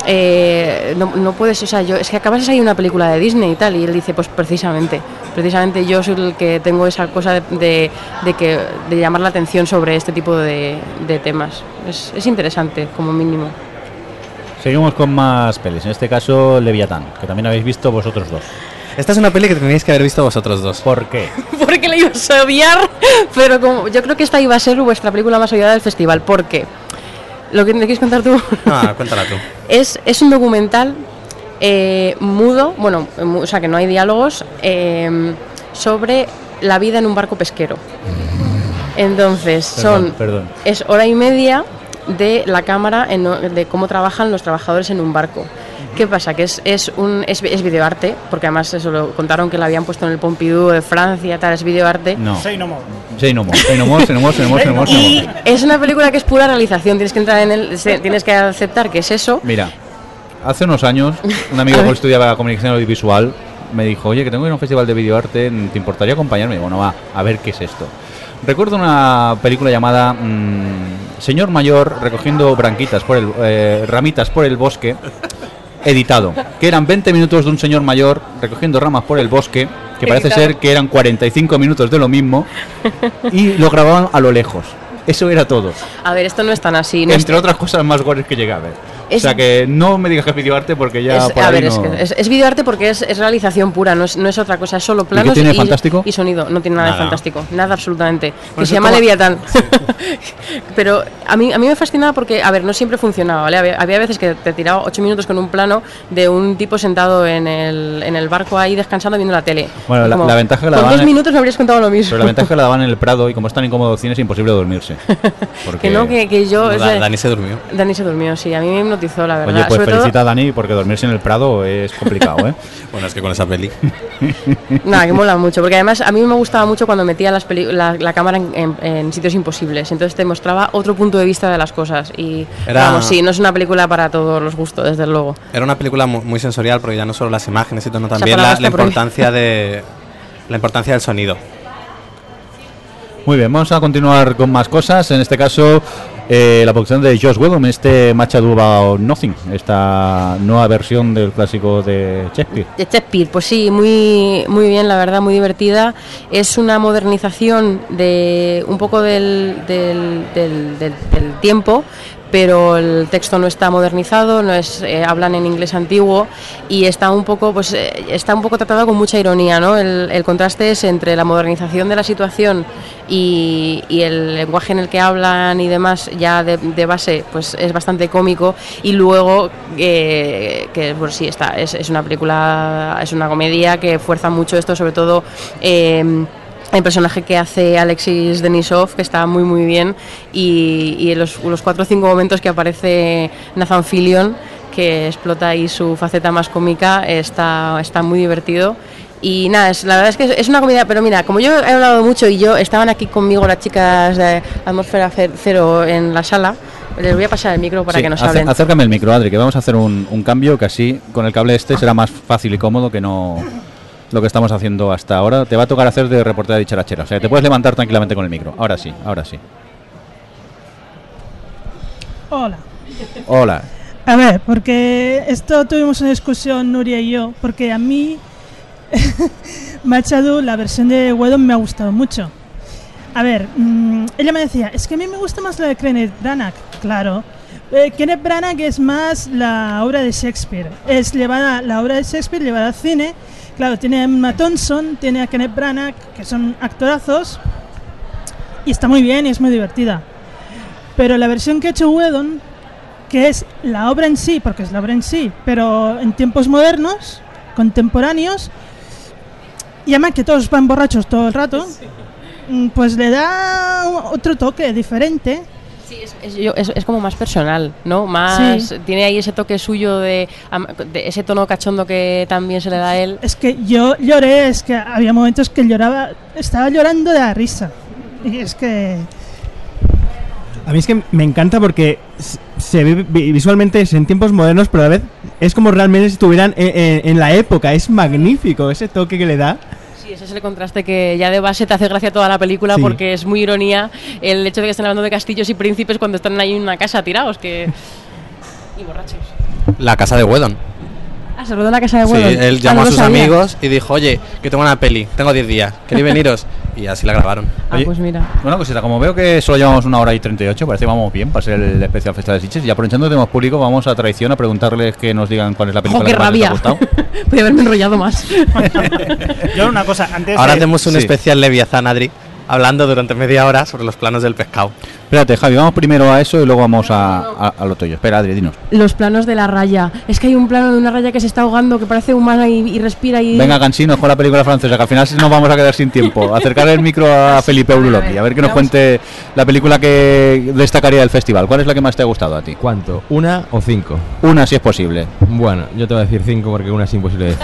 eh, no, no puedes, o sea, yo, es que acabas de salir una película de Disney y tal, y él dice, pues precisamente, precisamente yo soy el que tengo esa cosa de, de, de, que, de llamar la atención sobre este tipo de, de temas, es, es interesante como mínimo. Seguimos con más pelis, en este caso Leviatán, que también habéis visto vosotros dos. Esta es una peli que tenéis que haber visto vosotros dos. ¿Por qué? Porque la ibas a odiar, pero como yo creo que esta iba a ser vuestra película más odiada del festival. ¿Por qué? ¿Lo que me quieres contar tú? No, cuéntala tú. Es, es un documental eh, mudo, bueno, o sea que no hay diálogos, eh, sobre la vida en un barco pesquero. Entonces, Perdón, son perdón. es hora y media de la cámara en, de cómo trabajan los trabajadores en un barco. ¿Qué pasa? Que es, es un es, es videoarte, porque además eso lo contaron que lo habían puesto en el Pompidou de Francia, tal, es videoarte. No. Say no more. Say no more, say no more, say no more, say no more, say no more, say no Y more. es una película que es pura realización, tienes que entrar en el, tienes que aceptar que es eso. Mira, hace unos años, un amigo que estudiaba comunicación audiovisual me dijo, oye, que tengo que ir a un festival de videoarte, ¿te importaría acompañarme? Y bueno, va, a ver qué es esto. Recuerdo una película llamada mmm, Señor Mayor recogiendo branquitas por el, eh, ramitas por el bosque, editado, que eran veinte minutos de un señor mayor recogiendo ramas por el bosque, que parece Editado. ser que eran cuarenta y cinco minutos de lo mismo, y lo grababan a lo lejos. Eso era todo. A ver, esto no es tan así. No Entre es, otras cosas más gores que llegué a ver. Es- o sea que no me digas que es videoarte porque ya es, por a ahí ver, no... es, que es, es videoarte porque es, es realización pura, no es, no es otra cosa, es solo planos tiene de fantástico? y sonido. No tiene nada, Nada. de fantástico, nada absolutamente. Bueno, que eso se llama como- Leviatán. Pero a mí, a mí me fascinaba porque, a ver, no siempre funcionaba, ¿vale? Había, había veces que te tiraba ocho minutos con un plano de un tipo sentado en el, en el barco ahí descansando viendo la tele. Bueno, la- Como, la ventaja que la con daban dos es- minutos me habrías contado lo mismo. Pero la ventaja es que la daban en el Prado y como es tan incómodo el cine es imposible dormirse. Porque... Que no, que, que yo... o sea, Da- Dani se durmió. Dani se durmió, sí, a mí me hipnotizó, la verdad. Oye, pues Sobre todo- felicita a Dani porque dormirse en el Prado es complicado, ¿eh? Bueno, es que con esa peli. Nada, que mola mucho, porque además a mí me gustaba mucho cuando metía las peli- la, la cámara en, en- en sitios imposibles, entonces te mostraba otro punto de vista de las cosas y Era- vamos, sí, no es una película para todos los gustos, desde luego. Era una película mu- muy sensorial porque ya no solo las imágenes, sino Esa también palabra la, la está prohibida. importancia de la importancia del sonido. Muy bien, vamos a continuar con más cosas. En este caso, Eh, la producción de Joss Whedon, este Match About Nothing, esta nueva versión del clásico de Shakespeare. De Shakespeare, pues sí, muy, muy bien, la verdad, muy divertida. Es una modernización de un poco del, del, del, del, del tiempo, pero el texto no está modernizado, no es eh, hablan en inglés antiguo y está un poco pues eh, está un poco tratado con mucha ironía, ¿no? El, el contraste es entre la modernización de la situación y, y el lenguaje en el que hablan y demás ya de, de base pues es bastante cómico y luego eh, que pues sí está es, es una película, es una comedia que fuerza mucho esto, sobre todo eh, el personaje que hace Alexis Denisov, que está muy muy bien, y, y los, los cuatro o cinco momentos que aparece Nathan Fillion, que explota ahí su faceta más cómica, está, está muy divertido. Y nada, es, la verdad es que es, es una comedia, pero mira, como yo he hablado mucho y yo estaban aquí conmigo las chicas de Atmósfera Cero en la sala, les voy a pasar el micro para sí, que nos acer- hablen. Acércame el micro, Adri, que vamos a hacer un, un cambio que así con el cable este será más fácil y cómodo que no lo que estamos haciendo hasta ahora. Te va a tocar hacer de reportera dicharachera, o sea, te puedes levantar tranquilamente con el micro. Ahora sí, ahora sí. Hola. Hola. A ver, porque esto tuvimos una discusión Nuria y yo, porque a mí Machado, la versión de Whedon me ha gustado mucho. A ver, mmm, ella me decía, es que a mí me gusta más la de Kenneth Branagh, claro. Eh, Kenneth Branagh es más la obra de Shakespeare, es llevada, la obra de Shakespeare llevada al cine. Claro, tiene a Emma Thompson, tiene a Kenneth Branagh, que son actorazos, y está muy bien y es muy divertida. Pero la versión que ha hecho Whedon, que es la obra en sí, porque es la obra en sí, pero en tiempos modernos, contemporáneos, y además que todos van borrachos todo el rato, pues le da otro toque diferente. Sí, es, es, yo- es- es como más personal, ¿no? Más Sí. tiene ahí ese toque suyo de, am- de ese tono cachondo que también se le da a él. Es que yo lloré, es que había momentos que lloraba, estaba llorando de la risa. Y es que... A mí es que me encanta porque s- se ve vi- visualmente es en tiempos modernos, pero a la vez es como realmente si estuvieran en, en- en la época. Es magnífico ese toque que le da. Sí, ese es el contraste que ya de base te hace gracia toda la película Sí. porque es muy ironía el hecho de que estén hablando de castillos y príncipes cuando están ahí en una casa tirados que y borrachos. La casa de Whedon. Ah, se rodó en la casa de Sí, Whedon. él Ah, llamó no a lo sus sabía. amigos y dijo, oye, que tengo una peli, tengo diez días, ¿queréis veniros? Y así la grabaron. Ah, Oye, pues mira. Bueno, cosita, como veo que solo llevamos una hora y treinta y ocho, parece que vamos bien para ser el especial Festa de Sitges. Y aprovechando que tenemos público, vamos a traición a preguntarles que nos digan cuál es la película ¡Jo, qué que más les ha rabia! gustado. Podría haberme enrollado más. Yo una cosa, antes Ahora de- hacemos un sí. especial Leviathan, Adri, hablando durante media hora sobre los planos del pescado. Espérate, Javi, vamos primero a eso y luego vamos a, a, a lo tuyo. Espera, Adri, dinos. Los planos de la raya. Es que hay un plano de una raya que se está ahogando, que parece humana y, y respira y... Venga, Gansinos, con la película francesa, que al final nos vamos a quedar sin tiempo. Acercar el micro a Felipe Uruloki, a ver que nos cuente la película que destacaría del festival. ¿Cuál es la que más te ha gustado a ti? ¿Cuánto? ¿Una o cinco? Una, si es posible. Bueno, yo te voy a decir cinco porque una es imposible decir.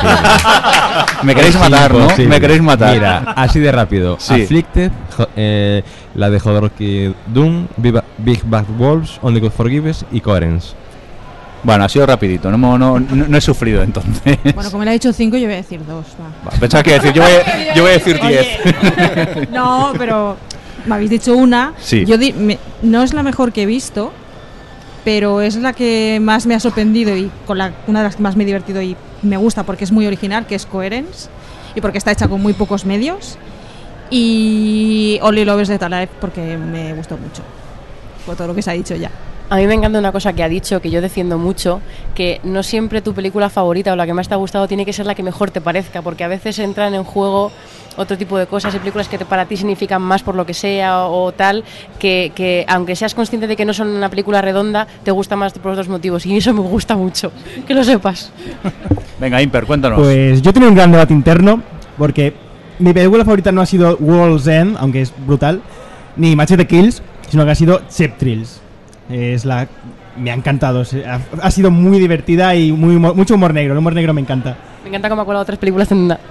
Me queréis Es matar, ¿no? imposible. Me queréis matar. Mira, así de rápido. Sí. Afflicted, jo- eh, la de Jodorowsky Doom, Viva- Big Bad Wolves, Only God Forgives y Coherence. Bueno, ha sido rapidito, no, hemos- no, no, no he sufrido entonces. Bueno, como le ha dicho cinco, yo voy a decir dos. va. Va, pensaba que iba a decir, yo voy, a- yo voy a decir diez. No, pero me habéis dicho una. Sí. Yo di- me- no es la mejor que he visto, pero es la que más me ha sorprendido y con la, una de las que más me he divertido y me gusta porque es muy original, que es Coherence y porque está hecha con muy pocos medios. Y Only Lovers de Alive porque me gustó mucho, por todo lo que se ha dicho ya. A mí me encanta una cosa que ha dicho, que yo defiendo mucho, que no siempre tu película favorita o la que más te ha gustado tiene que ser la que mejor te parezca, porque a veces entran en juego otro tipo de cosas y películas que te- para ti significan más por lo que sea o, o tal, que, que aunque seas consciente de que no son una película redonda, te gusta más por otros motivos y eso me gusta mucho, que lo sepas. Venga, Imper, cuéntanos. Pues yo tengo un gran debate interno porque mi película favorita no ha sido World's End, aunque es brutal, ni Machete Kills, sino que ha sido Cheap Thrills. Es la me ha encantado, se- ha, ha sido muy divertida y muy humor- mucho humor negro, el humor negro me encanta. Me encanta cómo ha colado tres películas en una.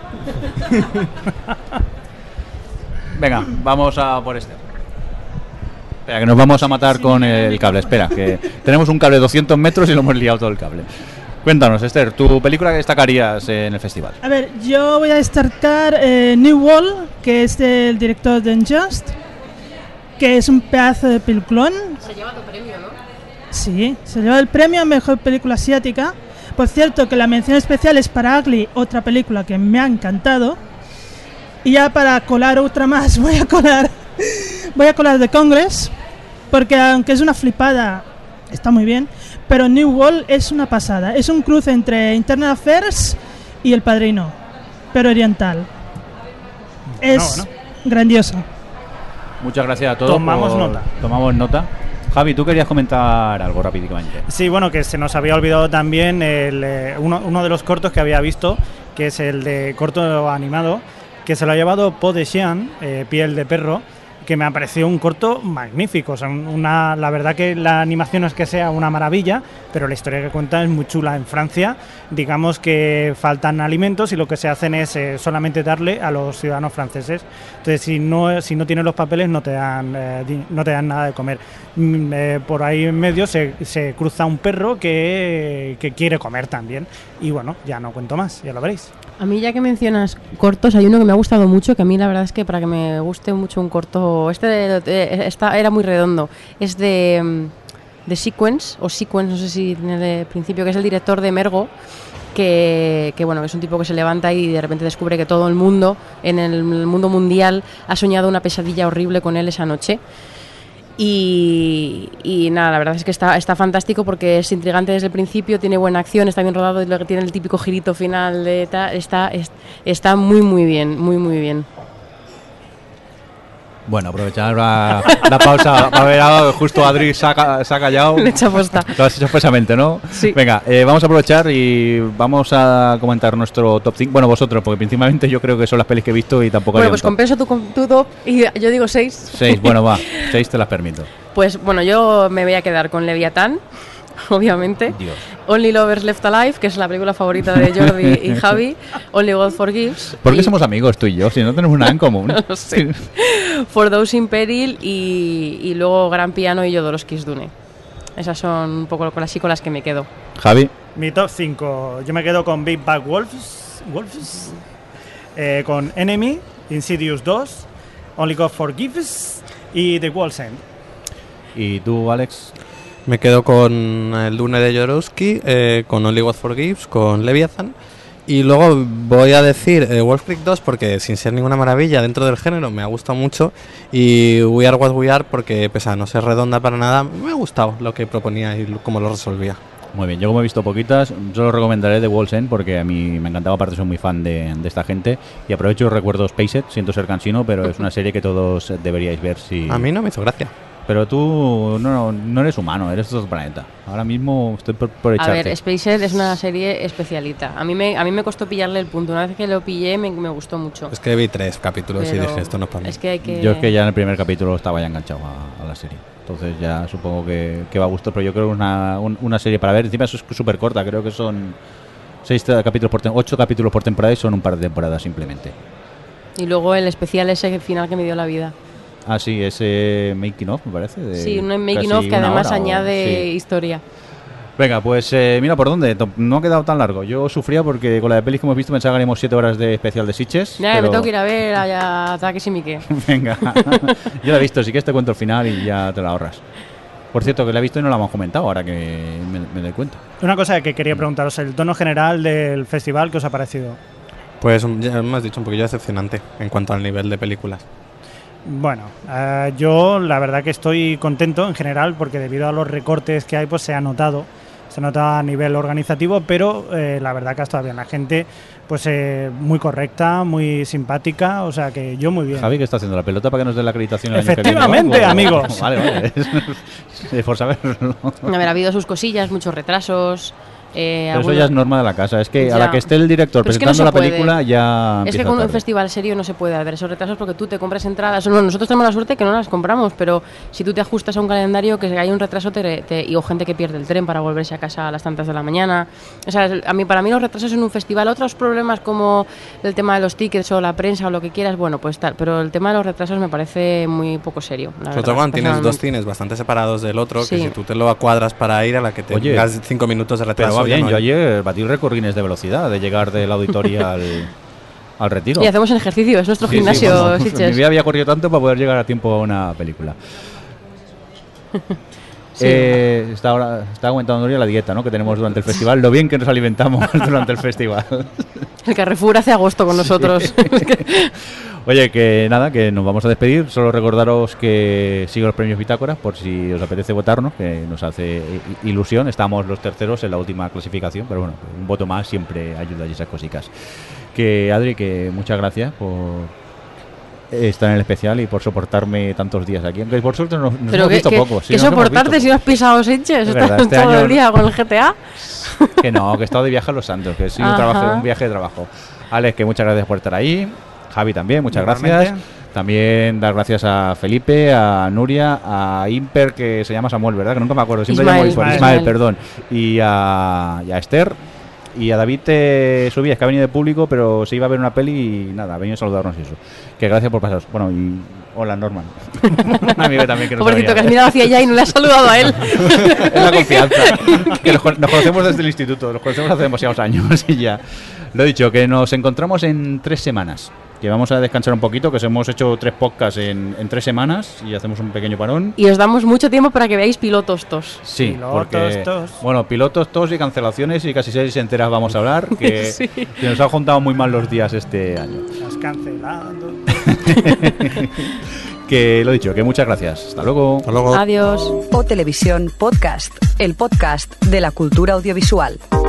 Venga, vamos a por este. Espera, que nos vamos a matar con el cable. Espera, que tenemos un cable de doscientos metros y lo hemos liado todo el cable. Cuéntanos, Esther, ¿tu película que destacarías en el festival? A ver, yo voy a destacar eh, New Wall, que es del director de Unjust, que es un pedazo de peliculón. Se ha llevado premio, ¿no? Sí, se lleva el premio a Mejor Película Asiática. Por cierto, que la mención especial es para Ugly, otra película que me ha encantado. Y ya para colar otra más, voy a colar voy a colar The Congress, porque aunque es una flipada, está muy bien, pero New World es una pasada. Es un cruce entre Internal Affairs y El Padrino, pero oriental. Es No, no. grandioso. Muchas gracias a todos. Tomamos por- nota. Tomamos nota. Javi, tú querías comentar algo rápidamente. Sí, bueno, que se nos había olvidado también el, eh, uno, uno de los cortos que había visto, que es el de corto animado, que se lo ha llevado Po de Xian, eh, Piel de Perro, que me ha parecido un corto magnífico. O sea, una, la verdad que la animación no es que sea una maravilla, pero la historia que cuenta es muy chula. En Francia, digamos que faltan alimentos y lo que se hacen es eh, solamente darle a los ciudadanos franceses. Entonces, si no si no tienes los papeles, no te dan eh, di- no te dan nada de comer. Mm, eh, por ahí en medio se, se cruza un perro que, que quiere comer también. Y bueno, ya no cuento más, ya lo veréis. A mí, ya que mencionas cortos, hay uno que me ha gustado mucho, que a mí la verdad es que para que me guste mucho un corto, este de- de- esta era muy redondo, es de, mm, de Sequence, o Sequence, no sé si tiene de principio, que es el director de Mergo, que, que bueno, es un tipo que se levanta y de repente descubre que todo el mundo, en el mundo mundial, ha soñado una pesadilla horrible con él esa noche. Y, y nada, la verdad es que está, está fantástico porque es intrigante desde el principio, tiene buena acción, está bien rodado y luego tiene el típico girito final de ta- está, es- está muy muy bien, muy muy bien. Bueno, aprovechar la, la pausa para ver algo. Justo Adri se ha, se ha callado. Lo he hecho aposta. Lo has hecho expresamente, ¿no? Sí. Venga, eh, vamos a aprovechar y vamos a comentar nuestro top cinco. Bueno, vosotros, porque principalmente yo creo que son las pelis que he visto y tampoco Bueno, haría un pues top. compenso tu, com- tu top y yo digo seis. Seis, bueno, va. Seis te las permito. Pues bueno, yo me voy a quedar con Leviatán, obviamente. Dios. Only Lovers Left Alive, que es la película favorita de Jordi y Javi. Only God Forgives. ¿Por qué y- somos amigos tú y yo? Si no tenemos nada en común. No lo sé. For Those in Peril y, y luego Gran Piano y Jodorowsky's Dune. Esas son un poco con las sí con las que me quedo. Javi. Mi top cinco, yo me quedo con Big Bad Wolves, Wolves eh, con Enemy, Insidious dos, Only God Forgives y The Wall's End. ¿Y tú, Alex? Me quedo con el Dune de Jodorowsky, eh, con Only God Forgives, con Leviathan. Y luego voy a decir eh, Wolf Creek dos porque sin ser ninguna maravilla dentro del género me ha gustado mucho. Y We Are What We Are porque pese a no ser redonda para nada, me ha gustado lo que proponía y lo- cómo lo resolvía. Muy bien, yo como he visto poquitas, yo lo recomendaré The Wall's End porque a mí me encantaba, aparte soy muy fan de, de esta gente. Y aprovecho y recuerdo Spaced, siento ser cansino, pero es una serie que todos deberíais ver si... A mí no me hizo gracia. Pero tú no, no eres humano, eres de otro planeta. Ahora mismo estoy por, por A echarte. ver, Spaced es una serie especialita. A mí me, a mí me costó pillarle el punto. Una vez que lo pillé me, me gustó mucho. Es que vi tres capítulos y Pero dije, esto no es para mí. es que hay que... Yo es que ya en el primer capítulo estaba ya enganchado a, a la serie. Entonces ya supongo que, que va a gustar, pero yo creo que es una, un- una serie para ver. Encima eso es súper corta, creo que son seis capítulos por tem- ocho capítulos por temporada y son un par de temporadas simplemente. Y luego el especial ese final que me dio la vida. Ah, sí, ese making of, me parece. de Sí, un making casi of que una además hora o- añade sí. historia. Venga, pues eh, mira por dónde. To- No ha quedado tan largo. Yo sufría porque con la de pelis que hemos visto pensaba que haríamos siete horas de especial de Sitges. Ya, pero... me tengo que ir a ver a Ataques y Mique. Venga, yo la he visto, si quieres te cuento el final y ya te la ahorras. Por cierto, que la he visto y no la hemos comentado ahora que me, me doy cuenta. Una cosa que quería preguntaros, el tono general del festival, ¿qué os ha parecido? Pues um, ya me has dicho un poquillo decepcionante en cuanto al nivel de películas. Bueno, eh, yo la verdad que estoy contento en general porque debido a los recortes que hay pues se ha notado, se nota a nivel organizativo, pero eh, la verdad que ha estado bien. La gente pues eh, muy correcta, muy simpática, o sea que yo muy bien. Javi, ¿qué está haciendo? ¿La pelota para que nos dé la acreditación el año que viene? Efectivamente, ¿O- o- amigos. Vale, vale. Sí, por saberlo. A ver, ha habido sus cosillas, muchos retrasos. Eh, Pero eso algunos- ya es norma de la casa. Es que a Ya. la que esté el director Pero es que no presentando se la puede. película ya Es que empieza con un tarde. festival serio no se puede haber esos retrasos porque tú te compras entradas. No, nosotros tenemos la suerte que no las compramos, pero si tú te ajustas a un calendario que hay un retraso te, te- y o gente que pierde el tren para volverse a casa a las tantas de la mañana. O sea, a mí para mí los retrasos en un festival, otros problemas como el tema de los tickets o la prensa o lo que quieras, bueno, pues tal, pero el tema de los retrasos me parece muy poco serio. La Sobre verdad, todo cuando tienes dos personalmente. cines bastante separados del otro, Sí. que si tú te lo cuadras para ir a la que te Oye, tengas cinco minutos de retraso. Pero va ya bien, no yo hay. ayer batí récord Guinness de velocidad de llegar del auditorio al, al retiro. Y hacemos ejercicio, es nuestro Sí, sí, gimnasio, vamos. Sitges. Mi vida había corrido tanto para poder llegar a tiempo a una película. Sí. Eh, está, ahora, está aumentando Nuria la dieta, ¿no? Que tenemos durante el festival, lo bien que nos alimentamos durante el festival. El Carrefour hace agosto con nosotros. Sí. Oye, que nada, que nos vamos a despedir. Solo recordaros que sigo los premios Bitácoras por si os apetece votarnos, que nos hace ilusión. Estamos los terceros en la última clasificación, pero bueno, un voto más siempre ayuda y esas cositas. Que Adri, que muchas gracias por estar en el especial y por soportarme tantos días aquí, aunque por suerte nos, nos hemos que, visto que, poco. Sí, ¿Qué soportarte si no has pisado Sitges? Estás este todo año, el día con el G T A. Que no, que he estado de viaje a Los Santos, que sí, un, trabajo, un viaje de trabajo. Alex, que muchas gracias por estar ahí. Javi también, muchas gracias. También dar gracias a Felipe, a Nuria, a Imper, que se llama Samuel, ¿verdad? Que nunca me acuerdo, siempre Ismael, llamo Ismael, Ismael, perdón. Y a, y a Esther. Y a David eh, Subías, que ha venido de público, pero se iba a ver una peli y nada, ha venido a saludarnos y eso. Que gracias por pasaros. Bueno, y hola, Norman. Un amigo también que nos Pobrecito, que has mirado hacia allá y no le has saludado a él. Es la confianza. Que nos, nos conocemos desde el instituto, nos conocemos hace demasiados años y ya. Lo he dicho, que nos encontramos en tres semanas. Que vamos a descansar un poquito, que os hemos hecho tres podcasts en, en tres semamas y hacemos un pequeño parón. Y os damos mucho tiempo para que veáis pilotos tos. Sí, pilotos porque, tos. Bueno, pilotos tos y cancelaciones y casi series enteras vamos a hablar, que, sí. que nos han juntado muy mal los días este año. Estás cancelando. Que lo dicho, que muchas gracias. Hasta luego. Hasta luego. Adiós. O Televisión Podcast, el podcast de la cultura audiovisual.